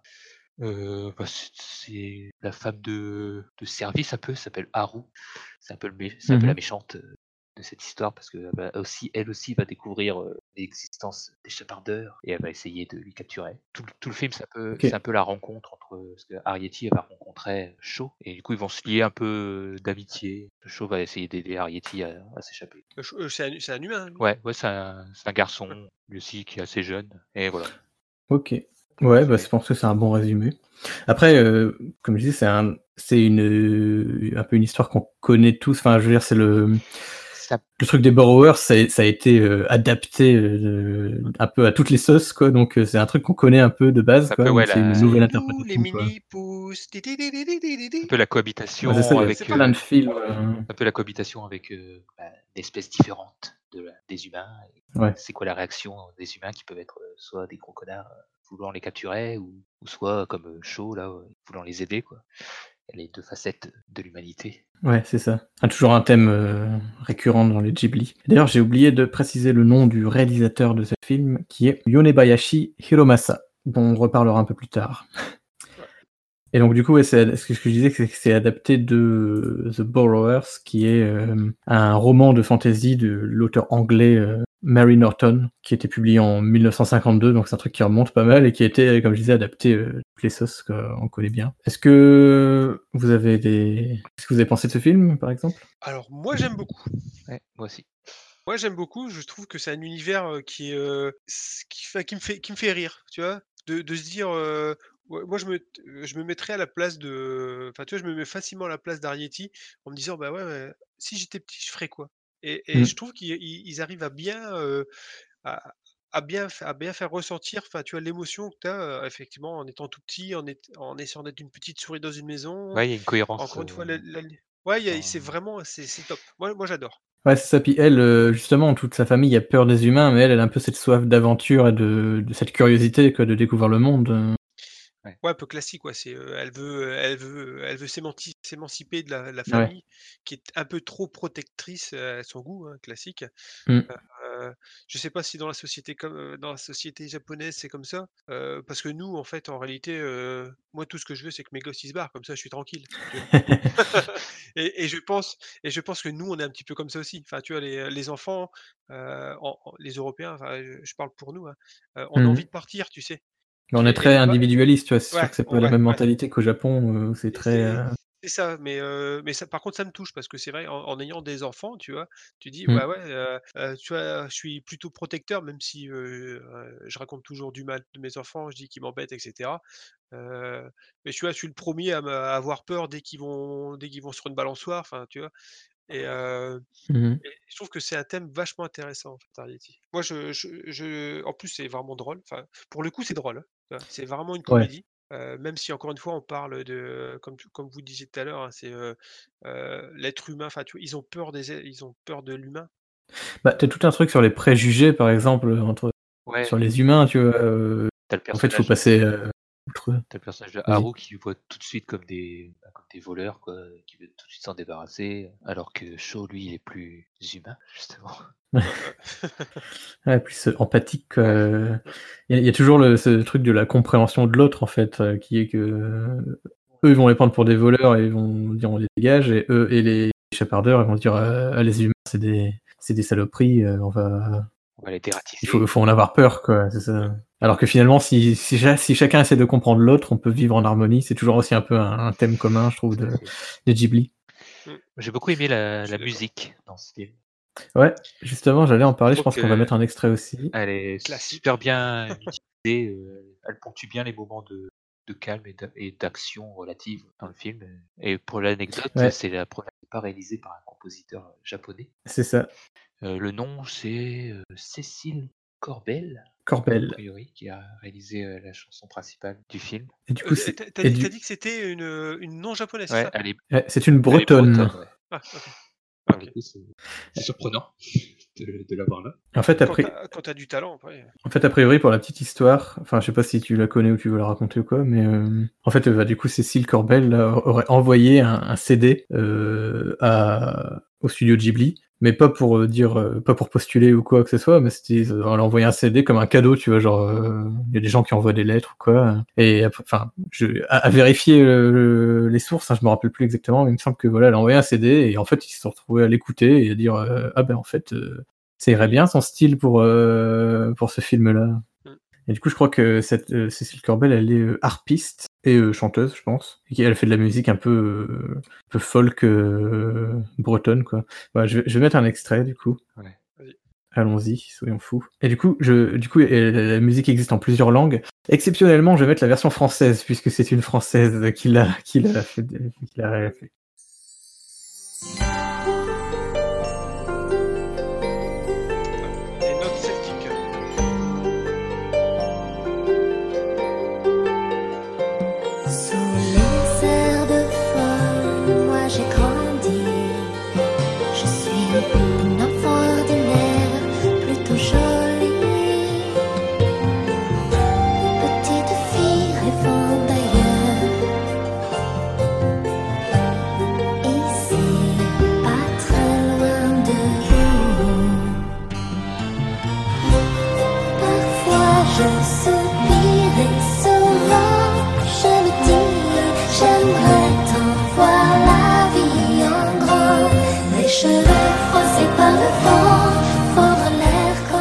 C'est la femme de service un peu, ça s'appelle Haru. C'est un peu la méchante de cette histoire parce que elle aussi va découvrir l'existence des chapardeurs et elle va essayer de les capturer. Tout le film, Ok. c'est un peu la rencontre entre parce que Arrietty elle va rencontrer Sho et du coup ils vont se lier un peu d'amitié. Sho va essayer d'aider Arrietty à s'échapper. C'est un humain, lui? Ouais, c'est un garçon lui aussi qui est assez jeune et voilà. Ok. Ouais, bah, je pense que c'est un bon résumé. Après, comme je disais, c'est un peu une histoire qu'on connaît tous. Enfin, je veux dire, c'est le truc des borrowers, ça a été adapté un peu à toutes les sauces, quoi. Donc, c'est un truc qu'on connaît un peu de base, C'est un quoi. peu, ouais, Donc, c'est une C'est nouvelle nous, les interprétation, quoi. mini-pousses. un peu la Ouais, c'est cohabitation ça, il y a avec plein de films. un peu la cohabitation avec d'espèces différentes des humains. Et Ouais. c'est quoi la réaction des humains qui peuvent être soit des gros connards voulant les capturer ou soit comme Sho là voulant les aider, quoi. Il y a les deux facettes de l'humanité. Ouais, c'est ça. Toujours un thème récurrent dans les Ghibli. D'ailleurs, j'ai oublié de préciser le nom du réalisateur de ce film, qui est Yonebayashi Hiromasa, dont on reparlera un peu plus tard. Ouais. Et donc, du coup, ouais, ce que je disais, c'est que c'est adapté de The Borrowers, qui est un roman de fantasy de l'auteur anglais Mary Norton, qui était publié en 1952, donc c'est un truc qui remonte pas mal et qui a été, comme je disais, adapté toutes les sauces qu'on connaît bien. Est-ce que vous avez pensé de ce film, par exemple? Alors moi j'aime beaucoup. Ouais, moi aussi. Moi j'aime beaucoup, je trouve que c'est un univers, qui est, qui me fait rire, tu vois? De se dire, ouais, moi je me mettrais à la place de enfin, tu vois, je me mets facilement à la place d'Arietti en me disant: «Bah, ouais, si j'étais petit, je ferais quoi?» Et je trouve qu'ils arrivent à bien, à à bien faire ressentir, enfin, tu vois, l'émotion que tu as, effectivement, en étant tout petit, en essayant d'être une petite souris dans une maison. Ouais, il y a une cohérence Encore une fois, ouais, c'est dans... vraiment c'est top. Moi j'adore. Ouais, c'est ça. Puis elle, justement, toute sa famille a peur des humains, mais elle a un peu cette soif d'aventure et de cette curiosité, quoi, de découvrir le monde. Ouais, un peu classique, ouais, c'est, elle veut s'émanciper de la Ouais. famille qui est un peu trop protectrice, à son goût, hein, classique. Mmh. Je sais pas si dans la société dans la société japonaise, c'est comme ça, parce que nous, en fait, en réalité, moi, tout ce que je veux, c'est que mes gosses, ils se barrent, comme ça, je suis tranquille, tu vois? Et je pense que nous, on est un petit peu comme ça aussi. Enfin, tu vois, les enfants, les Européens, enfin, je parle pour nous, hein, on a Mmh. envie de partir, tu sais? Mais on est très individualiste, tu vois. C'est sûr Ouais, que c'est pas la même ouais. mentalité qu'au Japon, où c'est Et très. c'est ça, mais ça par contre ça me touche parce que c'est vrai en ayant des enfants, tu vois? Tu dis: Mmh. «Bah, ouais, tu vois, je suis plutôt protecteur même si, je raconte toujours du mal de mes enfants, je dis qu'ils m'embêtent et cetera». Mais tu vois, je suis le premier à avoir peur dès qu'ils vont sur une balançoire, enfin, tu vois? Et Mmh. et je trouve que c'est un thème vachement intéressant en fait, Arrietty. Moi je en plus c'est vraiment drôle, enfin, pour le coup c'est drôle, hein, tu vois? C'est vraiment une Ouais. comédie, même si encore une fois on parle de comme vous disiez tout à l'heure, hein, c'est, l'être humain, enfin tu vois? Ils ont peur de l'humain. Bah, tu tout un truc sur les préjugés, par exemple, sur Ouais, les humains, tu vois? t'as le En fait, il faut personnage passer, outre. tu le personnage de Vas-y. Haru qui voit tout de suite comme des voleurs, quoi, qui veut tout de suite s'en débarrasser, alors que Sho, lui, il est plus humain, justement. Ouais, plus, empathique, Ouais. il y a toujours ce truc de la compréhension de l'autre, en fait, qui est que, eux, ils vont les prendre pour des voleurs et ils vont dire: «On les dégage» et eux et les chapardeurs, ils vont se dire: «Ah, les humains, c'est des saloperies, On va les il dératiser. faut en avoir peur, quoi», c'est ça. Alors que finalement, si chacun essaie de comprendre l'autre, on peut vivre en harmonie. C'est toujours aussi un peu un thème commun, je trouve, Tout à fait. de Ghibli. Mmh, J'ai beaucoup aimé je suis la d'accord. musique dans ce film. Ouais, justement, j'allais en Je parler, je trouve pense qu'on va que mettre un extrait aussi. elle est Classique. super bien utilisée, elle ponctue bien les moments de calme et d'action relative dans le film. Et pour l'anecdote, Ouais, c'est la première fois réalisée par un compositeur japonais. c'est ça, Le nom, c'est Cécile Corbel, a Corbel. priori, qui a réalisé la chanson principale du film. Et du coup, Tu c'est as et dit du que c'était une non japonaise, c'est Ouais, ça? ouais, c'est une elle est bretonne. bretonne, ouais. Ah, OK, Pour le OK. coup, c'est surprenant de l'avoir là. En fait, Quand tu as du talent après. a priori, pour la petite histoire, enfin, je sais pas si tu la connais ou tu veux la raconter ou quoi, mais en fait, bah, du coup, Cécile Corbel là, aurait envoyé un CD au studio Ghibli, mais pas pour pas pour postuler ou quoi que ce soit, mais c'était, elle a envoyé un CD comme un cadeau, tu vois, genre, il y a des gens qui envoient des lettres ou quoi, et enfin, à vérifier les sources, hein, je me rappelle plus exactement, mais il me semble que voilà, elle a envoyé un CD et en fait, ils se sont retrouvés à l'écouter et à dire ah ben en fait. Ça irait bien son style pour ce film-là. Mmh. Et du coup, je crois que cette Cécile Corbel, elle est harpiste et chanteuse, je pense. Et elle fait de la musique un peu folk bretonne, quoi. Bah, je vais mettre un extrait, du coup. Ouais. Vas-y. Allons-y, soyons fous. Et du coup, la musique existe en plusieurs langues. Exceptionnellement, je vais mettre la version française, puisque c'est une Française qui l'a fait. Les notes celtiques. Sous les airs de folle, moi j'ai grandi. Je suis une enfant ordinaire, plutôt jolie. Petite fille rêvant d'ailleurs. Ici, pas très loin de vous. Parfois je soupire et souvent je me dis j'aimerais tant voir la vie en grand. Les cheveux froissés par le vent, fondre l'air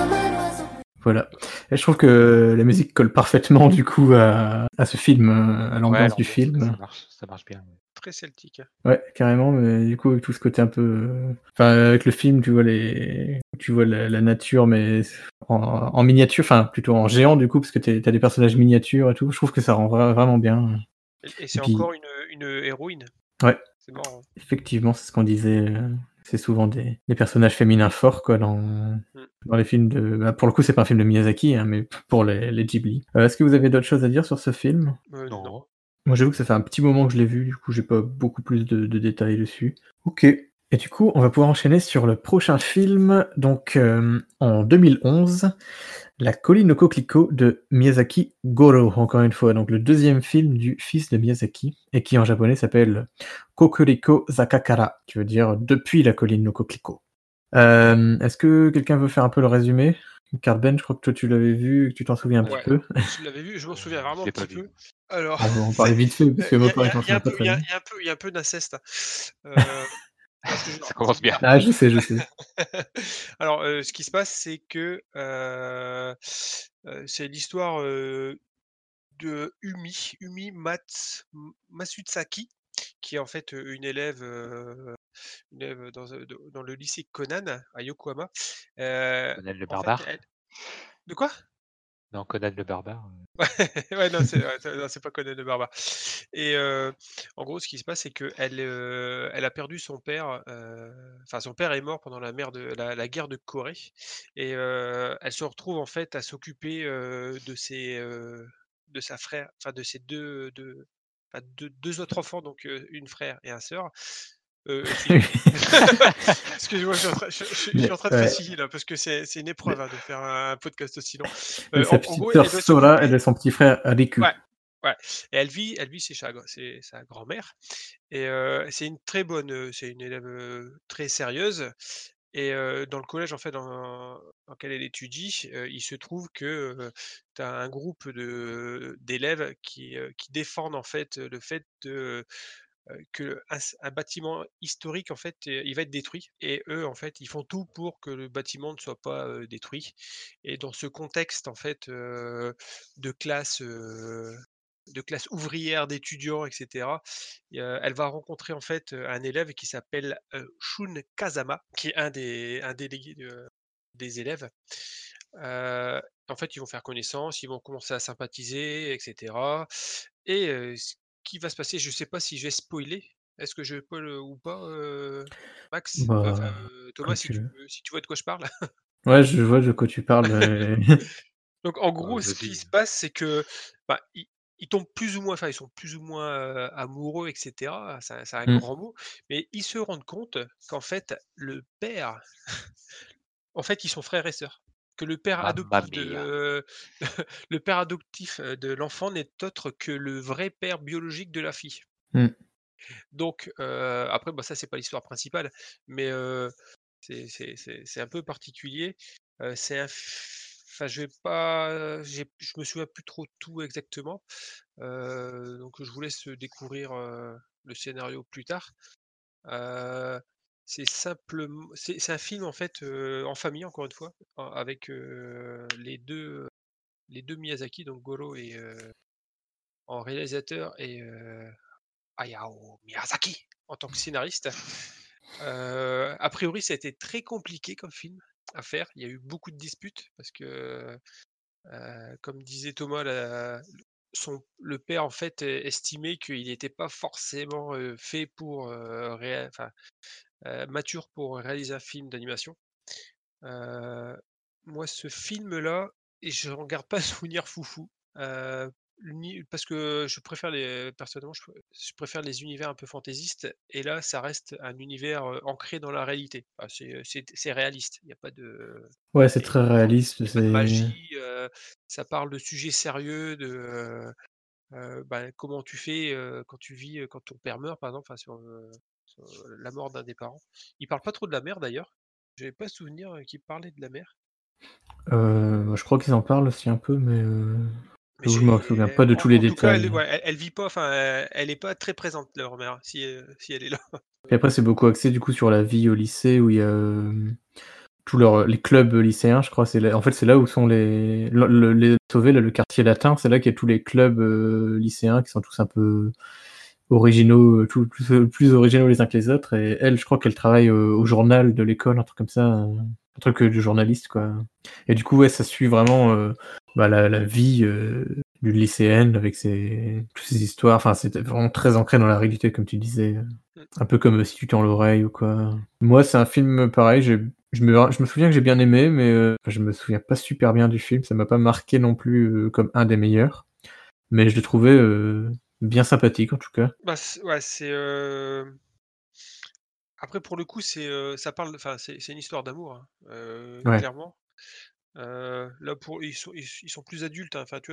Et je trouve que la musique colle parfaitement du coup à ce film, à l'ambiance du Ça film. marche bien. Ouais. Très celtique. Ouais, carrément, mais du coup, avec tout ce côté un peu. Enfin, avec le film, tu vois la nature, mais en miniature, enfin, plutôt en géant, du coup, parce que t'as des personnages miniatures et tout. Je trouve que ça rend vraiment bien. Et Et c'est puis, encore une héroïne. ouais, C'est marrant. effectivement, c'est ce qu'on disait. C'est souvent des personnages féminins forts, quoi, dans les films de. Bah, pour le coup, c'est pas un film de Miyazaki, hein, mais pour les Ghibli. Est-ce que vous avez d'autres choses à dire sur ce film? Non. Moi, j'avoue que ça fait un petit moment que je l'ai vu, du coup, j'ai pas beaucoup plus de détails dessus. Ok. Et du coup, on va pouvoir enchaîner sur le prochain film. Donc, en 2011, La colline aux coquelicots de Miyazaki Goro, encore une fois. Donc, le deuxième film du fils de Miyazaki, et qui en japonais s'appelle Kokuriko Zakakara, qui veut dire Depuis la colline aux coquelicots. Est-ce que quelqu'un veut faire un peu le résumé? Carben, je crois que toi tu l'avais vu et que tu t'en souviens un petit peu. Je l'avais vu, je m'en souviens vraiment un petit peu. Alors, On va en parler vite fait, parce que moi, pareil, je m'en souviens pas très bien. Il y a un peu d'inceste. Ça commence bien. Ah, je sais. Alors, ce qui se passe, c'est que c'est l'histoire de Umi Matsutsaki, qui est en fait une élève dans le lycée Conan à Yokohama. Conan le En fait, barbare. De quoi? Non, Conan le barbare. Ouais, non, c'est pas Conan le barbare. Et en gros, ce qui se passe, c'est qu'elle elle a perdu son père. Enfin, son père est mort pendant la guerre de Corée, et elle se retrouve en fait à s'occuper de sa frère, enfin de ses deux autres enfants, donc une frère et un sœur. Excusez-moi, je suis en train de Ouais. fatiguer là, parce que c'est une épreuve, hein, de faire un podcast aussi long. Et sa En petite gros, sœur elle doit Sora, s'occuper. elle a son petit frère Riku. Ouais, et elle vit chez c'est sa grand-mère, et c'est une très bonne, c'est une élève, très sérieuse, et dans le collège, en fait, dans lequel elle étudie, il se trouve que, tu as un groupe d'élèves qui défendent, en fait, le fait qu'un bâtiment historique, en fait, il va être détruit, et eux, en fait, ils font tout pour que le bâtiment ne soit pas, détruit, et dans ce contexte, en fait, de classe, ouvrière, d'étudiants, et cetera, elle va rencontrer, en fait, un élève qui s'appelle, Shun Kazama, qui est un délégué des élèves. En fait, ils vont faire connaissance, ils vont commencer à sympathiser, et cetera, et ce qui va se passer, je sais pas si je vais spoiler. Est-ce que je spoil, ou pas, Max? Enfin, Bah, Thomas, comme tu veux. si tu vois de quoi je parle? Ouais, je vois de quoi tu parles. Donc en gros, ce qui Vas-y. se passe, c'est que, bah, ils tombent plus ou moins, enfin, ils sont plus ou moins, amoureux, et cetera. C'est un grand mot, mais ils se rendent compte qu'en fait, le père en fait, ils sont frères et sœurs. Que le père Mamma adoptif mia. le père adoptif, de l'enfant n'est autre que le vrai père biologique de la fille. Mmh. Donc après, bah, ça, c'est pas l'histoire principale, mais c'est un peu particulier. C'est un f Enfin, je vais pas je me souviens plus trop tout exactement, donc je vous laisse découvrir, le scénario plus tard. Heu, c'est un film, en fait, en famille, encore une fois, avec, les deux Miyazaki, donc Goro et en réalisateur, et Hayao Miyazaki en tant que scénariste. A priori, ça a été très compliqué comme film à faire. Il y a eu beaucoup de disputes parce que, comme disait Thomas, le père, en fait, estimait qu'il n'était pas forcément, fait pour, mature pour réaliser un film d'animation. Heu, Moi, ce film-là, et je n'en garde pas un souvenir foufou. Heu, Parce que personnellement, je préfère les univers un peu fantaisistes, et là, ça reste un univers, ancré dans la réalité. Enfin, c'est réaliste, il y a pas de Ouais, c'est il y a très réaliste. il y a pas de C'est. magie, ça parle de sujets sérieux, bah, comment tu fais, quand tu vis, quand ton père meurt, par exemple, enfin sur la mort d'un des parents. Il parle pas trop de la mère, d'ailleurs. J'avais pas souvenir, qu'il parlait de la mère. Je crois qu'ils en parlent aussi un peu, mais Mais je me souviens pas de tous les en tout cas, détails. elle vit pas, enfin, elle est pas très présente, leur mère, si elle est là. Et après, c'est beaucoup axé du coup sur la vie au lycée où il y a tous les clubs lycéens, je crois. En fait, c'est là où sont les Sauvé, le quartier latin. C'est là qu'il y a tous les clubs lycéens qui sont tous un peu originaux, plus originaux les uns que les autres. Et elle, je crois qu'elle travaille au journal de l'école, un truc comme ça, un truc de journaliste, quoi. Et du coup, ouais, ça suit vraiment la vie d'une lycéenne avec toutes ces histoires. Enfin, c'était vraiment très ancré dans la réalité, comme tu disais. Un peu comme Si tu tends l'oreille ou quoi. Moi, c'est un film pareil. Je me souviens que j'ai bien aimé, mais je me souviens pas super bien du film. Ça m'a pas marqué non plus comme un des meilleurs. Mais je le trouvais bien sympathique en tout cas. Bah, ouais, c'est, après pour le coup, ça parle enfin, c'est une histoire d'amour, hein, Ouais. clairement. Là pour ils sont plus adultes, hein, enfin, tu vois,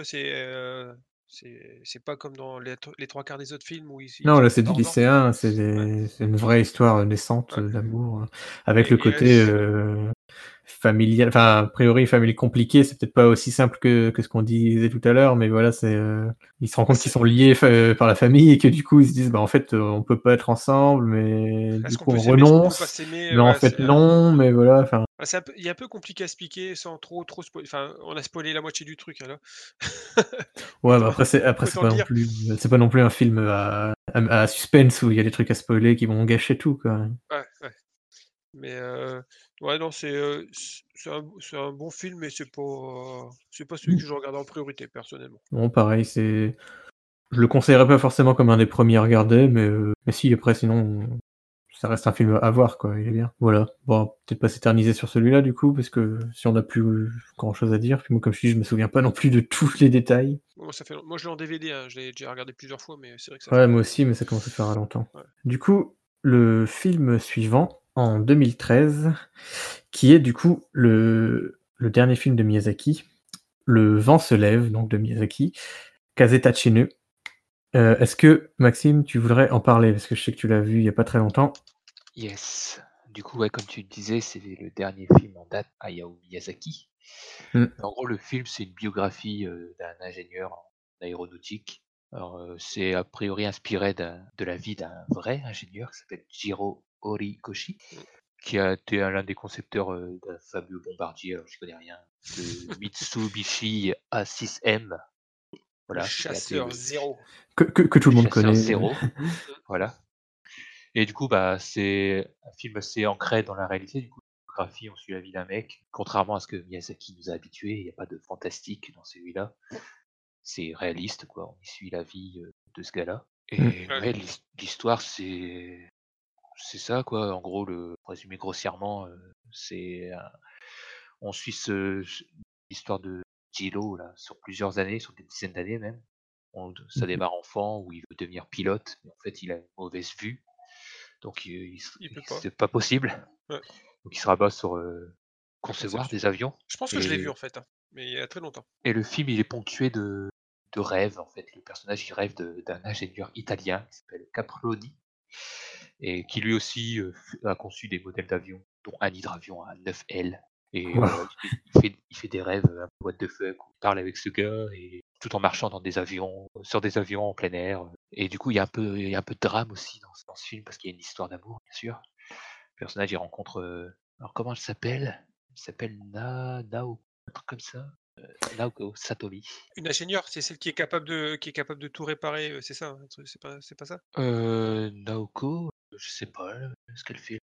c'est pas comme dans les 3 quarts des autres films où ils Non, ont là, c'est des 14 ans. lycéens, Ouais, c'est une vraie histoire naissante ouais d'amour, avec le et côté familial. Enfin, a priori, famille compliquée, c'est peut-être pas aussi simple que ce qu'on disait tout à l'heure, mais voilà, ils se rendent bah, compte qu'ils sont liés par la famille et que du coup, ils se disent, bah en fait, on peut pas être ensemble, mais du est-ce qu'on coup, peut on s'aimer, est-ce qu'on peut pas renonce, s'aimer? mais en Ouais, fait, non, mais voilà, enfin. bah, il est un peu compliqué à expliquer sans trop spoiler. Enfin, on a spoilé la moitié du truc, alors. Ouais, bah Autant après autant le dire. c'est pas non plus un film à suspense où il y a des trucs à spoiler qui vont gâcher tout, quoi. Ouais, ouais. Mais ouais, non, c'est un bon film, mais c'est pas celui que je regarde en priorité, personnellement. Bon, pareil, je le conseillerais pas forcément comme un des premiers à regarder, mais si, après, sinon, ça reste un film à voir, quoi, il est bien. Voilà. Bon, peut-être pas s'éterniser sur celui-là, du coup, parce que si on a plus grand-chose à dire, puis moi, comme je dis, je me souviens pas non plus de tous les détails. Moi, je l'ai en DVD, hein, je l'ai déjà regardé plusieurs fois, mais c'est vrai que ça fait Ouais, moi longtemps. aussi, mais ça commence à faire longtemps. Ouais. Du coup, le film suivant, en 2013, qui est, du coup, le dernier film de Miyazaki, Le vent se lève, donc de Miyazaki, Kazetachi no. Est-ce que, Maxime, tu voudrais en parler? Parce que je sais que tu l'as vu il y a pas très longtemps. Yes. Du coup, ouais, comme tu le disais, c'est le dernier film en date Hayao Miyazaki. Mmh. En gros, le film, c'est une biographie d'un ingénieur en aéronautique. Alors, c'est a priori inspiré de la vie d'un vrai ingénieur qui s'appelle Jiro Horikoshi, Mmh. qui a été l'un des concepteurs d'un fabuleux bombardier, alors je connais rien, le Mitsubishi A6M. Le Voilà, qui a été chasseur zéro. Que tout le le monde chasseur connaît. zéro. Mmh. Voilà. Et du coup, bah, c'est un film assez ancré dans la réalité. Du coup, la biographie, on suit la vie d'un mec. Contrairement à ce que Miyazaki nous a habitués, il n'y a pas de fantastique dans celui-là. C'est réaliste, quoi. On y suit la vie de ce gars-là. Mmh. Et Ouais. ouais, l'histoire, c'est ça, quoi. En gros, pour résumer grossièrement, on suit l'histoire de Jiro là sur plusieurs années, sur des dizaines d'années même. Ça Mmh. démarre enfant où il veut devenir pilote, mais en fait, il a une mauvaise vue. Donc Il peut pas. c'est pas possible. Ouais. Donc il se rabat sur La concevoir conception. des avions. Je pense que je l'ai vu, Et, en fait, hein, mais il y a très longtemps. et le film, il est ponctué de rêves, en fait. Le personnage, il rêve d'un ingénieur italien qui s'appelle Caproni, et qui lui aussi a conçu des modèles d'avions, dont un hydravion à 9 L. Et voilà, Waouh! il fait des rêves un peu what the fuck, où il parle avec ce gars, et tout en marchant dans des avions, sur des avions en plein air. Et du coup, il y a un peu de drame aussi dans ce film, parce qu'il y a une histoire d'amour, bien sûr. Le personnage, il rencontre. Alors, comment elle s'appelle? Elle s'appelle Nao, un truc comme ça. Naoko Satomi. Une ingénieure, c'est celle qui est capable de tout réparer, c'est ça, hein, c'est pas ça? Naoko, je sais pas ce qu'elle fait.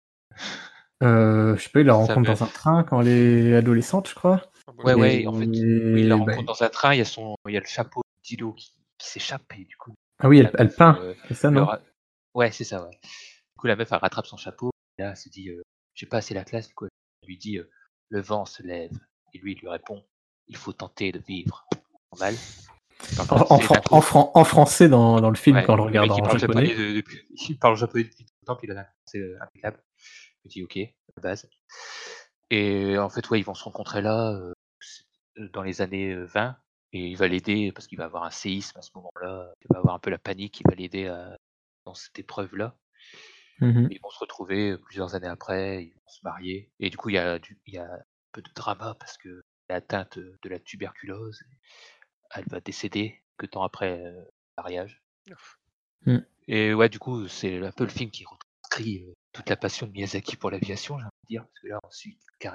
Je sais pas, il la Sa rencontre dans un meuf. train quand elle est adolescente, je crois. Ah bah, Ouais, je ouais, en fait, oui, il la Bah, rencontre dans un train, il y a le chapeau de Dilo qui s'échappe, et du coup, ah oui, la elle meuf, peint, c'est ça, le non? ra- ouais, c'est ça, ouais. Du coup, la meuf, elle rattrape son chapeau, et là, elle se dit, j'ai pas assez la classe, du coup, elle lui dit, le vent se lève, et lui, il lui répond, il faut tenter de vivre. Normal. Il parle français d'un coup. En français dans le film, quand Ouais, on le le regarde mec, il en parle japonais. japonais il parle japonais depuis tout le temps, puis il a un français impeccable. Je dis, ok, la base. Et en fait, ouais, ils vont se rencontrer là, dans les années 20, et il va l'aider parce qu'il va avoir un séisme à ce moment-là. Il va avoir un peu la panique, il va l'aider dans cette épreuve-là. Mmh. Et ils vont se retrouver plusieurs années après, ils vont se marier. Et du coup, il y a un peu de drama parce qu'elle est atteinte de la tuberculose. Elle va décéder que temps après le mariage. Mmh. Et ouais, du coup, c'est un peu le film qui retranscrit toute la passion de Miyazaki pour l'aviation, j'ai envie de dire, parce que là, on suit carrément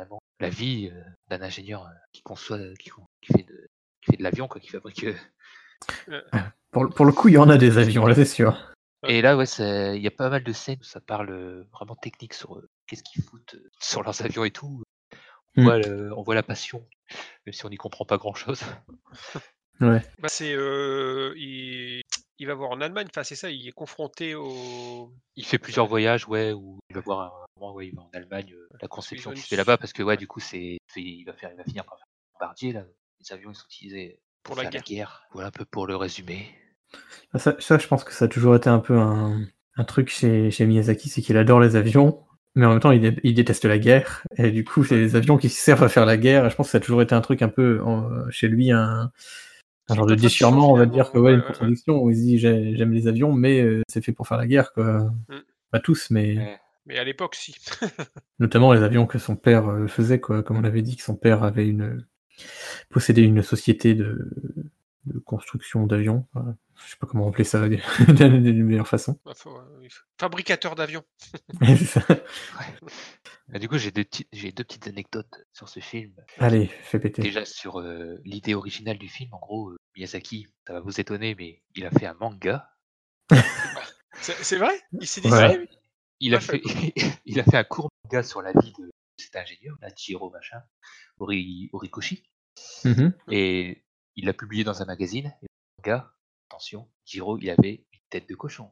la vie d'un ingénieur qui conçoit, qui fait de l'avion, quoi, qui fabrique. Pour le coup, il y en a des avions, là, c'est sûr. Et là, ouais, il y a pas mal de scènes où ça parle vraiment technique sur qu'est-ce qu'ils foutent sur leurs avions et tout. On voit la passion, même si on n'y comprend pas grand-chose. Ouais. Bah, c'est il va voir en Allemagne, enfin c'est ça, il est confronté au. Il fait plusieurs voyages, ouais, où il va voir un moment, ouais, il va en Allemagne, la conception ils ont qui une se fait là-bas, parce que ouais, du coup, il va finir par faire un bombardier là. Les avions ils sont utilisés Pour pour la faire la guerre. Voilà un peu pour le résumé. Ça, je pense que ça a toujours été un peu un truc chez Miyazaki, c'est qu'il adore les avions, mais en même temps, il déteste la guerre. Et du coup, c'est les avions qui servent à faire la guerre. Et je pense que ça a toujours été un truc un peu chez lui, un genre de déchirement, on va dire, que une contradiction, où il se dit j'aime les avions, mais c'est fait pour faire la guerre, quoi. Pas tous, mais... Ouais. Mais à l'époque, si. Notamment les avions que son père faisait, quoi. Comme on avait dit, que son père avait possédait une société de construction d'avions. Voilà. Je sais pas comment appeler ça d'une meilleure façon. Fabricateur d'avions. C'est ça. Du coup, j'ai deux petites anecdotes sur ce film. Allez, fais péter. Déjà sur l'idée originale du film, en gros, Miyazaki, ça va vous étonner, mais il a fait un manga. C'est vrai? Il s'est dessiné, lui? Il a fait un court manga sur la vie de cet ingénieur, là, Jiro machin, Horikoshi. Et il l'a publié dans un magazine. Et le manga, attention, Jiro, il avait une tête de cochon.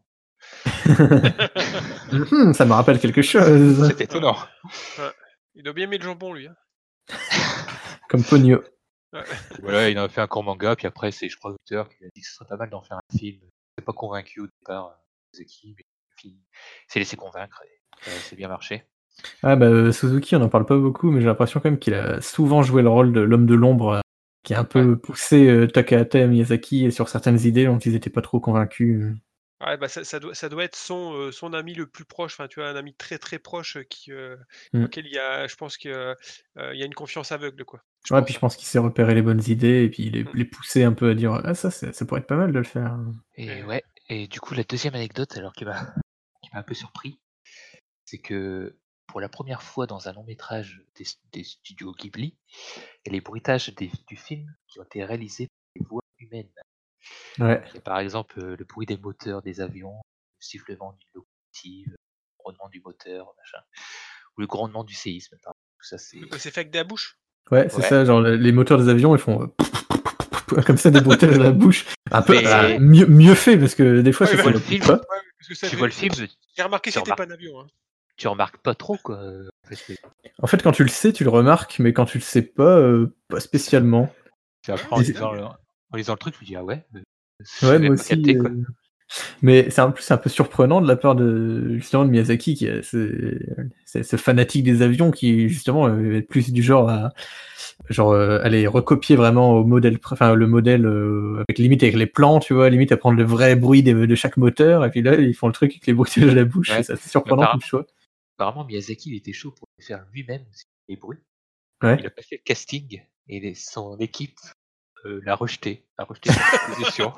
Ça me rappelle quelque chose. C'est étonnant. Il doit bien aimer le jambon, lui. Hein. Comme Pogno. Voilà, il en a fait un court manga, puis après, c'est, je crois, l'auteur qui a dit que ce serait pas mal d'en faire un film. Il n'était pas convaincu au départ, Miyazaki, mais il s'est laissé convaincre et c'est bien marché. Ah bah Suzuki, on n'en parle pas beaucoup, mais j'ai l'impression quand même qu'il a souvent joué le rôle de l'homme de l'ombre, qui a un peu poussé Takahata et Miyazaki sur certaines idées dont ils n'étaient pas trop convaincus. Ouais, bah ça doit être son ami le plus proche, enfin tu vois, un ami très très proche auquel je pense qu'il y a une confiance aveugle, quoi. Puis je pense qu'il s'est repéré les bonnes idées et puis il les poussait un peu à dire ça pourrait être pas mal de le faire. Et du coup la deuxième anecdote, alors qui m'a un peu surpris, c'est que pour la première fois dans un long métrage des studios Ghibli, il y a les bruitages du film qui ont été réalisés par des voix humaines. Ouais. Il y a par exemple le bruit des moteurs des avions, le sifflement d'une locomotive, le grondement du moteur, machin, ou le grondement du séisme. Tout ça, c'est fait avec de la bouche. Ouais, c'est ça, genre les moteurs des avions, ils font comme ça des bruitages de la bouche. Un peu mieux fait, parce que des fois, tu vois le film. Tu vois le film. J'ai remarqué que c'était pas un avion. Hein. Tu remarques pas trop, quoi. En fait, quand tu le sais, tu le remarques, mais quand tu le sais pas spécialement. Après, en lisant le truc, tu dis ah ouais. Ouais, moi aussi. Capté, quoi. Mais c'est en plus un peu surprenant de la part justement de Miyazaki, qui est ce fanatique des avions qui justement est plus du genre à aller recopier vraiment au modèle, le modèle avec les plans, tu vois, limite à prendre le vrai bruit de chaque moteur, et puis là ils font le truc avec les bruitages de la bouche, et c'est assez surprenant comme choix. Apparemment Miyazaki il était chaud pour faire lui-même les bruits. Ouais. Il a pas fait le casting et son équipe l'a rejeté sa proposition.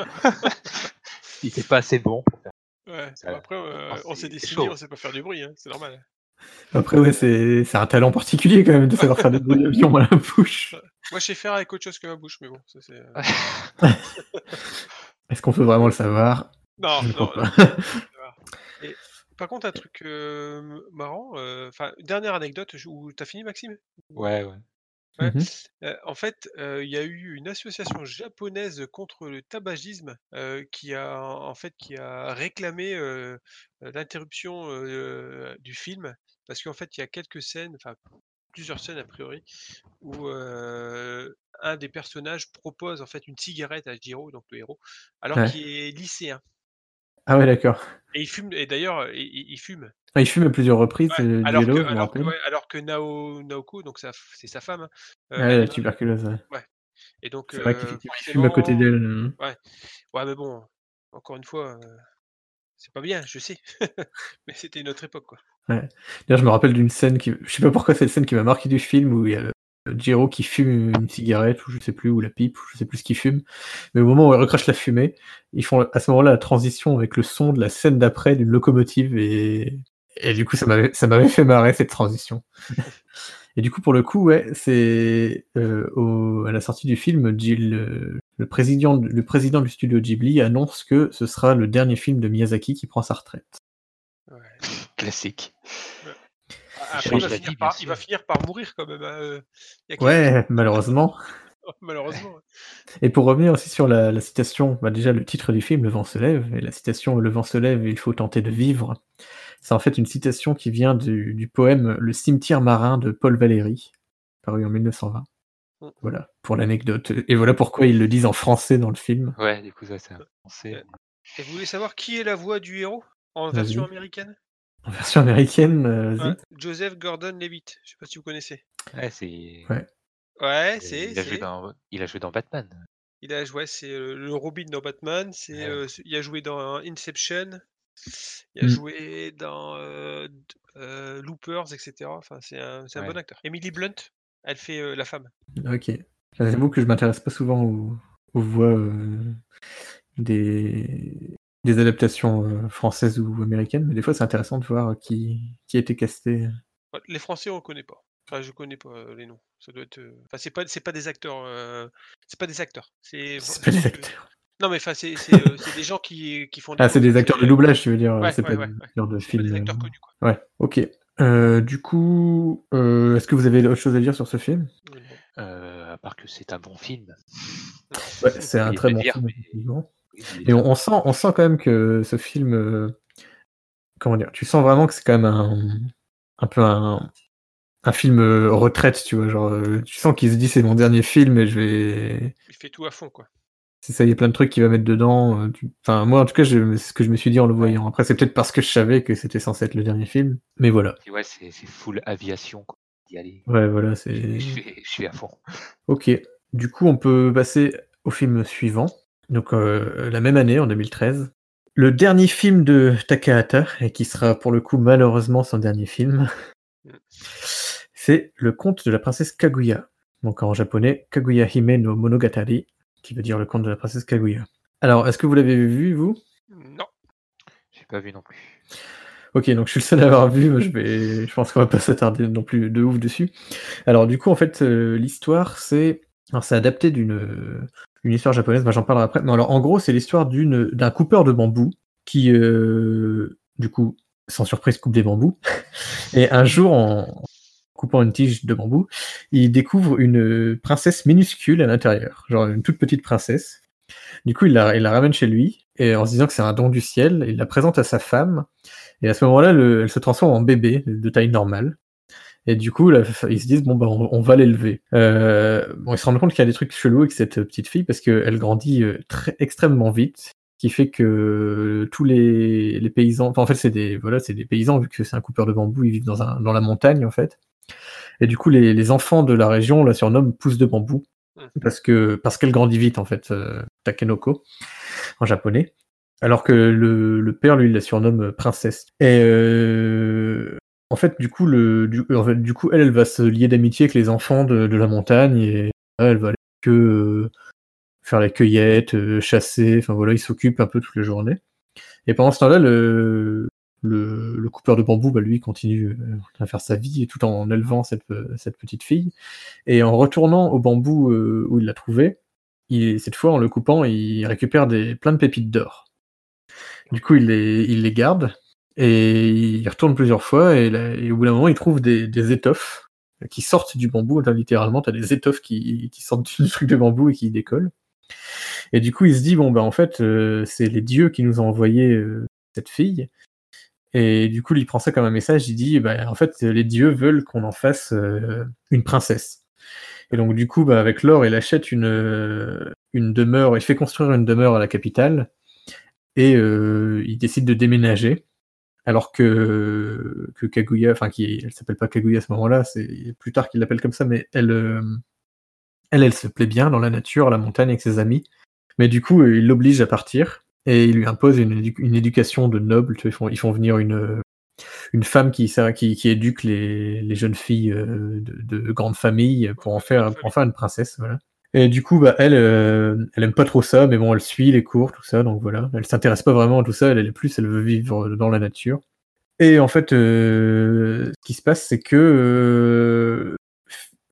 Il était pas assez bon pour faire. Ouais, après on s'est dessiné, on sait pas faire du bruit, hein, c'est normal. Après ouais, c'est un talent particulier quand même de savoir faire des bruits d'avion à la bouche. Moi je sais faire avec autre chose que ma bouche, mais bon, ça c'est. Est-ce qu'on peut vraiment le savoir? Non. Et, par contre, un truc marrant, dernière anecdote où t'as fini, Maxime? Ouais. En fait, il y a eu une association japonaise contre le tabagisme qui a réclamé l'interruption du film parce qu'en fait, il y a quelques scènes, enfin plusieurs scènes a priori, où un des personnages propose en fait une cigarette à Jiro, donc le héros, alors qu'il est lycéen. Ah ouais, d'accord. Et il fume, et d'ailleurs, il fume. Ah, il fume à plusieurs reprises, alors que Naoko, donc c'est sa femme. La tuberculose, ouais. Ouais. Et donc, c'est vrai qu'il fume à côté d'elle. Ouais, mais bon, encore une fois, c'est pas bien, je sais. Mais c'était une autre époque, quoi. Ouais. D'ailleurs, je me rappelle d'une scène je sais pas pourquoi c'est une scène qui m'a marqué du film, où il y a le Jiro qui fume une cigarette, ou je sais plus, ou la pipe, ou je sais plus ce qu'il fume. Mais au moment où il recrache la fumée, ils font à ce moment-là la transition avec le son de la scène d'après d'une locomotive, et du coup ça m'avait fait marrer cette transition. Et du coup, pour le coup, ouais, c'est à la sortie du film, le président du studio Ghibli annonce que ce sera le dernier film de Miyazaki qui prend sa retraite. Ouais. Classique. Après, change il va, la finir vie, par, bien il va sûr. finir par mourir quand même. Il y a quelques- Ouais, malheureusement. Malheureusement. Et pour revenir aussi sur la citation, bah déjà le titre du film, Le vent se lève, et la citation Le vent se lève, il faut tenter de vivre. C'est en fait une citation qui vient du poème Le cimetière marin de Paul Valéry, paru en 1920. Mm. Voilà, pour l'anecdote. Et voilà pourquoi ils le disent en français dans le film. Ouais, du coup, ça, c'est un français. Et vous voulez savoir qui est la voix du héros en Vas-y. version américaine? En version américaine, vas-y. Ouais, Joseph Gordon-Levitt. Je sais pas si vous connaissez. Ouais, c'est. Ouais. Ouais, Il a joué dans Batman. Il a joué, c'est le Robin dans Batman. Ouais. Il a joué dans Inception. Il a Mm. joué dans Loopers, etc. Enfin, c'est un Ouais. bon acteur. Emily Blunt, elle fait la femme. Ok. J'avoue que je m'intéresse pas souvent aux voix des adaptations françaises ou américaines, mais des fois c'est intéressant de voir qui a été casté. Ouais, les Français, on connaît pas. Enfin, je connais pas les noms. Ça doit être. Enfin, c'est pas des acteurs. C'est pas des acteurs. C'est pas des acteurs. Non, mais enfin, c'est des gens qui font. Ah, c'est des acteurs de doublage, tu veux dire. Ouais, c'est pas ouais, des ouais. acteurs de C'est pas des film. acteurs connus, quoi. Ouais, ok. Du coup, est-ce que vous avez autre chose à dire sur ce film? À part que c'est un bon film. Ouais, c'est un Il très est bon dire, film, mais- effectivement. Oui, il est Et bien. on sent quand même que ce film, comment dire, tu sens vraiment que c'est quand même un peu un film retraite, tu vois, genre, tu sens qu'il se dit c'est mon dernier film et je vais, Il fait tout à fond, quoi. c'est ça, il y a plein de trucs qu'il va mettre dedans. Enfin, moi en tout cas, c'est ce que je me suis dit en le voyant. Après, c'est peut-être parce que je savais que c'était censé être le dernier film, mais voilà. Puis ouais, c'est full aviation, quoi. D'y aller. Ouais, voilà, Je c'est. suis à fond. Ok. Du coup, on peut passer au film suivant. Donc, la même année, en 2013. Le dernier film de Takahata, et qui sera pour le coup malheureusement son dernier film, c'est Le Conte de la princesse Kaguya. Donc en japonais, Kaguya Hime no Monogatari, qui veut dire le conte de la princesse Kaguya. Alors, est-ce que vous l'avez vu, vous? Non. J'ai pas vu non plus. Ok, donc je suis le seul à l'avoir vu, moi, je pense qu'on va pas s'attarder non plus de ouf dessus. Alors du coup, en fait, l'histoire, c'est adapté d'une histoire japonaise, j'en parlerai après. Mais alors, en gros, c'est l'histoire d'un coupeur de bambou qui, du coup, sans surprise, coupe des bambous. Et un jour, en coupant une tige de bambou, il découvre une princesse minuscule à l'intérieur, genre une toute petite princesse. Du coup, il la ramène chez lui, et en se disant que c'est un don du ciel, il la présente à sa femme, et à ce moment-là, elle se transforme en bébé de taille normale. Et du coup, là, ils se disent, bon, bah, on va l'élever. Bon, ils se rendent compte qu'il y a des trucs chelous avec cette petite fille, parce qu'elle grandit extrêmement vite, qui fait que tous les paysans, enfin, en fait, c'est des paysans, vu que c'est un coupeur de bambou, ils vivent dans la montagne, en fait. Et du coup, les enfants de la région la surnomment pousse de bambou, parce qu'elle grandit vite, en fait, Takenoko, en japonais. Alors que le père, lui, il la surnomme princesse. Et en fait, du coup, elle va se lier d'amitié avec les enfants de la montagne, et elle va aller faire la cueillette, chasser, enfin voilà, il s'occupe un peu toute la journée. Et pendant ce temps-là, le coupeur de bambou, bah, lui, continue à faire sa vie, tout en élevant cette petite fille. Et en retournant au bambou où il l'a trouvé, cette fois, en le coupant, il récupère plein de pépites d'or. Du coup, il les garde, et il y retourne plusieurs fois, et au bout d'un moment, il trouve des étoffes qui sortent du bambou. Littéralement, t'as des étoffes qui sortent du truc de bambou et qui décollent. Et du coup, il se dit, bon, bah, en fait, c'est les dieux qui nous ont envoyé cette fille. Et du coup, il prend ça comme un message, il dit, bah, en fait, les dieux veulent qu'on en fasse une princesse. Et donc, du coup, bah, avec l'or, il achète une demeure, il fait construire une demeure à la capitale, et il décide de déménager, alors que Kaguya, enfin, elle s'appelle pas Kaguya à ce moment-là, c'est plus tard qu'il l'appelle comme ça, mais elle se plaît bien dans la nature, à la montagne, avec ses amis. Mais du coup, il l'oblige à partir, et il lui impose une éducation de noble. Tu vois, ils font venir une femme qui éduque les jeunes filles de grandes familles pour en faire une princesse, voilà. Et du coup, bah, elle aime pas trop ça, mais bon, elle suit les cours, tout ça, donc voilà. Elle s'intéresse pas vraiment à tout ça, elle veut vivre dans la nature. Et en fait, ce qui se passe, c'est que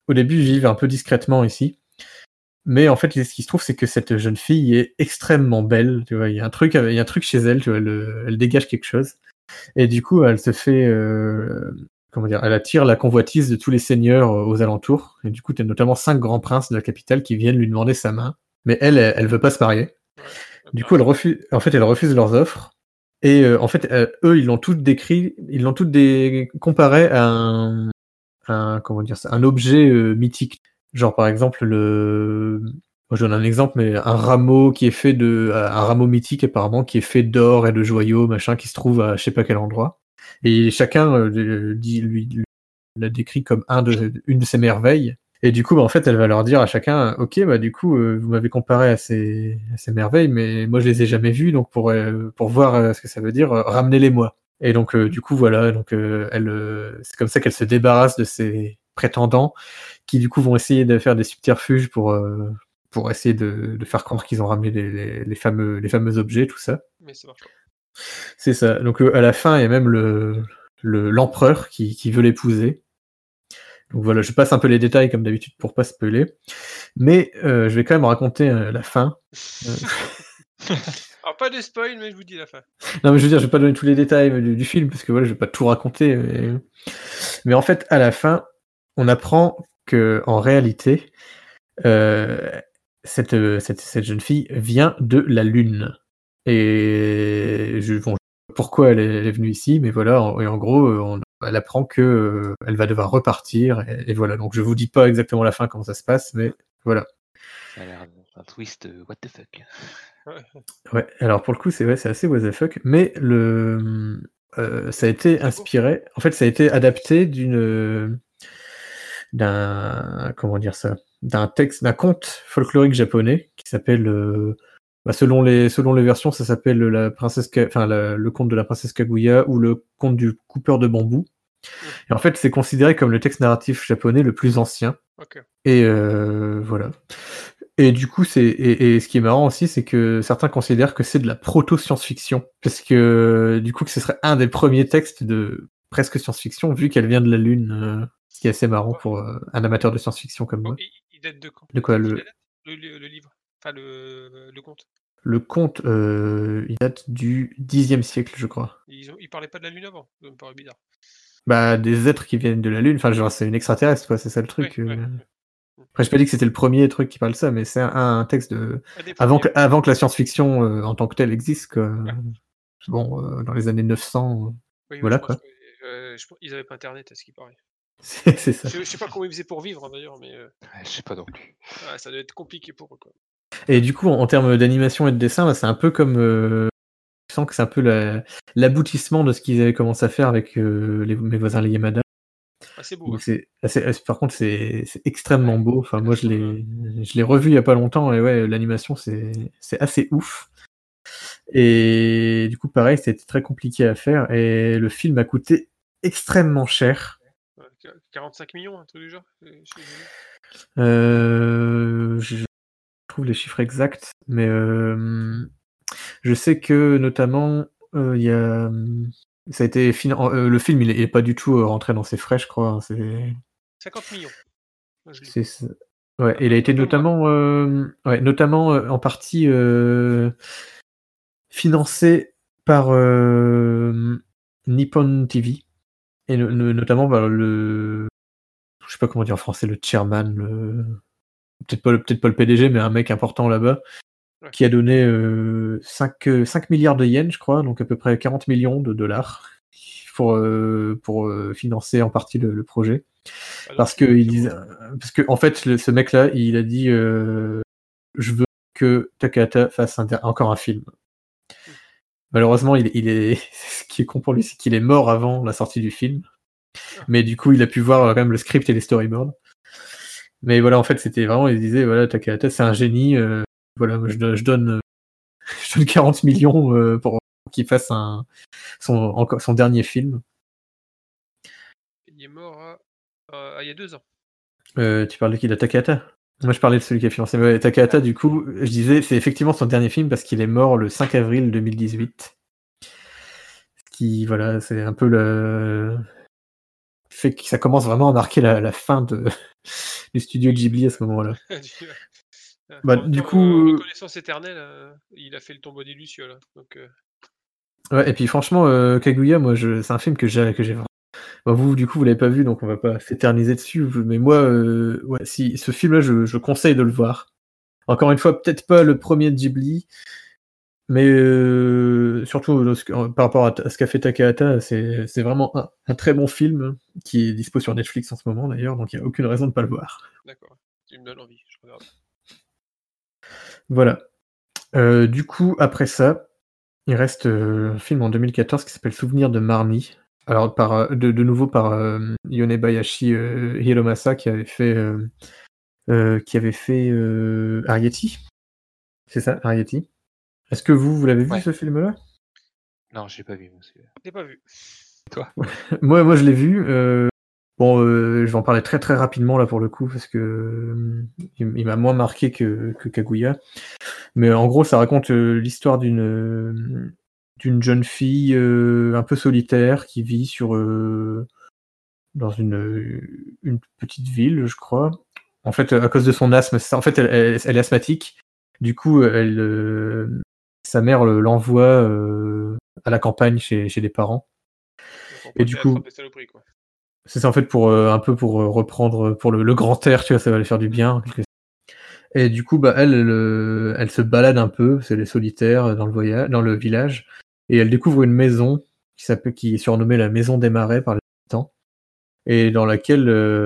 au début, vivent un peu discrètement ici. Mais en fait, ce qui se trouve, c'est que cette jeune fille est extrêmement belle. Tu vois, il y a un truc chez elle. Tu vois, elle dégage quelque chose. Et du coup, elle se fait, comment dire, elle attire la convoitise de tous les seigneurs aux alentours. Et du coup, tu as notamment 5 grands princes de la capitale qui viennent lui demander sa main. Mais elle veut pas se marier. Ouais. Du coup, elle refuse leurs offres. Et en fait, eux, ils l'ont toutes comparé à comment dire ça, un objet mythique. Genre par exemple moi je donne un exemple, mais un rameau un rameau mythique apparemment qui est fait d'or et de joyaux, machin, qui se trouve à je sais pas quel endroit. Et chacun lui l'a décrit comme une de ses merveilles. Et du coup, en fait, elle va leur dire à chacun, ok, bah du coup, vous m'avez comparé à ces merveilles, mais moi je les ai jamais vues, donc pour voir ce que ça veut dire, ramenez-les-moi. Et donc du coup voilà, donc c'est comme ça qu'elle se débarrasse de ses prétendants, qui du coup vont essayer de faire des subterfuges pour essayer de faire croire qu'ils ont ramené les fameux objets, tout ça. Mais ça marche pas. C'est ça. Donc à la fin, il y a même l'empereur qui veut l'épouser. Donc voilà, je passe un peu les détails comme d'habitude pour pas spoiler. Mais je vais quand même raconter la fin. Alors, pas de spoil, mais je vous dis la fin. Non, mais je veux dire, je vais pas donner tous les détails du film, parce que voilà, je vais pas tout raconter. Mais en fait, à la fin, on apprend que en réalité, cette jeune fille vient de la Lune. Et pourquoi elle est venue ici, mais voilà, et en gros, elle apprend que elle va devoir repartir, et voilà. Donc je vous dis pas exactement la fin, comment ça se passe, mais voilà. Ça a l'air d'un twist what the fuck. Ouais, alors pour le coup, c'est assez what the fuck, mais ça a été inspiré. En fait, ça a été adapté comment dire ça, d'un conte folklorique japonais qui s'appelle, selon les versions, ça s'appelle le conte de la princesse Kaguya ou le conte du coupeur de bambou. Et en fait, c'est considéré comme le texte narratif japonais le plus ancien. Ok. Et voilà. Et du coup, et ce qui est marrant aussi, c'est que certains considèrent que c'est de la proto-science-fiction, parce que du coup, que ce serait un des premiers textes de presque science-fiction, vu qu'elle vient de la Lune, ce qui est assez marrant pour un amateur de science-fiction comme moi. Il date de quand? De quoi, le livre? Enfin, le conte. Le conte, il date du Xe siècle, je crois. Ils parlaient pas de la Lune avant? Ça me paraît bizarre. Bah, des êtres qui viennent de la Lune, enfin, genre, c'est une extraterrestre, quoi, c'est ça le truc. Ouais. Après, j'ai pas dit que c'était le premier truc qui parle de ça, mais c'est un texte avant que la science-fiction en tant que telle existe, quoi. Ouais. Bon, dans les années 900, voilà, quoi. Ils avaient pas internet, à ce qui paraît. C'est ça. Je sais pas comment ils faisaient pour vivre, d'ailleurs, mais Je sais pas non plus. ça doit être compliqué pour eux, quoi. Et du coup, en termes d'animation et de dessin, là, c'est un peu comme je sens que c'est un peu l'aboutissement de ce qu'ils avaient commencé à faire avec mes voisins les Yamada. C'est beau. Par contre, c'est extrêmement beau. Enfin, moi, je l'ai revu il y a pas longtemps, et ouais, l'animation, c'est assez ouf. Et du coup, pareil, c'était très compliqué à faire, et le film a coûté extrêmement cher. 45 millions, un truc du genre. Je trouve les chiffres exacts, mais je sais que notamment il y a ça a été le film, il est pas du tout rentré dans ses frais, je crois. C'est 50 millions. C'est ça. Ouais, il a été notamment en partie financé par Nippon TV, et notamment je sais pas comment dire en français, le chairman, peut-être pas le PDG, mais un mec important là-bas, qui a donné 5 milliards de yens, je crois, donc à peu près 40 millions de dollars, pour financer en partie le projet. Parce que en fait, ce mec-là, il a dit je veux que Takahata fasse encore un film. Malheureusement, ce qui est con pour lui, c'est qu'il est mort avant la sortie du film. Mais du coup, il a pu voir quand même le script et les storyboards. Mais voilà, en fait, c'était vraiment, il disait, voilà, Takahata, c'est un génie. Voilà, je donne 40 millions pour qu'il fasse son dernier film. Il est mort il y a 2 ans. Tu parles de qui, de Takahata? Moi, je parlais de celui qui a financé. Mais Takahata, du coup, je disais, c'est effectivement son dernier film parce qu'il est mort le 5 avril 2018. Ce qui, voilà, c'est un peu le fait que ça commence vraiment à marquer la fin du studio Ghibli à ce moment-là. En Du même temps, coup, reconnaissance éternelle, il a fait le tombeau des Lucioles. Donc, ouais, et puis franchement, Kaguya, moi, c'est un film que j'ai vraiment. Vous, du coup, vous l'avez pas vu, donc on va pas s'éterniser dessus. Mais moi, ouais, si ce film-là, je conseille de le voir. Encore une fois, peut-être pas le premier de Ghibli, mais surtout par rapport à ce qu'a fait Takahata, c'est vraiment un très bon film qui est dispo sur Netflix en ce moment d'ailleurs, donc il n'y a aucune raison de pas le voir. d'accord. Tu me donnes envie, je regarde. Voilà. Du coup, après ça, il reste un film en 2014 qui s'appelle Souvenir de Marnie. Alors, de nouveau par Yonebayashi Hiromasa qui avait fait Arrietty. C'est ça, Arrietty. Est-ce que vous l'avez vu Ouais. ce film-là? Non, j'ai pas vu, moi, celui-là. Je l'ai pas vu. Toi? Moi, je l'ai vu. Je vais en parler très très rapidement là pour le coup parce que il m'a moins marqué que Kaguya. Mais en gros, ça raconte l'histoire d'une jeune fille un peu solitaire qui vit dans une petite ville, je crois. En fait, à cause de son asthme, en fait, elle est asthmatique. Du coup, sa mère l'envoie à la campagne chez les parents. Donc, Et du coup, attraper saloperie, quoi. c'est ça en fait pour un peu pour reprendre pour le grand air, tu vois, ça va lui faire du bien. Et du coup, elle se balade un peu, parce qu'elle est solitaire dans le village, et elle découvre une maison qui est surnommée la Maison des Marais par les habitants, et dans laquelle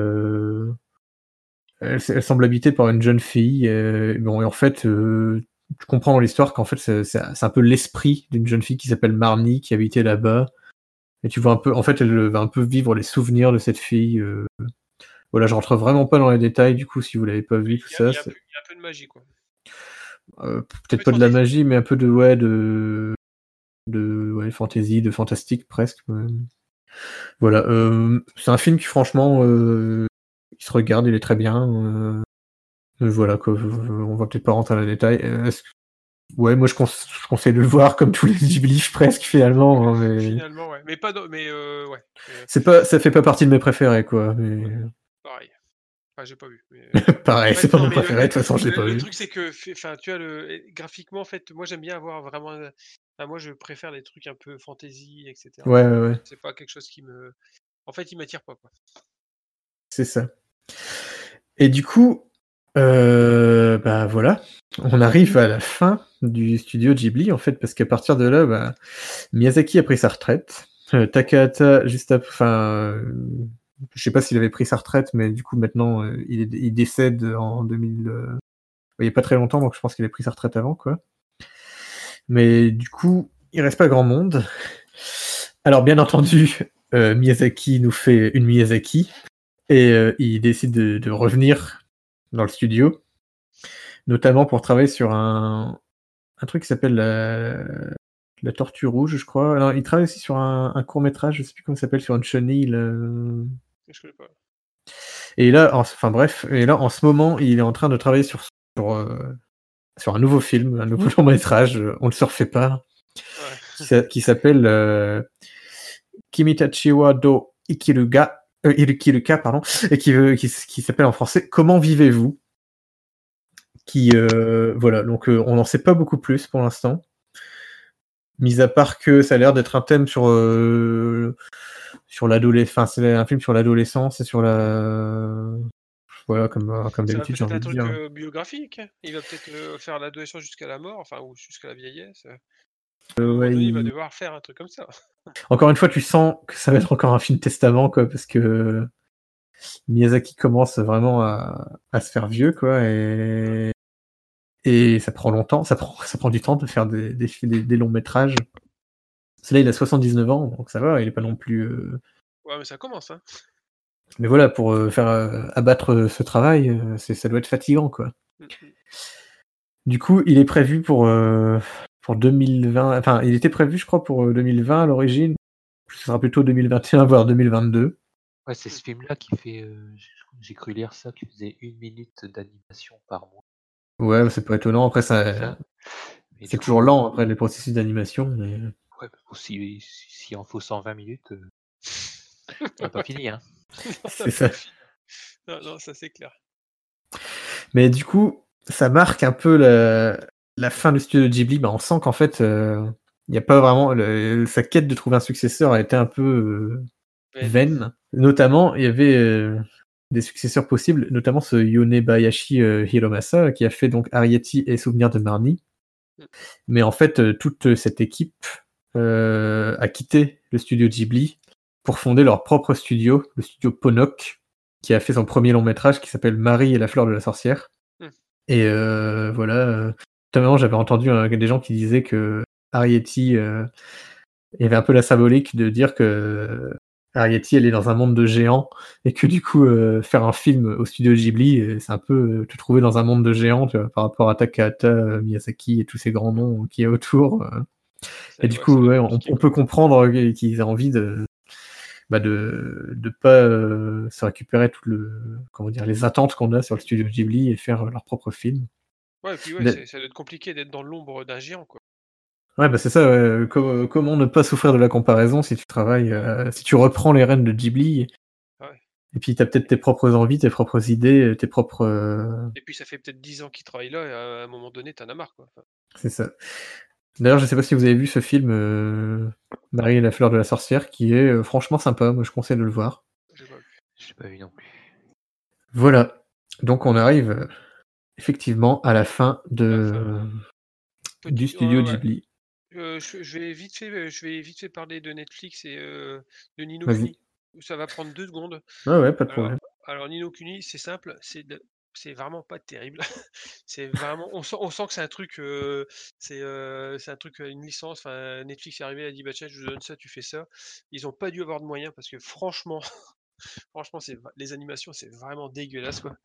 elle semble habitée par une jeune fille. Et en fait, tu comprends dans l'histoire qu'en fait, c'est un peu l'esprit d'une jeune fille qui s'appelle Marnie, qui habitait là-bas. Et tu vois un peu, en fait, elle va un peu vivre les souvenirs de cette fille. Voilà, je rentre vraiment pas dans les détails, du coup, si vous l'avez pas vu, tout ça. Il y a un peu de magie, quoi. Peut-être pas de la magie, mais un peu de fantasy, de fantastique presque. Voilà, c'est un film qui franchement, il se regarde, il est très bien. Voilà quoi, on va peut-être pas rentrer dans les détails. Ouais, moi je conseille de le voir comme tous les Ghibli presque finalement. Hein, mais... Finalement, ouais. Mais pas ouais. Ça fait pas partie de mes préférés quoi. Mais... Pareil. Enfin, j'ai pas vu. Mais... Pareil, en fait, c'est pas non, mon mais préféré, de toute façon je l'ai pas le vu. truc, c'est que, enfin, tu vois, graphiquement, en fait, moi j'aime bien avoir vraiment. Enfin, moi je préfère les trucs un peu fantasy, etc. Ouais. C'est pas quelque chose qui me. En fait, il m'attire pas, quoi. C'est ça. Et du coup, voilà, on arrive à la fin du studio Ghibli en fait, parce qu'à partir de là, Miyazaki a pris sa retraite. Takahata, juste après, je sais pas s'il avait pris sa retraite, mais du coup maintenant il décède en 2000. Il y a pas très longtemps, donc je pense qu'il a pris sa retraite avant, quoi. Mais du coup, il reste pas grand monde. Alors bien entendu, Miyazaki nous fait une Miyazaki. Et il décide de revenir dans le studio, notamment pour travailler sur un truc qui s'appelle la Tortue Rouge, je crois. Alors, il travaille aussi sur un court-métrage, je sais plus comment ça s'appelle, sur une chenille. Je connais pas. Et là, en ce moment, il est en train de travailler sur un nouveau film, un nouveau long-métrage, on ne se refait pas, qui s'appelle Kimitachi wa do Ikiruka, pardon, et qui s'appelle en français Comment vivez-vous? Voilà, donc on n'en sait pas beaucoup plus pour l'instant, mis à part que ça a l'air d'être un thème sur l'adolescence, enfin c'est un film sur l'adolescence et sur voilà, comme d'habitude, j'ai Ça va envie peut-être de un dire. truc biographique. Il va peut-être faire l'adolescence jusqu'à la mort, enfin, ou jusqu'à la vieillesse. Ouais, Il va devoir faire un truc comme ça. Encore une fois, tu sens que ça va être encore un film testament, quoi, parce que Miyazaki commence vraiment à se faire vieux, quoi, et ça prend longtemps, ça prend du temps de faire des longs métrages. Là, il a 79 ans, donc ça va, il est pas non plus. Ouais, mais ça commence, hein. Mais voilà, pour faire abattre ce travail, ça doit être fatigant, quoi. Du coup, il est prévu pour 2020. Enfin, il était prévu, je crois, pour 2020 à l'origine. Ce sera plutôt 2021, voire 2022. Ouais, c'est ce film-là qui fait. J'ai cru lire ça, qui faisait 1 minute d'animation par mois. Ouais, c'est pas étonnant. Après, c'est toujours lent après les processus d'animation. Mais... Ouais, s'il en faut 120 minutes, on n'a pas fini, hein. C'est ça. Non, ça c'est clair. Mais du coup, ça marque un peu la fin du studio Ghibli. On sent qu'en fait, il n'y a pas vraiment... sa quête de trouver un successeur a été un peu vaine. Notamment, il y avait des successeurs possibles, notamment ce Yonebayashi Hiromasa, qui a fait donc Arrietty et Souvenirs de Marnie. Mais en fait, toute cette équipe a quitté le studio Ghibli pour fonder leur propre studio, le studio Ponok, qui a fait son premier long métrage qui s'appelle Marie et la fleur de la sorcière. Et voilà, notamment j'avais entendu des gens qui disaient que Arrietty, il y avait un peu la symbolique de dire que Arrietty elle est dans un monde de géants et que du coup faire un film au studio Ghibli, c'est un peu te trouver dans un monde de géants, tu vois, par rapport à Takahata, Miyazaki et tous ces grands noms qu'il y a autour. Et du coup, on peut comprendre qu'ils aient envie de pas se récupérer les attentes qu'on a sur le studio Ghibli et faire leur propre film. Ouais, et puis ça doit être compliqué d'être dans l'ombre d'un géant, quoi. Ouais, bah c'est ça, comment ne pas souffrir de la comparaison si tu travailles, si tu reprends les rênes de Ghibli, Ouais. et puis t'as peut-être tes propres envies, tes propres idées, tes propres... Et puis ça fait peut-être 10 ans qu'il travaille là, et à un moment donné, t'en as marre, quoi. C'est ça. D'ailleurs, je sais pas si vous avez vu ce film Marie et la fleur de la sorcière, qui est franchement sympa, moi je conseille de le voir. J'ai pas vu. Je l'ai pas vu non plus. Voilà, donc on arrive effectivement à la fin du studio Ghibli. Je vais vite fait parler de Netflix et de Ni no Vas-y. Kuni. Ça va prendre 2 secondes. Ouais, pas de problème. Alors Ni no Kuni, c'est simple, c'est vraiment pas terrible. C'est vraiment, on sent que c'est un truc, c'est un truc, une licence. Enfin, Netflix est arrivé, a dit bah tiens, je vous donne ça, tu fais ça. Ils ont pas dû avoir de moyens parce que franchement, les animations, c'est vraiment dégueulasse, quoi.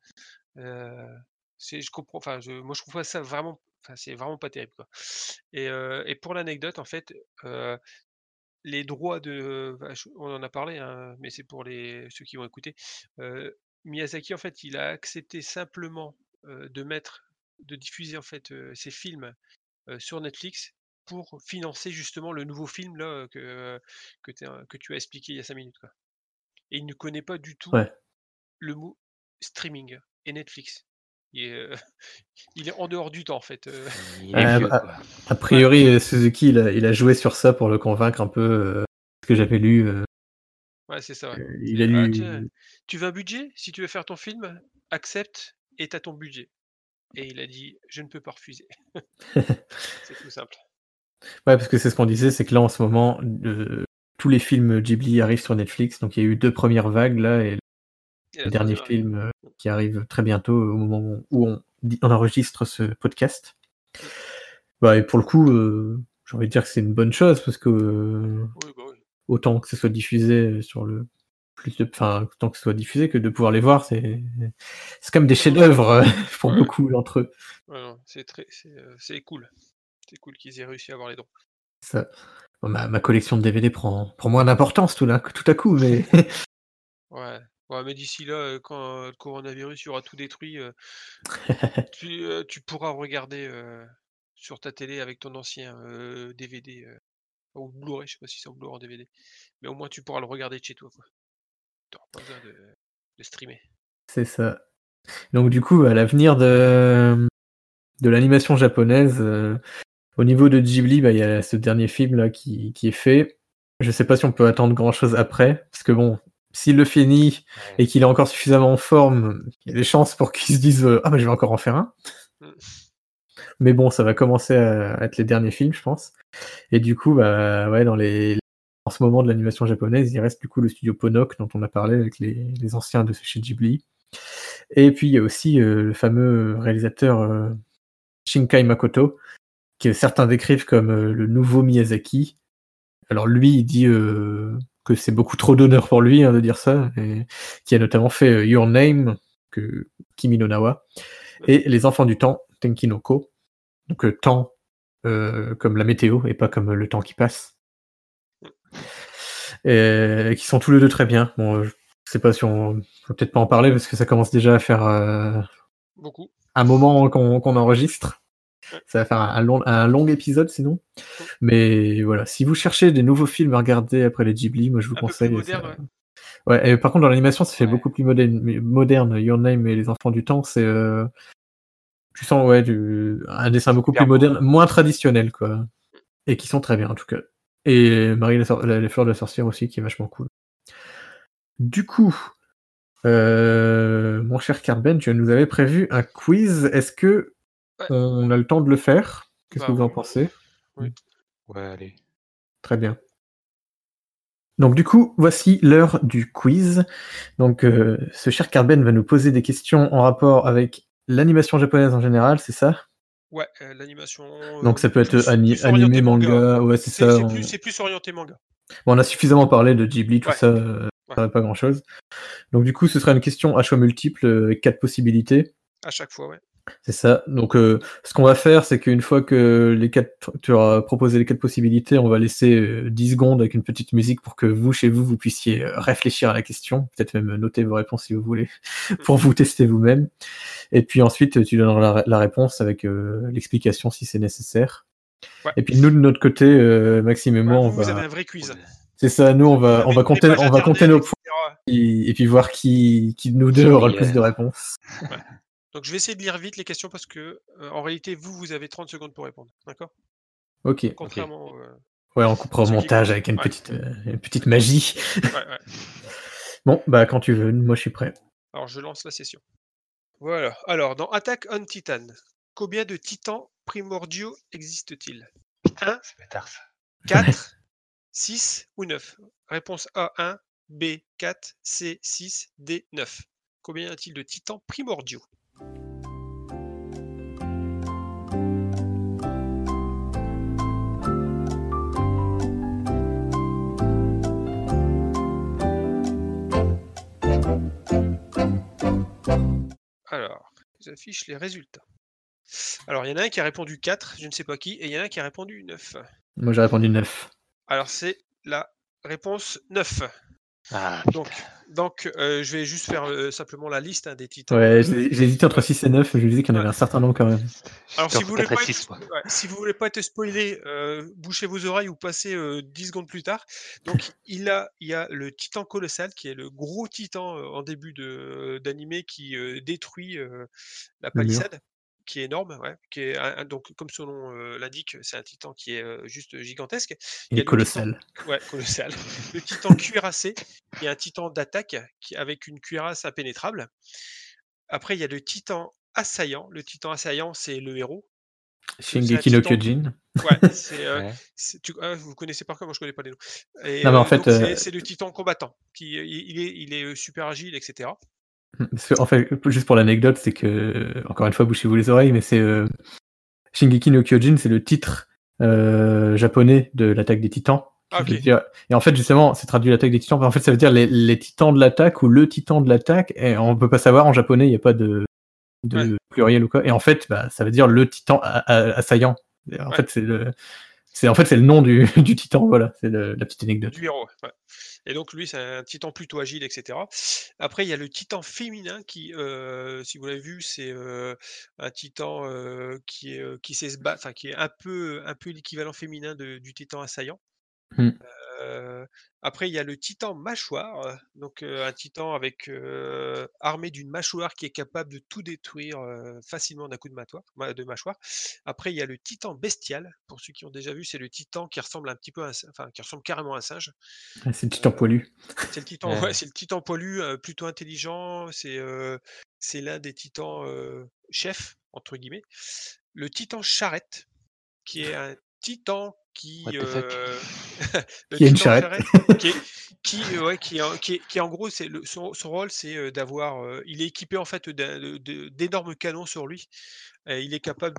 Je comprends, enfin, moi je trouve pas ça vraiment, enfin c'est vraiment pas terrible, quoi. Et pour l'anecdote, en fait, les droits on en a parlé, hein, mais c'est pour ceux qui vont écouter. Miyazaki, en fait, il a accepté simplement de diffuser en fait ses films sur Netflix pour financer justement le nouveau film là que tu as expliqué il y a 5 minutes, quoi. Et il ne connaît pas du tout Ouais. le mot streaming et Netflix. Il est en dehors du temps, en fait. Il est vieux, quoi. A priori, Suzuki, il a joué sur ça pour le convaincre un peu, ce que j'avais lu. Ouais, c'est ça. Ouais. Il a lu... tiens, tu veux un budget? Si tu veux faire ton film, accepte et t'as ton budget. Et il a dit, je ne peux pas refuser. C'est tout simple. Ouais, parce que c'est ce qu'on disait, c'est que là, en ce moment, tous les films Ghibli arrivent sur Netflix, donc il y a eu 2 premières vagues, là, et le dernier film qui arrive très bientôt, au moment où on enregistre ce podcast. Bah, et pour le coup, j'ai envie de dire que c'est une bonne chose, parce que Oui, bah oui. autant que ce soit diffusé sur le autant que ce soit diffusé que de pouvoir les voir, c'est comme des chefs-d'œuvre pour beaucoup d'entre eux. Ouais, non, c'est cool. C'est cool qu'ils aient réussi à avoir les droits. Ça. Bon, ma collection de DVD prend moins d'importance tout à coup, mais... Ouais, mais d'ici là, quand le coronavirus aura tout détruit, tu pourras regarder sur ta télé avec ton ancien DVD ou Blu-ray, je sais pas si c'est en Blu-ray ou en DVD, mais au moins tu pourras le regarder de chez toi, quoi. T'auras pas besoin de streamer. C'est ça. Donc du coup, à l'avenir de l'animation japonaise, au niveau de Ghibli, il y a ce dernier film là qui est fait. Je sais pas si on peut attendre grand chose après, parce que bon, s'il le finit et qu'il est encore suffisamment en forme, il y a des chances pour qu'il se dise ah bah je vais encore en faire un. Mais bon, ça va commencer à être les derniers films, je pense. Et du coup, en ce moment de l'animation japonaise, il reste du coup le studio Ponok dont on a parlé avec les anciens de chez Ghibli. Et puis il y a aussi le fameux réalisateur Shinkai Makoto, que certains décrivent comme le nouveau Miyazaki. Alors lui, il dit que c'est beaucoup trop d'honneur pour lui de dire ça, et qui a notamment fait Your Name, Kimi no Nawa, et Les Enfants du Temps, Tenki no Ko. Donc temps comme la météo et pas comme le temps qui passe. Et qui sont tous les deux très bien. Bon, je sais pas si on va peut-être pas en parler parce que ça commence déjà à faire beaucoup. Un moment qu'on enregistre. Ça va faire un long épisode sinon. Mais voilà, si vous cherchez des nouveaux films à regarder après les Ghibli, moi je vous conseille. Peu plus moderne, Ouais, et par contre, dans l'animation, ça fait Ouais. beaucoup plus moderne. Your Name et les enfants du temps, c'est. Tu sens, ouais, un dessin beaucoup plus Super beau. moderne, moins traditionnel, quoi. Et qui sont très bien, en tout cas. Et Marie les fleurs de la sorcière aussi, qui est vachement cool. Du coup, mon cher Carben, tu nous avais prévu un quiz. Est-ce que Ouais. on a le temps de le faire? Qu'est-ce que Bah vous en oui. pensez? Oui. Ouais, allez. Très bien. Donc du coup, voici l'heure du quiz. Donc ce cher Carben va nous poser des questions en rapport avec l'animation japonaise en général, c'est ça? Ouais, l'animation. Donc ça peut être Plus animé, orienté manga, ouais c'est ça. C'est plus orienté manga. Bon, on a suffisamment parlé de Ghibli, tout Ouais. ça, Ouais. ça va pas grand-chose. Donc du coup, ce sera une question à choix multiples, avec 4 possibilités. À chaque fois, ouais. C'est ça. Donc ce qu'on va faire, c'est qu'une fois que tu auras proposé les 4 possibilités, on va laisser 10 secondes avec une petite musique pour que vous, chez vous, vous puissiez réfléchir à la question, peut-être même noter vos réponses si vous voulez, pour vous tester vous-même. Et puis ensuite, tu donneras la réponse avec l'explication si c'est nécessaire. Ouais. Et puis nous, de notre côté, Maxime et moi, on vous va... avez un vrai quiz. C'est ça, nous, on Vous va avez des compter, pages on va compter internet, nos etc. points et puis voir qui de nous Qui deux est aura le plus de meilleur. réponses. Ouais. Donc je vais essayer de lire vite les questions parce que en réalité, vous avez 30 secondes pour répondre. D'accord? Ok. Contrairement. Ouais, on coupera au ceux qui montage écoutent. avec une Ouais. petite magie. Ouais. Bon, bah quand tu veux, moi je suis prêt. Alors je lance la session. Voilà. Alors, dans Attack on Titan, combien de titans primordiaux existent-ils? 1, C'est bâtard ça. 4, 6 ou 9? Réponse A, 1, B, 4, C, 6, D, 9. Combien y a-t-il de titans primordiaux? Alors, j'affiche les résultats. Alors, il y en a un qui a répondu 4, je ne sais pas qui, et il y en a un qui a répondu 9. Moi j'ai répondu 9. Alors, c'est la réponse 9. Ah, Donc, je vais juste faire simplement la liste des titans. Ouais, j'ai hésité entre ouais. 6 et 9, mais je me disais qu'il y en avait un certain nombre quand même. Alors, si vous voulez pas être, 6, moi. si vous voulez pas être spoilé, bouchez vos oreilles ou passez 10 secondes plus tard. Donc, il y a le titan colossal qui est le gros titan en début d'animé qui détruit la Le mur. palissade, qui est énorme, ouais, qui est donc comme son nom l'indique, c'est un titan qui est juste gigantesque. Il est colossal. Ouais, colossal. Le titan cuirassé, qui est un titan d'attaque avec une cuirasse impénétrable. Après, il y a le titan assaillant. Le titan assaillant, c'est le héros. Shingeki no Kyojin. Ouais, c'est Ouais. vous connaissez par cœur, moi je connais pas les noms. Et Non, mais en fait, donc c'est le titan combattant qui il est super agile, etc. parce que, en fait, juste pour l'anecdote, c'est que, encore une fois, bouchez-vous les oreilles, mais c'est Shingeki no Kyojin, c'est le titre japonais de l'attaque des titans. Ah, Veut ok. dire... Et en fait, justement, c'est traduit l'attaque des titans, mais en fait, ça veut dire les titans de l'attaque ou le titan de l'attaque, et on peut pas savoir, en japonais, il n'y a pas de Ouais. pluriel ou quoi. Et en fait, bah, ça veut dire le titan assaillant. En Ouais. fait, c'est le nom du titan, voilà, c'est la petite anecdote. Du héros, ouais. Et donc lui, c'est un titan plutôt agile, etc. Après, il y a le titan féminin qui, si vous l'avez vu, c'est un titan qui sait se battre, enfin qui est un peu l'équivalent féminin du titan assaillant. Hmm. Après, il y a le titan mâchoire, donc un titan avec armé d'une mâchoire qui est capable de tout détruire facilement d'un coup de mâchoire. Après, il y a le titan bestial. Pour ceux qui ont déjà vu, c'est le titan qui ressemble un petit peu qui ressemble carrément à un singe. C'est le titan poilu. C'est le titan, Ouais. ouais, c'est le titan poilu, plutôt intelligent. C'est l'un des titans chefs entre guillemets. Le titan charrette, qui est un titan qui What the fuck? le Qui a une titan charrette. qui est en gros, son rôle, c'est d'avoir. Il est équipé en fait d'énormes canons sur lui. Et il est capable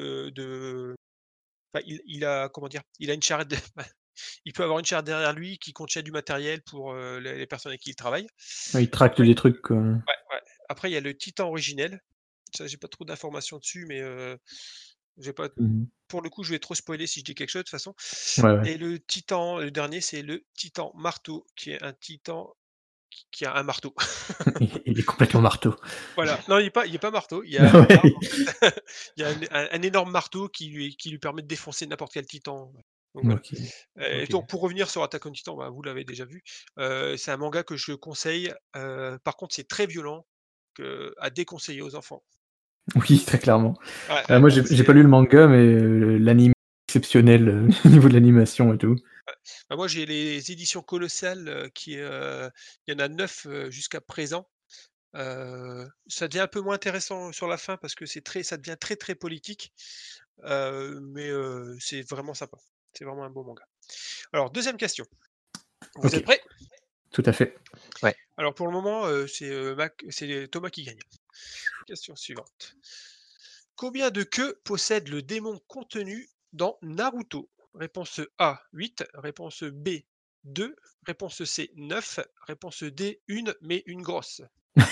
enfin, il a comment dire, il a une charrette. Il peut avoir une charrette derrière lui qui contient du matériel pour les personnes avec qui il travaille. Il tracte des trucs, quoi. Ouais. Après, il y a le titan originel. Ça, j'ai pas trop d'informations dessus, mais j'ai pas. Mhm. Pour le coup, je vais trop spoiler si je dis quelque chose de toute façon. Ouais. Et le dernier, c'est le titan marteau, qui est un titan qui a un marteau. Il est complètement marteau. Voilà. Non, il est pas marteau. Il y a, Ouais. il y a un énorme marteau qui lui permet de défoncer n'importe quel titan. Donc voilà. Ok. Et Ok. donc pour revenir sur Attack on Titan, bah, vous l'avez déjà vu, c'est un manga que je conseille, par contre c'est très violent, à déconseiller aux enfants. Oui, très clairement. Ouais, Moi, j'ai pas lu le manga, mais l'anime est exceptionnel au niveau de l'animation et tout. bah, moi j'ai les éditions Colossales, il y en a 9 jusqu'à présent. Ça devient un peu moins intéressant sur la fin parce que ça devient très, très politique, mais c'est vraiment sympa. C'est vraiment un beau manga. Alors deuxième question. Vous êtes Ok, prêts? tout à fait. Alors pour le moment, c'est Thomas qui gagne. Question suivante. Combien de queues possède le démon contenu dans Naruto? Réponse A, 8. Réponse B, 2. Réponse C, 9. Réponse D, 1, mais une grosse.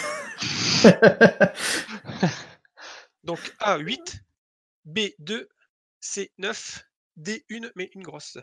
Donc A, 8. B, 2. C, 9. D, 1, mais une grosse.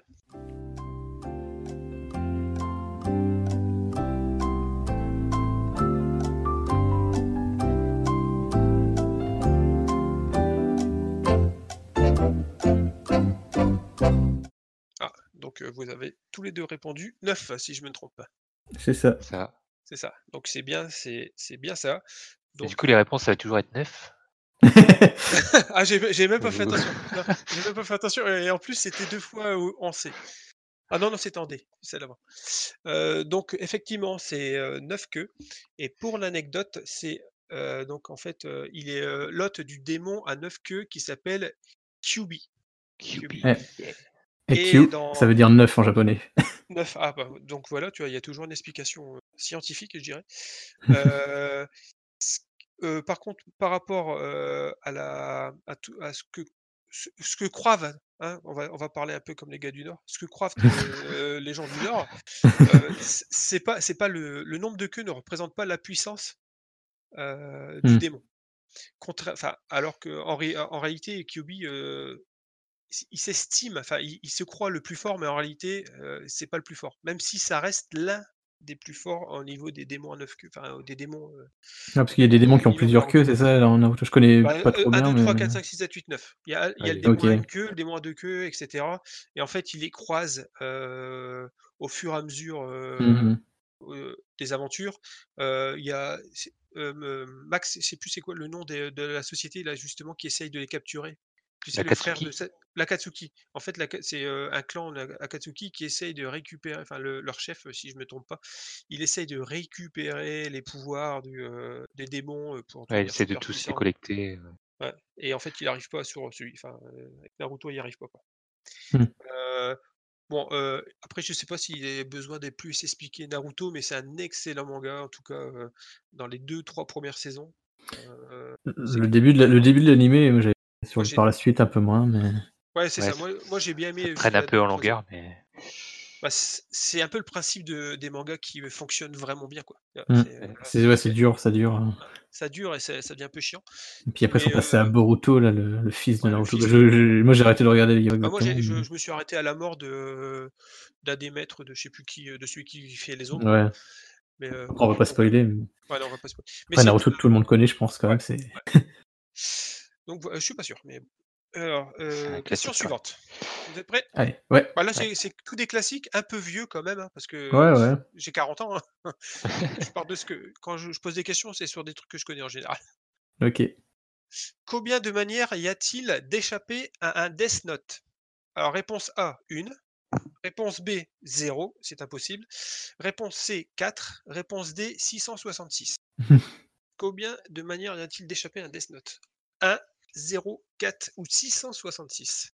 Ah, donc vous avez tous les deux répondu 9, si je me trompe pas. C'est ça. Ça. C'est ça. Donc c'est bien ça. Et Donc du coup, les réponses, ça va toujours être 9. ah, j'ai même pas fait Ou- attention. Non, j'ai même pas fait attention et en plus c'était 2 fois en C. Ah non, c'était en D, celle d'avant. Donc effectivement, c'est 9 queues et pour l'anecdote, c'est, donc en fait, il est, l'hôte du démon à 9 queues qui s'appelle Kyuubi. QB. Ouais. Yeah. Et Et Q, ça veut dire 9 en japonais. 9 bah, donc voilà, tu vois, il y a toujours une explication, scientifique, je dirais. Heu, c Par contre, par rapport, à ce que croient, hein, on va parler un peu comme les gars du Nord, ce que croient, les gens du Nord, c'est pas le nombre de queues ne représente pas la puissance, du Hmm. démon. Alors qu'en réalité, Kyuubi, il s'estime, enfin, il se croit le plus fort, mais en réalité, c'est pas le plus fort. Même si ça reste l'un des plus forts au niveau des démons à 9 queues, enfin, des démons, Ah, parce qu'il y a des démons qui ont niveau plusieurs queues, Naruto. c'est ça, dans Naruto? Je connais Bah, pas trop 1, bien, 2, 3, mais 4, 5, 6, 7, 8, 9. Il y a le Oui. démon à ok. 1 queue, le démon à 2 queues, et cetera, et en fait, il les croise, au fur et à mesure, Mhm. des aventures. Il y a Max, je sais plus c'est quoi le nom de la société là justement qui essaye de les capturer. Tu sais, le frère de L'Akatsuki. l'Akatsuki. En fait, c'est un clan Akatsuki qui essaye de récupérer, enfin leur chef, si je me trompe pas, il essaye de récupérer les pouvoirs des démons pour Ouais, il devenir essaie de super tous les puissant. collecter. Ouais, et en fait, il arrive pas sur celui, enfin, avec Naruto, il y arrive pas, quoi. Hmm. Bon, après, je sais pas s'il y a besoin de plus expliquer Naruto, mais c'est un excellent manga, en tout cas, dans les 2-3 premières saisons. C'est Le début de l'animé, moi, j'avais moi, par la suite un peu moins, mais ouais, c'est Ouais, ça. Moi, j'ai bien ça aimé traîne jusqu'à un la peu en 2 ou 3e. longueur, mais Bah, c'est un peu le principe des mangas qui fonctionnent vraiment bien, quoi. ouais. c'est dur, ça dure. Ça dure et ça devient un peu chiant. Et puis après, ils sont Mais passés à Boruto, là, le fils de ouais, le Naruto. fils de Naruto. Moi, j'ai arrêté de regarder les gars Bah, moi, exactement. je me suis arrêté à la mort d'un des maîtres de je sais plus qui, de celui qui fait les ombres. Ouais. Mais Après, on va pas donc voilà. spoiler. Mais... Ouais, non, on va pas spoiler. Mais Après, c'est Naruto, tout le monde connaît, je pense, quand ouais, même. C'est... ouais. Donc je suis pas sûr, mais bon. Alors, C'est un question classique quand même. suivante. Vous êtes prêts? Allez, ouais. Bah, là, Ouais. c'est tous des classiques un peu vieux quand même, hein, parce que Ouais, ouais. j'ai 40 ans, hein. Donc je pars de ce que quand je pose des questions, c'est sur des trucs que je connais en général. Ok. Combien de manières y a-t-il d'échapper à un Death Note? Alors réponse A, 1. Réponse B, 0, c'est impossible. Réponse C, 4. Réponse D, 666. Combien de manières y a-t-il d'échapper à un Death Note? 1, 0, 4 ou 666?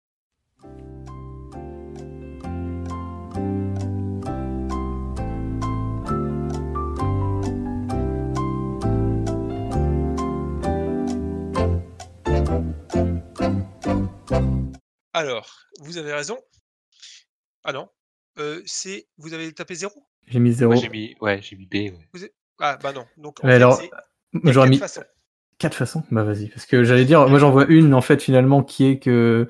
Alors, vous avez raison. Ah non, vous avez tapé 0? J'ai mis Moi, 0. j'ai mis B. Ouais. Ah bah non, donc en Mais fait, alors, il y moi, a j'aurais 4 mis façons. 4 façons. Bah, vas-y. Parce que j'allais dire, moi, j'en vois une, en fait, finalement, qui est que.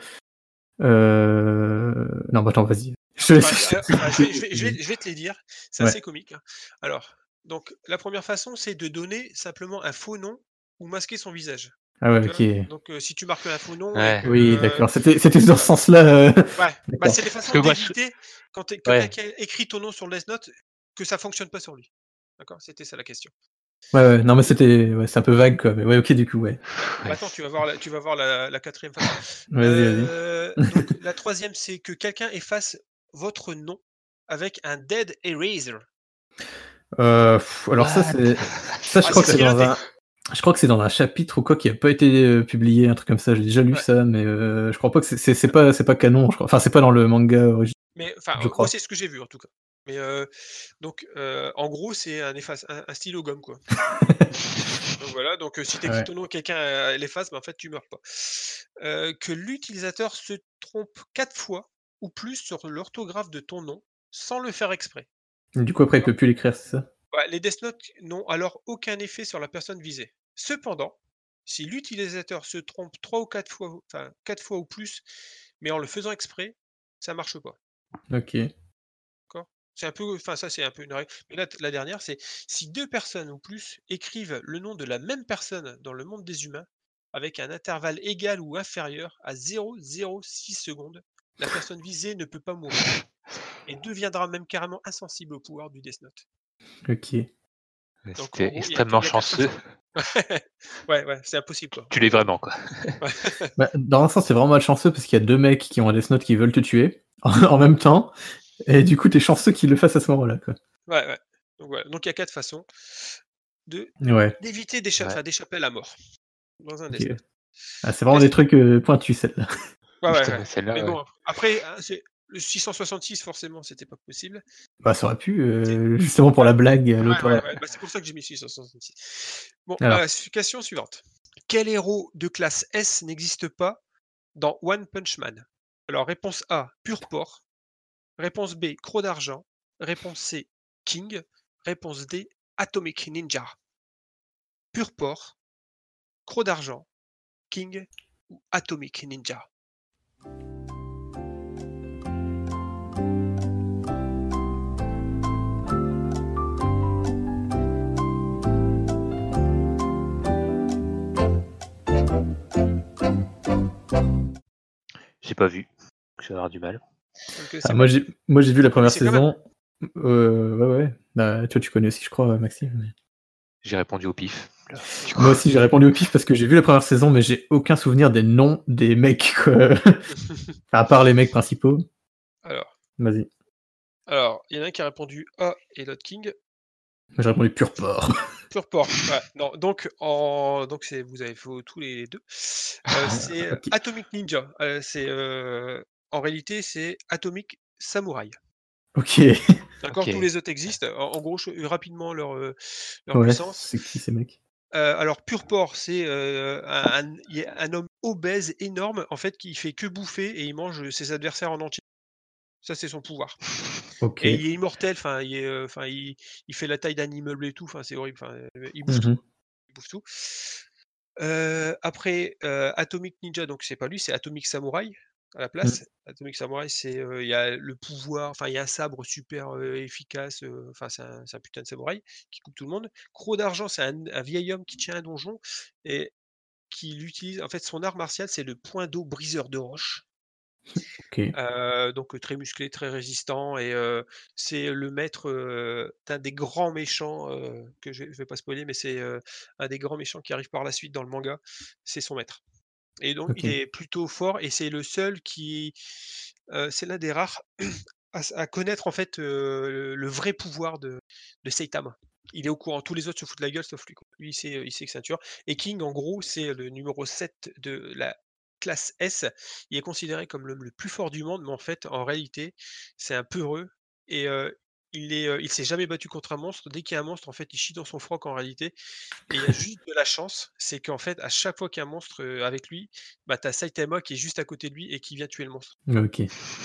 Non, bah, attends, vas-y. Je vais te les dire, c'est Ouais. assez comique, hein. Alors, donc la première façon, c'est de donner simplement un faux nom ou masquer son visage. Ah ouais, Tu vois? ok. Donc, si tu marques un faux nom et Ouais. que, Oui, d'accord. C'était dans ce sens-là. ouais, bah, D'accord. c'est des Parce façons que moi, je... d'éviter quand Ouais. quelqu'un écrit ton nom sur le Death Note, que ça fonctionne pas sur lui. D'accord? C'était ça la question. Ouais, non, mais ouais, c'est un peu vague, quoi. Mais ouais, ok, du coup, ouais. Bah, attends, tu vas voir la 4e façon. Vas-y. Donc la 3e, c'est que quelqu'un efface votre nom avec un dead eraser. Alors ça, What? ça, je Ah, crois c'est que ce qu'il a noté. je crois que c'est dans un chapitre ou quoi qui a pas été publié, un truc comme ça. J'ai déjà lu Ouais. ça, mais je crois pas que c'est pas canon. Je crois. Enfin, c'est pas dans le manga original, Mais enfin, je moi, crois. c'est ce que j'ai vu en tout cas. Mais donc, en gros, c'est un stylo gomme, quoi. Donc voilà, donc si tu écris Ouais. ton nom et quelqu'un l'efface, bah, en fait, tu meurs pas. Que l'utilisateur se trompe 4 fois ou plus sur l'orthographe de ton nom sans le faire exprès. Du coup, après, il D'accord? peut plus l'écrire, c'est ça? Ouais, les Death Note n'ont alors aucun effet sur la personne visée. Cependant, si l'utilisateur se trompe 3 ou 4 fois, enfin 4 fois ou plus, mais en le faisant exprès, ça marche pas. Ok. D'accord? C'est un peu, enfin ça c'est un peu une règle. Mais là, la dernière, c'est si 2 personnes ou plus écrivent le nom de la même personne dans le monde des humains, avec un intervalle égal ou inférieur à 0,06 secondes, la personne visée ne peut pas mourir et deviendra même carrément insensible au pouvoir du Death Note. Ok. Donc en C'était gros, extrêmement il y a 4 chanceux. façons. Ouais, c'est impossible quoi. Tu l'es vraiment, quoi. Ouais. Bah, dans un sens, c'est vraiment malchanceux parce qu'il y a 2 mecs qui ont un Death Note qui veulent te tuer en même temps, et du coup, t'es chanceux qu'ils le fassent à ce moment-là, quoi. Ouais. Donc voilà. Donc il y a 4 façons Ouais. d'éviter Ouais. d'échapper à la mort dans un Ok. Death Note. Ah, c'est vraiment des trucs pointus, celle-là. Ouais. Celle-là, Mais ouais. bon, après, c'est le 666 forcément, c'était pas possible. Bah, ça aurait pu, C'est justement pour ouais, la blague, l'autre. ouais. Bah, c'est pour ça que j'ai mis 666. Bon, Alors, question suivante. Quel héros de classe S n'existe pas dans One Punch Man? Alors, réponse A, Pur Porc. Réponse B, Croc d'argent. Réponse C, King. Réponse D, Atomic Ninja. Pur Porc, Croc d'argent, King ou Atomic Ninja. J'ai pas vu. Je vais avoir du mal. Donc, ah, moi, j'ai vu la première connaissez quand même. saison. Ouais. Bah, toi, tu connais aussi, je crois, Maxime. mais- J'ai répondu au pif. Là. Moi aussi, j'ai répondu au pif parce que j'ai vu la première saison, mais j'ai aucun souvenir des noms des mecs, quoi. À part les mecs principaux. Alors, Vas-y. il y en a un qui a répondu A et l'autre King. J'ai répondu pur porc. Pur Porc. Ouais, non, donc vous avez fait tous les deux. C'est Ok. Atomic Ninja. En réalité, c'est Atomic Samurai. Ok. D'accord, Ok. tous les autres existent. En gros, rapidement leur Ouais, puissance. c'est qui ces mecs? Alors Pur Porc, c'est un homme obèse énorme en fait qui fait que bouffer et il mange ses adversaires en entier. Ça, c'est son pouvoir. Ok. Et il est immortel. Enfin, il fait la taille d'un immeuble et tout. Enfin, c'est horrible. Enfin, il bouffe tout. Mhm. Il bouffe tout. Après, Atomic Ninja, donc c'est pas lui, c'est Atomic Samurai à la place. Atomic Samurai, c'est, il y a le pouvoir, enfin il y a un sabre super, efficace, enfin c'est un putain de samouraï qui coupe tout le monde. Croc d'argent, c'est un vieil homme qui tient un donjon et qui l'utilise en fait son art martial, c'est le point d'eau briseur de roche. Ok. Donc très musclé, très résistant et c'est le maître, d'un des grands méchants, que je vais pas spoiler, mais c'est, un des grands méchants qui arrive par la suite dans le manga, c'est son maître et donc il Ok. est plutôt fort et c'est le seul c'est l'un des rares à connaître en fait, le vrai pouvoir de Saitama. Il est au courant, tous les autres se foutent de la gueule sauf lui, quoi. Lui, il sait que c'est un tueur et King, en gros, c'est le numéro 7 de la classe S. Il est considéré comme le plus fort du monde, mais en fait, en réalité, c'est un peureux et il s'est jamais battu contre un monstre. Dès qu'il y a un monstre, en fait, il chie dans son froc en réalité et il y a juste de la chance, c'est qu'en fait, à chaque fois qu'il y a un monstre, avec lui, bah, tu as Saitama qui est juste à côté de lui et qui vient tuer le monstre. Ok.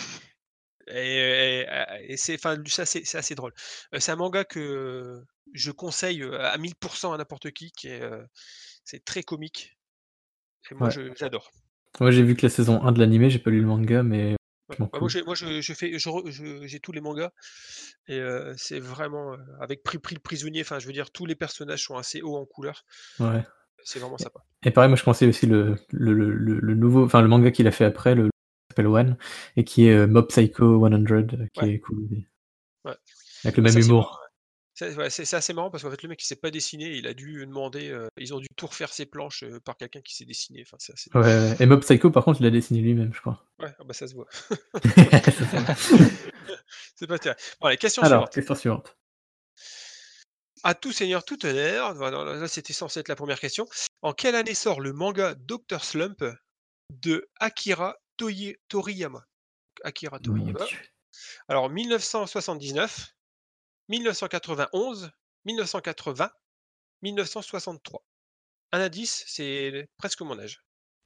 Et c'est enfin, c'est assez drôle. C'est un manga que je conseille, à 1000 à n'importe qui c'est très comique et moi Ouais. j'adore. Moi, j'ai vu que la saison 1 de l'animé, j'ai pas lu le manga, mais Ouais. je m'en Bah, fous. moi j'ai tous les mangas et c'est vraiment, avec pris le prisonnier, enfin je veux dire tous les personnages sont assez hauts en couleur. Ouais. c'est vraiment sympa. Et pareil, moi je conseille aussi le nouveau, enfin le manga qu'il a fait après, le qui s'appelle One, et qui est Mob Psycho 100, qui Ouais. est cool, Ouais. avec le Bah, même ça, c'est marrant, humour. c'est assez marrant parce qu'en fait, le mec, il sait pas dessiner, il a dû demander, ils ont dû tout refaire ses planches, par quelqu'un qui sait dessiner. Enfin, c'est assez Ouais, ouais. Et Mob Psycho, par contre, il a dessiné lui-même, je crois. ouais, ah bah, ça se voit. Ça se voit. C'est pas terrible. Bon allez, question Alors, suivante. question suivante. À tout seigneur, tout honneur, voilà, là, c'était censé être la première question. En quelle année sort le manga Dr Slump de Akira Toriyama? Akira Mon Toriyama. Dieu. Alors 1979, 1991, 1980, 1963. Un indice, c'est presque mon âge.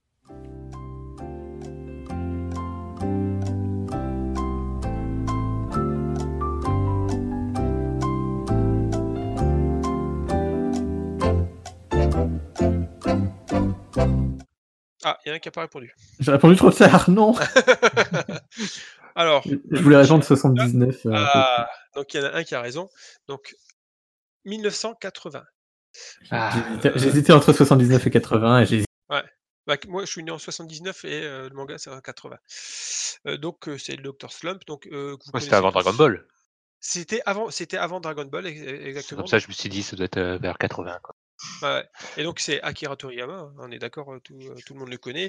Ah, il y en a un qui n'a pas répondu. J'ai répondu trop tard, non. Alors, Je voulais répondre réfléchir. 79. Ah, donc il y en a un qui a raison. Donc 1980. Ah, J'hésitais entre 79 et 80, et j'ai Ouais. Bah, moi, je suis né en 79 et le manga, c'est en 80. Donc c'est le Dr Slump, donc que vous ouais, c'était connaissez avant Dragon tous. Ball. C'était avant Dragon Ball, C'est exactement. comme ça, je me suis dit, ça doit être vers 80, quoi. Ouais. Et donc c'est Akira Toriyama, hein, on est d'accord, tout le monde le connaît.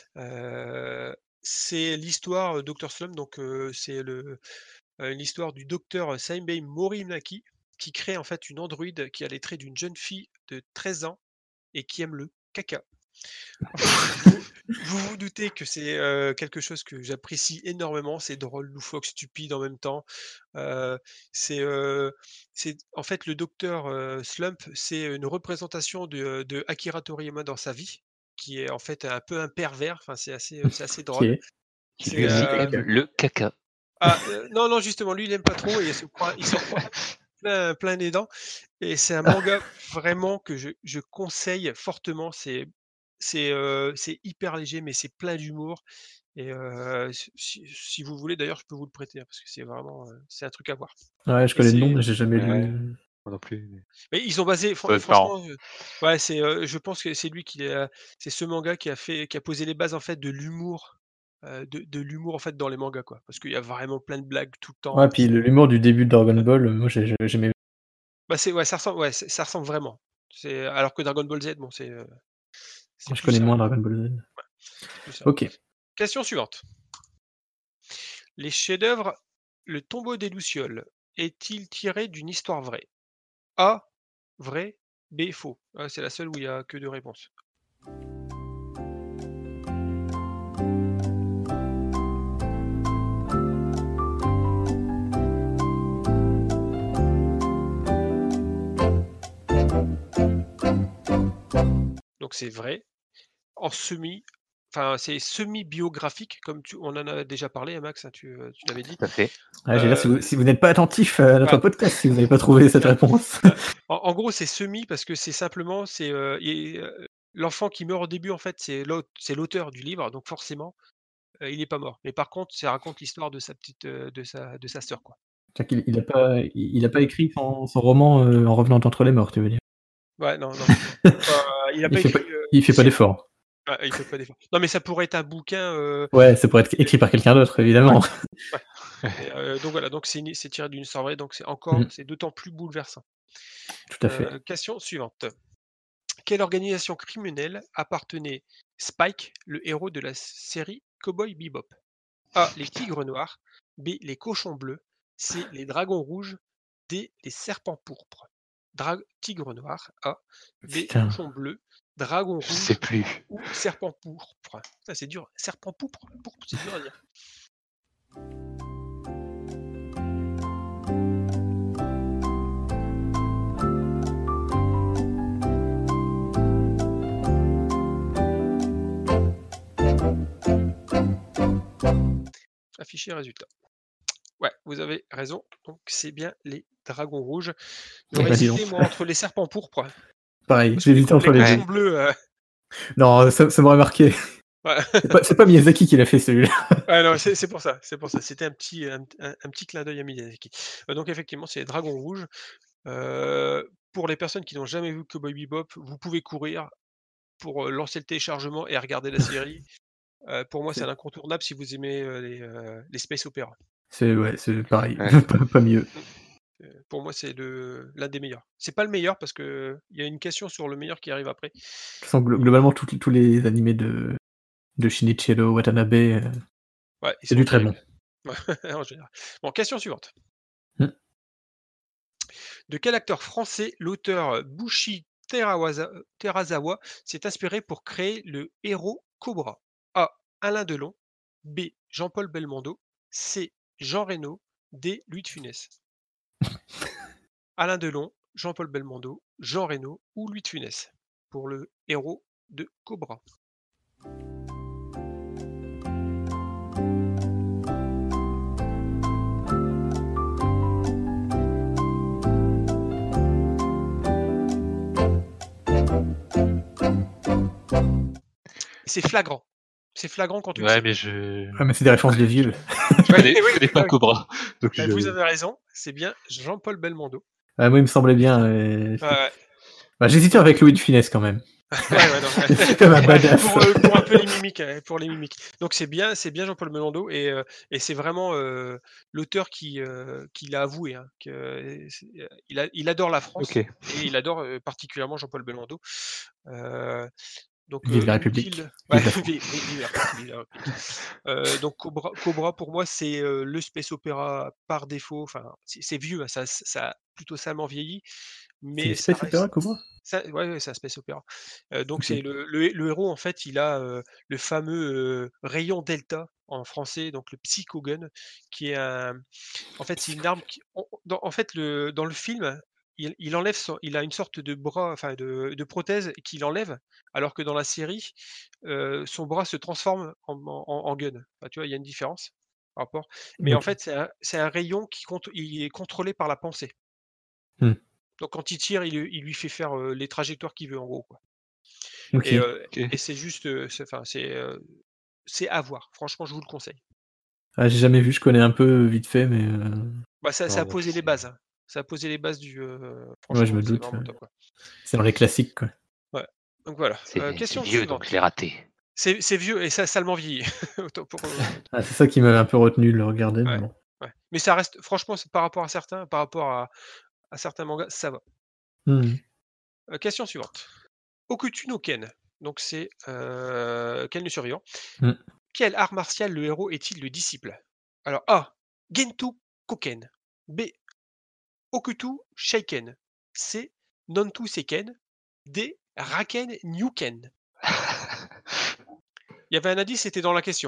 C'est l'histoire, Dr Slump, donc c'est l'histoire du docteur Saimbei Morimaki, qui crée en fait une androïde qui a les traits d'une jeune fille de 13 ans et qui aime le caca. Vous doutez que c'est, quelque chose que j'apprécie énormément, c'est drôle, loufoque, stupide en même temps. Heu, c'est, heu, c'est en fait le docteur, Slump, c'est une représentation de Akira Toriyama dans sa vie, qui est en fait un peu un pervers, enfin c'est assez drôle. Ok. Qui C'est, lui aussi Le aime caca. le caca. non, non, justement, lui, il aime pas trop et il s'en prend plein les dents et c'est un manga vraiment que je conseille fortement. C'est hyper léger, mais c'est plein d'humour et si vous voulez d'ailleurs, je peux vous le prêter, hein, parce que c'est vraiment, c'est un truc à voir Ouais, je et connais le nom, c'est mais j'ai jamais Ouais, lu. moi non plus, mais mais ils ont basé ça doit être marrant. franchement, ouais, je pense que c'est lui c'est ce manga qui a posé les bases, en fait, de l'humour, de l'humour, en fait, dans les mangas, quoi. Parce qu'il y a vraiment plein de blagues tout le temps, Ouais, puis l'humour du début de Dragon Ball, moi j'aimais. bah, ça ressemble vraiment. C'est alors que Dragon Ball Z, bon, c'est Je plus connais moins sérieux. Dragon Ball Z. C'est plus sérieux. Ok. Question suivante. Les chefs-d'œuvre Le Tombeau des Lucioles est-il tiré d'une histoire vraie? A, vrai, B, faux. Ah, c'est la seule où il y a que 2 réponses. Donc c'est vrai, en c'est semi-biographique comme on en a déjà parlé, hein, Max, hein, tu l'avais dit. Tout à fait. Ouais, j'allais dire, Heu, si vous n'êtes pas attentif à notre voilà. podcast, si vous n'avez pas trouvé cette réponse. En gros, c'est semi parce que c'est simplement l'enfant qui meurt au début, en fait, c'est l'auteur du livre, donc forcément, il est pas mort. Mais par contre, ça raconte l'histoire de sa petite, de sa sœur, quoi. C'est-à-dire qu'il il a pas écrit son roman en revenant d'entre les morts, tu veux dire. Ouais, non, non. Il a pas écrit, Il fait pas c'est d'effort. il fait pas d'effort. Non, mais ça pourrait être un bouquin, Ouais, ça pourrait être écrit par quelqu'un d'autre, évidemment. ouais. Et donc voilà, donc c'est tiré d'une histoire vraie, donc Mmh. c'est d'autant plus bouleversant. Tout à fait. Question suivante. Quelle organisation criminelle appartenait Spike, le héros de la série Cowboy Bebop? A. Les Tigres Noirs. B. Les Cochons Bleus. C. Les Dragons Rouges. D. Les Serpents Pourpres. Tigre Noir. A. B. Putain. Cochon Bleu. Dragon Je sais Rouge plus. ou Serpent Pourpre. Ça, c'est dur. Serpent Pourpre, c'est dur à dire. Afficher résultat. Ouais, vous avez raison. Donc c'est bien les Dragons Rouges. J'aurais Bah, dis hésité, donc. moi, entre les Serpents Pourpres. Pareil, Parce que j'hésitais entre les les Cochons deux. Bleus. Non, ça m'aurait marqué. Ouais. C'est pas Miyazaki qui l'a fait, celui-là. Ouais, non, c'est pour ça, c'est pour ça. C'était un petit clin d'œil à Miyazaki. Donc effectivement, c'est les Dragons Rouges. Pour les personnes qui n'ont jamais vu Cowboy Bebop, vous pouvez courir. pour lancer le téléchargement et regarder la série. Pour moi, c'est C'est un incontournable si vous aimez les space opéra. c'est pareil, Ouais. pas mieux. Pour moi, c'est l'un des meilleurs. C'est pas le meilleur parce qu'il y a une question sur le meilleur qui arrive après. De toute façon, globalement, tous les animés de Shinichiro Watanabe, Ouais, ils c'est sont du très bon. terribles. En général. Bon, question suivante. Hmm. De quel acteur français l'auteur Bushi Terazawa s'est inspiré pour créer le héros Cobra? A. Alain Delon. B. Jean-Paul Belmondo. C. Jean Reno. D. Louis de Funès. Alain Delon, Jean-Paul Belmondo, Jean Reno ou Louis de Funès pour le héros de Cobra. C'est flagrant. C'est flagrant quand tu le Ouais, sais. mais je Ah, mais c'est des références de vieux. je connais pas oui. Cobra. Donc Vous avez raison, c'est bien Jean-Paul Belmondo. Ah, moi, il me semblait bien. Ouais. Bah, j'hésitais avec Louis de Funès quand même. Ouais. C'est comme un badass. pour un peu les mimiques, pour les mimiques. Donc c'est bien Jean-Paul Belmondo et c'est vraiment l'auteur qui l'a avoué, hein, il adore la France Ok. et il adore particulièrement Jean-Paul Belmondo. Donc Vive la République. inutile. Vive Ouais, la France. vive la France, vive la République. Donc Cobra pour moi c'est le space opéra par défaut. Enfin c'est vieux, hein, ça a plutôt salement vieilli, C'est mais des ça space opéra, reste. Cobra? Ouais, c'est un space opéra. Donc Ok. c'est le héros en fait, il a le fameux rayon delta en français, donc le psychogun, qui est en fait c'est une arme qui, en fait dans le film, il enlève il a une sorte de bras, enfin de prothèse qu'il enlève, alors que dans la série, son bras se transforme en gun. Enfin, tu vois, il y a une différence par rapport. Mais en Ok. fait c'est un rayon il est contrôlé par la pensée. Hmm. Donc quand il tire, il lui fait faire les trajectoires qu'il veut en gros, quoi. Ok. Et c'est juste, c'est à voir. Franchement, je vous le conseille. Ah, j'ai jamais vu, je connais un peu vite fait, mais Bah, ça Non, a moi, posé les c'est- bases, hein. Ça a posé les bases du, ouais, je franchement, me c'est doute. vraiment top, quoi. C'est dans les classiques, quoi. Ouais, donc voilà. c'est Question vieux, suivante. donc je l'ai raté. C'est vieux et ça a salement vieilli. Autant pour, Ah, c'est ça qui m'avait un peu retenu de le regarder, mais ouais, bon. ouais. Mais ça reste franchement, c'est par rapport à certains mangas, ça va. Hmm. Question suivante. Okutu no Ken, donc c'est, Ken le survivant. Hmm. Quel art martial le héros est-il le disciple? Alors A. Gentu Koken. B. Okutu Sheiken. C. Nontu Seiken. D. Raken Nyuken. Il y avait un indice, c'était dans la question.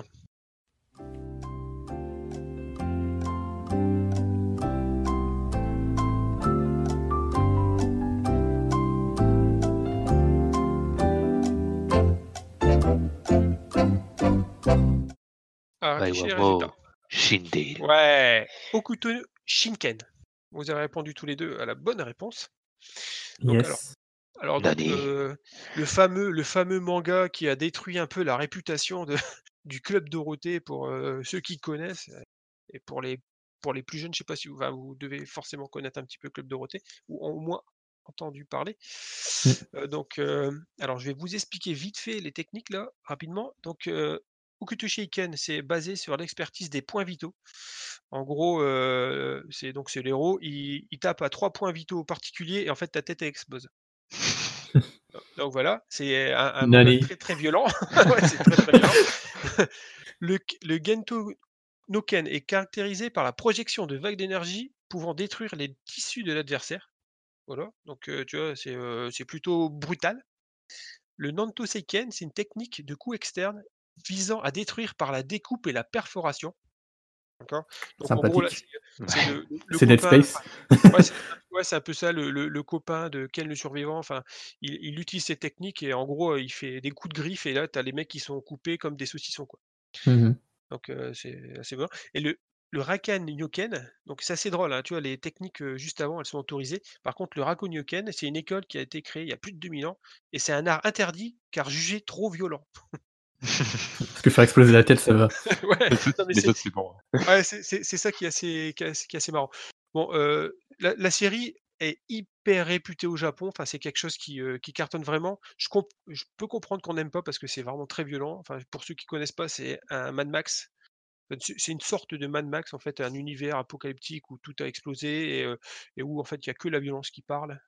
Affichez les résultats. Shindale. Ouais. Okutu Shinken. Vous avez répondu tous les deux à la bonne réponse. Donc Yes. alors donc, Nani. le fameux manga qui a détruit un peu la réputation du Club Dorothée pour ceux qui connaissent, et pour les plus jeunes, je sais pas si vous devez forcément connaître un petit peu Club Dorothée ou au moins entendu parler. Donc alors je vais vous expliquer vite fait les techniques là, rapidement. Donc Okutu Sheiken, c'est basé sur l'expertise des points vitaux. En gros, c'est l'héros, il tape à 3 points vitaux particuliers et en fait ta tête elle explose. Donc voilà, c'est un manga Nani. très, très violent. Ouais, c'est très, très violent. Le Gento no Ken est caractérisé par la projection de vagues d'énergie pouvant détruire les tissus de l'adversaire. Voilà, donc tu vois, c'est plutôt brutal. Le Nanto Seiken, c'est une technique de coup externe visant à détruire par la découpe et la perforation. D'accord? Donc en gros là, Sympathique. c'est le C'est Dead copain, Space. ouais, c'est un peu ça, le copain de Ken le survivant, enfin, il utilise ces techniques et en gros, il fait des coups de griffe et là, tu as les mecs qui sont coupés comme des saucissons, quoi. Mhm. Donc c'est assez bon et le Rakan Nyoken, donc c'est assez drôle, hein, tu vois? Les techniques, juste avant, elles sont autorisées. Par contre, le Raku Nyoken, c'est une école qui a été créée il y a plus de 2000 ans et c'est un art interdit car jugé trop violent. Parce que faire exploser la tête, ça va. Ouais, non mais Les autres, c'est bon. ouais, c'est ça qui est assez marrant. Bon, la série est hyper réputé au Japon. Enfin, c'est quelque chose qui cartonne vraiment. Je peux comprendre qu'on n'aime pas parce que c'est vraiment très violent. Enfin, pour ceux qui connaissent pas, c'est un Mad Max. C'est une sorte de Mad Max, en fait, un univers apocalyptique où tout a explosé et où, en fait, il y a que la violence qui parle.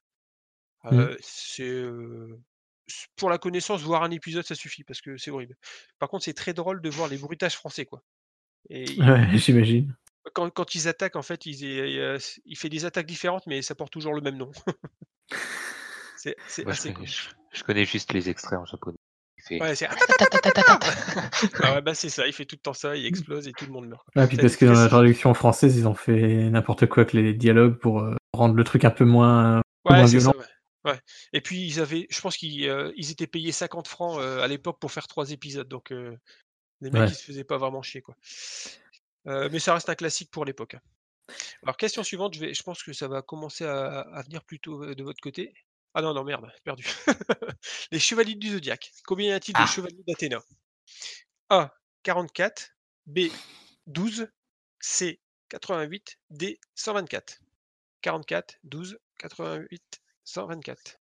Pour la connaissance, voir un épisode, ça suffit parce que c'est horrible. Par contre, c'est très drôle de voir les bruitages français, quoi. Et Ouais, j'imagine. quand ils attaquent, en fait, il fait des attaques différentes, mais ça porte toujours le même nom. C'est Moi, assez comique. je connais juste les extraits en japonais. Il fait Ouais, c'est ah ouais, bah, c'est ça, il fait tout le temps ça, il explose et tout le monde meurt, quoi. Ah, puis Ça parce que dans la fait traduction française, ils ont fait n'importe quoi avec les dialogues pour rendre le truc un peu moins ouais, c'est violent. ça, ouais. Ouais. Et puis je pense qu'ils étaient payés 50 francs à l'époque pour faire 3 épisodes, donc les mecs Ouais. ils se faisaient pas vraiment chier, quoi. Mais ça reste un classique pour l'époque, hein. Alors question suivante, je pense que ça va commencer à venir plutôt, de votre côté. Ah non, merde, perdu. Les chevaliers du zodiaque. Combien y a-t-il de Ah! chevaliers d'Athéna? A 44, B 12, C 88, D 124. 44, 12, 88, 124.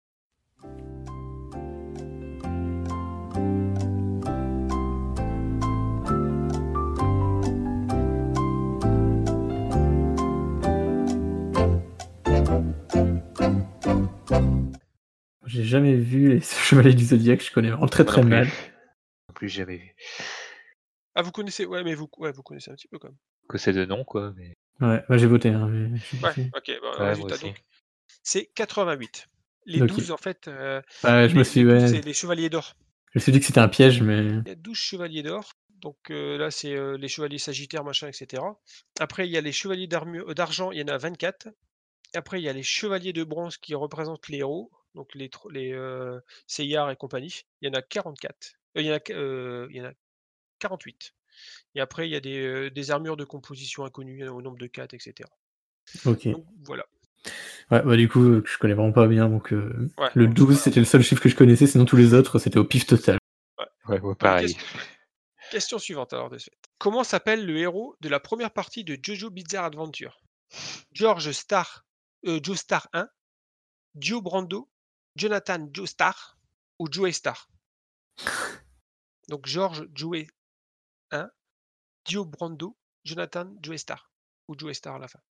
J'ai jamais vu les Chevaliers du Zodiaque, je connais vraiment très Moi très non plus. mal. Non plus, jamais vu. Ah vous connaissez? Ouais, mais vous connaissez un petit peu quand même. Que c'est de nom, quoi, mais Ouais, bah, j'ai voté, hein, mais je suis Ouais, déçu. OK, bah, ouais, moi résultat aussi. donc, c'est 88. Les OK. 12 en fait, Bah, je me les suis 12 ouais, c'est les chevaliers d'or. je me suis dit que c'était un piège, mais Il y a 12 chevaliers d'or, donc là c'est, les chevaliers sagittaires machin et cetera. Après il y a les chevaliers d'argent, il y en a 24. Après il y a les chevaliers de bronze qui représentent les héros, donc Seyard et compagnie. Il y en a 44. Il y en a 48. Et après il y a des armures de composition inconnues au nombre de 4 et cetera. OK. Donc voilà. Ouais, bah, du coup, je connais vraiment pas bien, donc Ouais, le bon, c'est 12, pas c'était le seul chiffre que je connaissais, sinon tous les autres, c'était au pif total. ouais. Ouais, moi Allez, pareil. question suivante alors de suite. Comment s'appelle le héros de la première partie de JoJo Bizarre Adventure? George Star, Joestar 1, Dio Brando, Jonathan Joestar ou Joey Star? Donc George Joey 1, Dio Brando, Jonathan Joestar ou Joey Star à la fin.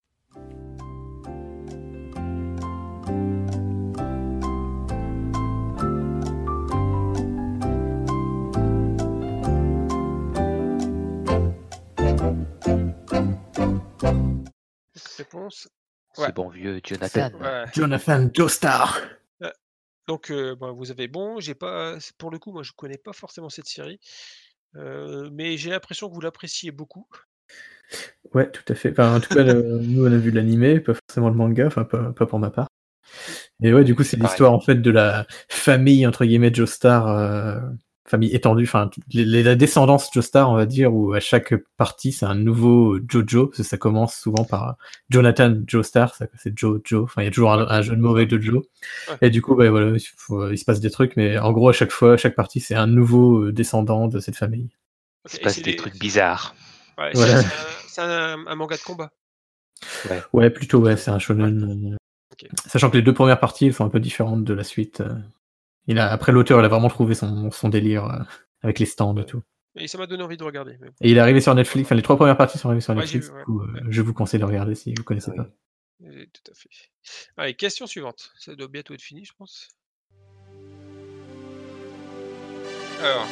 Réponse. Ouais. Ce bon vieux Jonathan. Ouais. Jonathan Joestar. Donc vous avez bon, j'ai pas pour le coup, moi je connais pas forcément cette série, mais j'ai l'impression que vous l'appréciez beaucoup. Ouais, tout à fait. Enfin, en tout cas, nous, on a vu l'animé, pas forcément le manga, enfin, pas pour ma part. Et ouais, du coup, c'est Pareil. l'histoire, en fait, de la famille, entre guillemets, Joestar, famille étendue, enfin, la descendance Joestar, on va dire, où à chaque partie, c'est un nouveau Jojo, parce que ça commence souvent par Jonathan Joestar, c'est Jojo, enfin, il y a toujours un jeu de mots avec Jojo. Ouais. Et du coup, bah, voilà, il se passe des trucs, mais en gros, à chaque partie, c'est un nouveau descendant de cette famille. Il OK, se passe des trucs bizarres. Ouais, Voilà. c'est un manga de combat? Ouais, plutôt, ouais, c'est un shonen. OK. Sachant que les 2 premières parties, elles sont un peu différentes de la suite. Après, l'auteur, il a vraiment trouvé son délire avec les stands et tout. Et ça m'a donné envie de regarder, mais bon. Et il est arrivé sur Netflix, enfin les 3 premières parties sont arrivées sur Ouais, Netflix, j'ai vu, du coup, ouais. je vous conseille de regarder si vous connaissez Oui. pas. Tout à fait. Allez, question suivante. Ça doit bientôt être fini, je pense. Alors.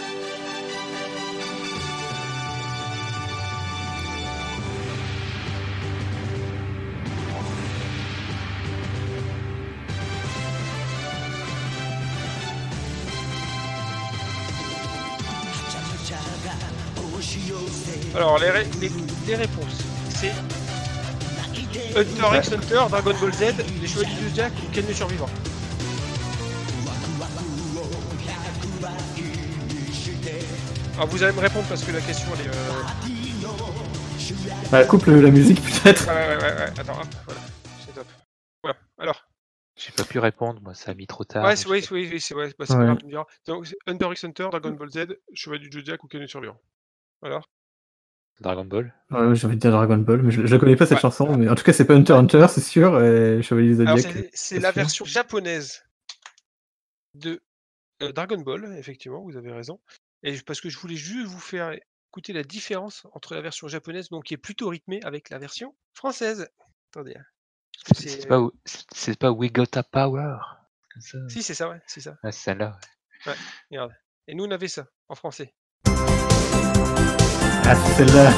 Alors, les réponses, c'est Hunter x Hunter, Dragon Ball Z, les Chevaliers du Zodiac ou Ken le Survivant. Alors, vous allez me répondre parce que la question, elle est... Bah, coupe la musique, peut-être. Ouais. Attends, hop, voilà. C'est top. Voilà, alors. J'ai pas pu répondre, moi, ça a mis trop tard. Ouais, donc oui, je- c'est pas grave, tu me diras. Donc, c'est Hunter x Hunter, Dragon Ball Z, Chevalier du Zodiac ou Ken le Survivant. Voilà. Dragon Ball. J'ai envie de dire Dragon Ball, mais je la connais pas cette Ouais. chanson, mais en tout cas c'est pas Hunter x Hunter, c'est sûr, et Chevalier du Alors Zodiac. c'est c'est la sûr. version japonaise de Dragon Ball, effectivement, vous avez raison. Et parce que je voulais juste vous faire écouter la différence entre la version japonaise, donc qui est plutôt rythmée, avec la version française. Attendez. Parce que C'est pas We Got a Power. Comme ça. Si, c'est ça, ouais, c'est ça. Ouais, c'est celle-là. Ouais, regarde. Et nous, on avait ça, en français. Ah, c'est celle-là.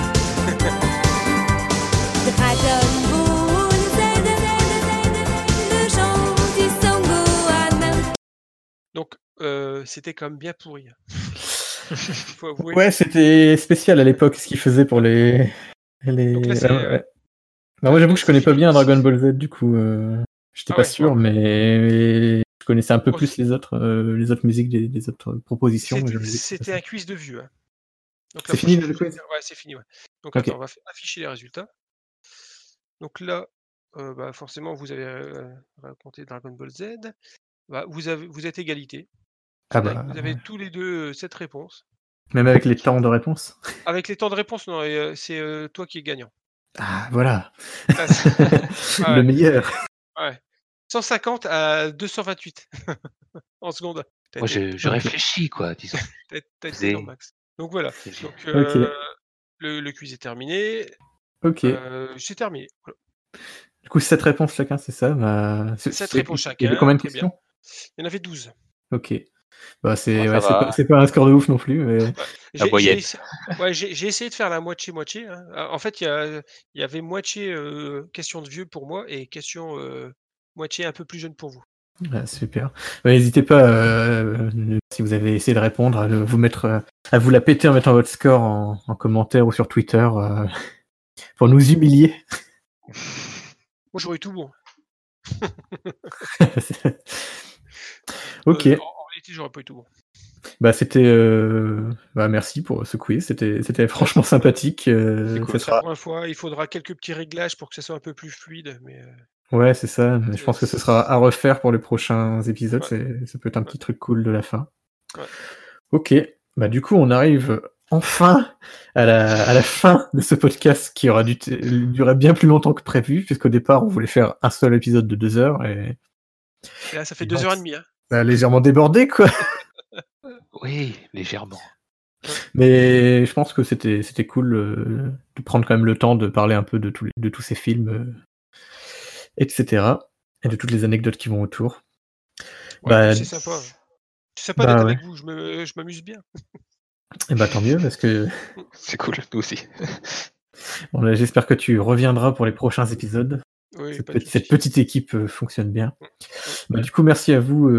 Dragon Ball Z, le chant du Sangohan. Donc, c'était quand même bien pourri. Faut avouer. Ouais, c'était spécial à l'époque ce qu'ils faisaient pour les. Donc là, c'est, ouais. Non, moi j'avoue que je connais pas bien Dragon Ball Z, du coup, j'étais Ah pas ouais, sûr, ouais. mais je connaissais un peu Oh, plus les autres musiques des autres propositions. mais j'avais vu que C'était un quiz de vieux. Hein. Donc, C'est la fini, prochaine le fois, quiz ouais, c'est fini. Ouais. Donc, Ok. attends, on va afficher les résultats. Donc là, forcément, vous avez raconté Dragon Ball Z. Bah, vous êtes égalité. Ah C'est-à-dire bah, que vous avez tous les deux 7 réponses. même avec les temps de réponse. Avec les temps de réponse, non, c'est toi qui es gagnant. Ah, voilà. Ah, ah Le ouais. meilleur. Ouais. 150 à 228 en seconde. Moi, je réfléchis, quoi, disons. T'as été dans Max. Donc voilà. Donc Ok. le quiz est terminé. Ok. C'est terminé. Voilà. Du coup, 7 réponses chacun, c'est ça 7 réponses chacun. Il y avait combien de très bien. questions Il y en avait 12. Ok. Bah, ça va. c'est pas un score de ouf non plus, mais. La moyenne. J'ai essayé de faire la moitié-moitié. Hein. En fait, il y avait moitié question de vieux pour moi et question moitié un peu plus jeune pour vous. Ah, super. Bah, n'hésitez pas, si vous avez essayé de répondre, à vous la péter en mettant votre score en commentaire ou sur Twitter pour nous humilier. Moi, j'aurais eu tout bon. Ok. En réalité, j'aurais pas eu tout bon. Bah, c'était. Merci pour ce quiz. C'était franchement sympathique. C'est cool. Ce sera- Pour une fois, il faudra quelques petits réglages pour que ça soit un peu plus fluide. Mais Ouais, c'est ça. Mais je pense que ce sera à refaire pour les prochains épisodes. Ouais. Ça peut être un petit truc cool de la fin. Ouais. Ok. Bah, du coup, on arrive enfin à la fin de ce podcast qui aura durer bien plus longtemps que prévu, puisqu'au départ, on voulait faire un seul épisode de 2 heures et là, ça fait Et 2h30. Hein. ça a légèrement débordé, quoi. Oui, légèrement. Mais je pense que c'était cool de prendre quand même le temps de parler un peu de tous ces films, etc. Et de toutes les anecdotes qui vont autour. Ouais, Bah, c'est sympa. C'est sympa d'être avec vous. Je m'amuse bien. Et bah tant mieux, parce que C'est cool, nous aussi. bon, là, j'espère que tu reviendras pour les prochains épisodes. Oui, Cette petite équipe fonctionne bien. Bah, du coup, merci à vous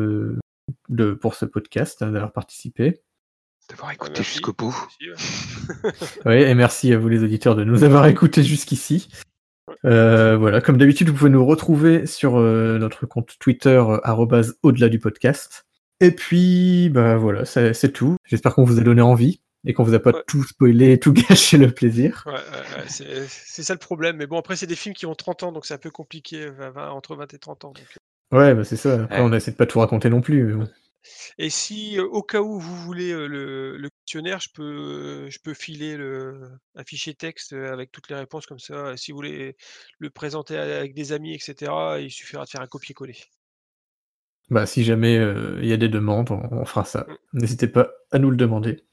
pour ce podcast, d'avoir participé. D'avoir écouté Merci. jusqu'au bout. Merci, ouais. Ouais, et merci à vous les auditeurs de nous avoir écoutés jusqu'ici. Voilà, comme d'habitude, vous pouvez nous retrouver sur notre compte Twitter @au-delà du podcast. Et puis, bah voilà, c'est tout. J'espère qu'on vous a donné envie et qu'on vous a pas Ouais. tout spoilé, tout gâché le plaisir. Ouais, c'est ça le problème. Mais bon, après, c'est des films qui ont 30 ans, donc c'est un peu compliqué, entre 20 et 30 ans. Donc. Ouais, bah c'est ça. Après, Ouais. on essaie de pas tout raconter non plus. Mais bon. Et si, au cas où vous voulez le questionnaire, je peux filer un fichier texte avec toutes les réponses comme ça. Si vous voulez le présenter avec des amis, etc., il suffira de faire un copier-coller. Bah, si jamais il y a des demandes, on fera ça. N'hésitez pas à nous le demander.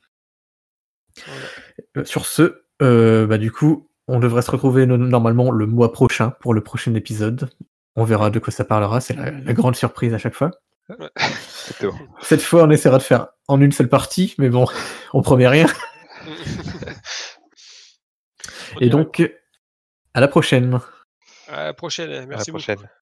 Voilà. Sur ce, bah du coup, on devrait se retrouver normalement le mois prochain pour le prochain épisode. On verra de quoi ça parlera, c'est la grande surprise à chaque fois. Exactement. Cette fois, on essaiera de faire en une seule partie, mais bon, on promet rien. Et donc, à la prochaine. À la prochaine. Merci À la beaucoup. prochaine.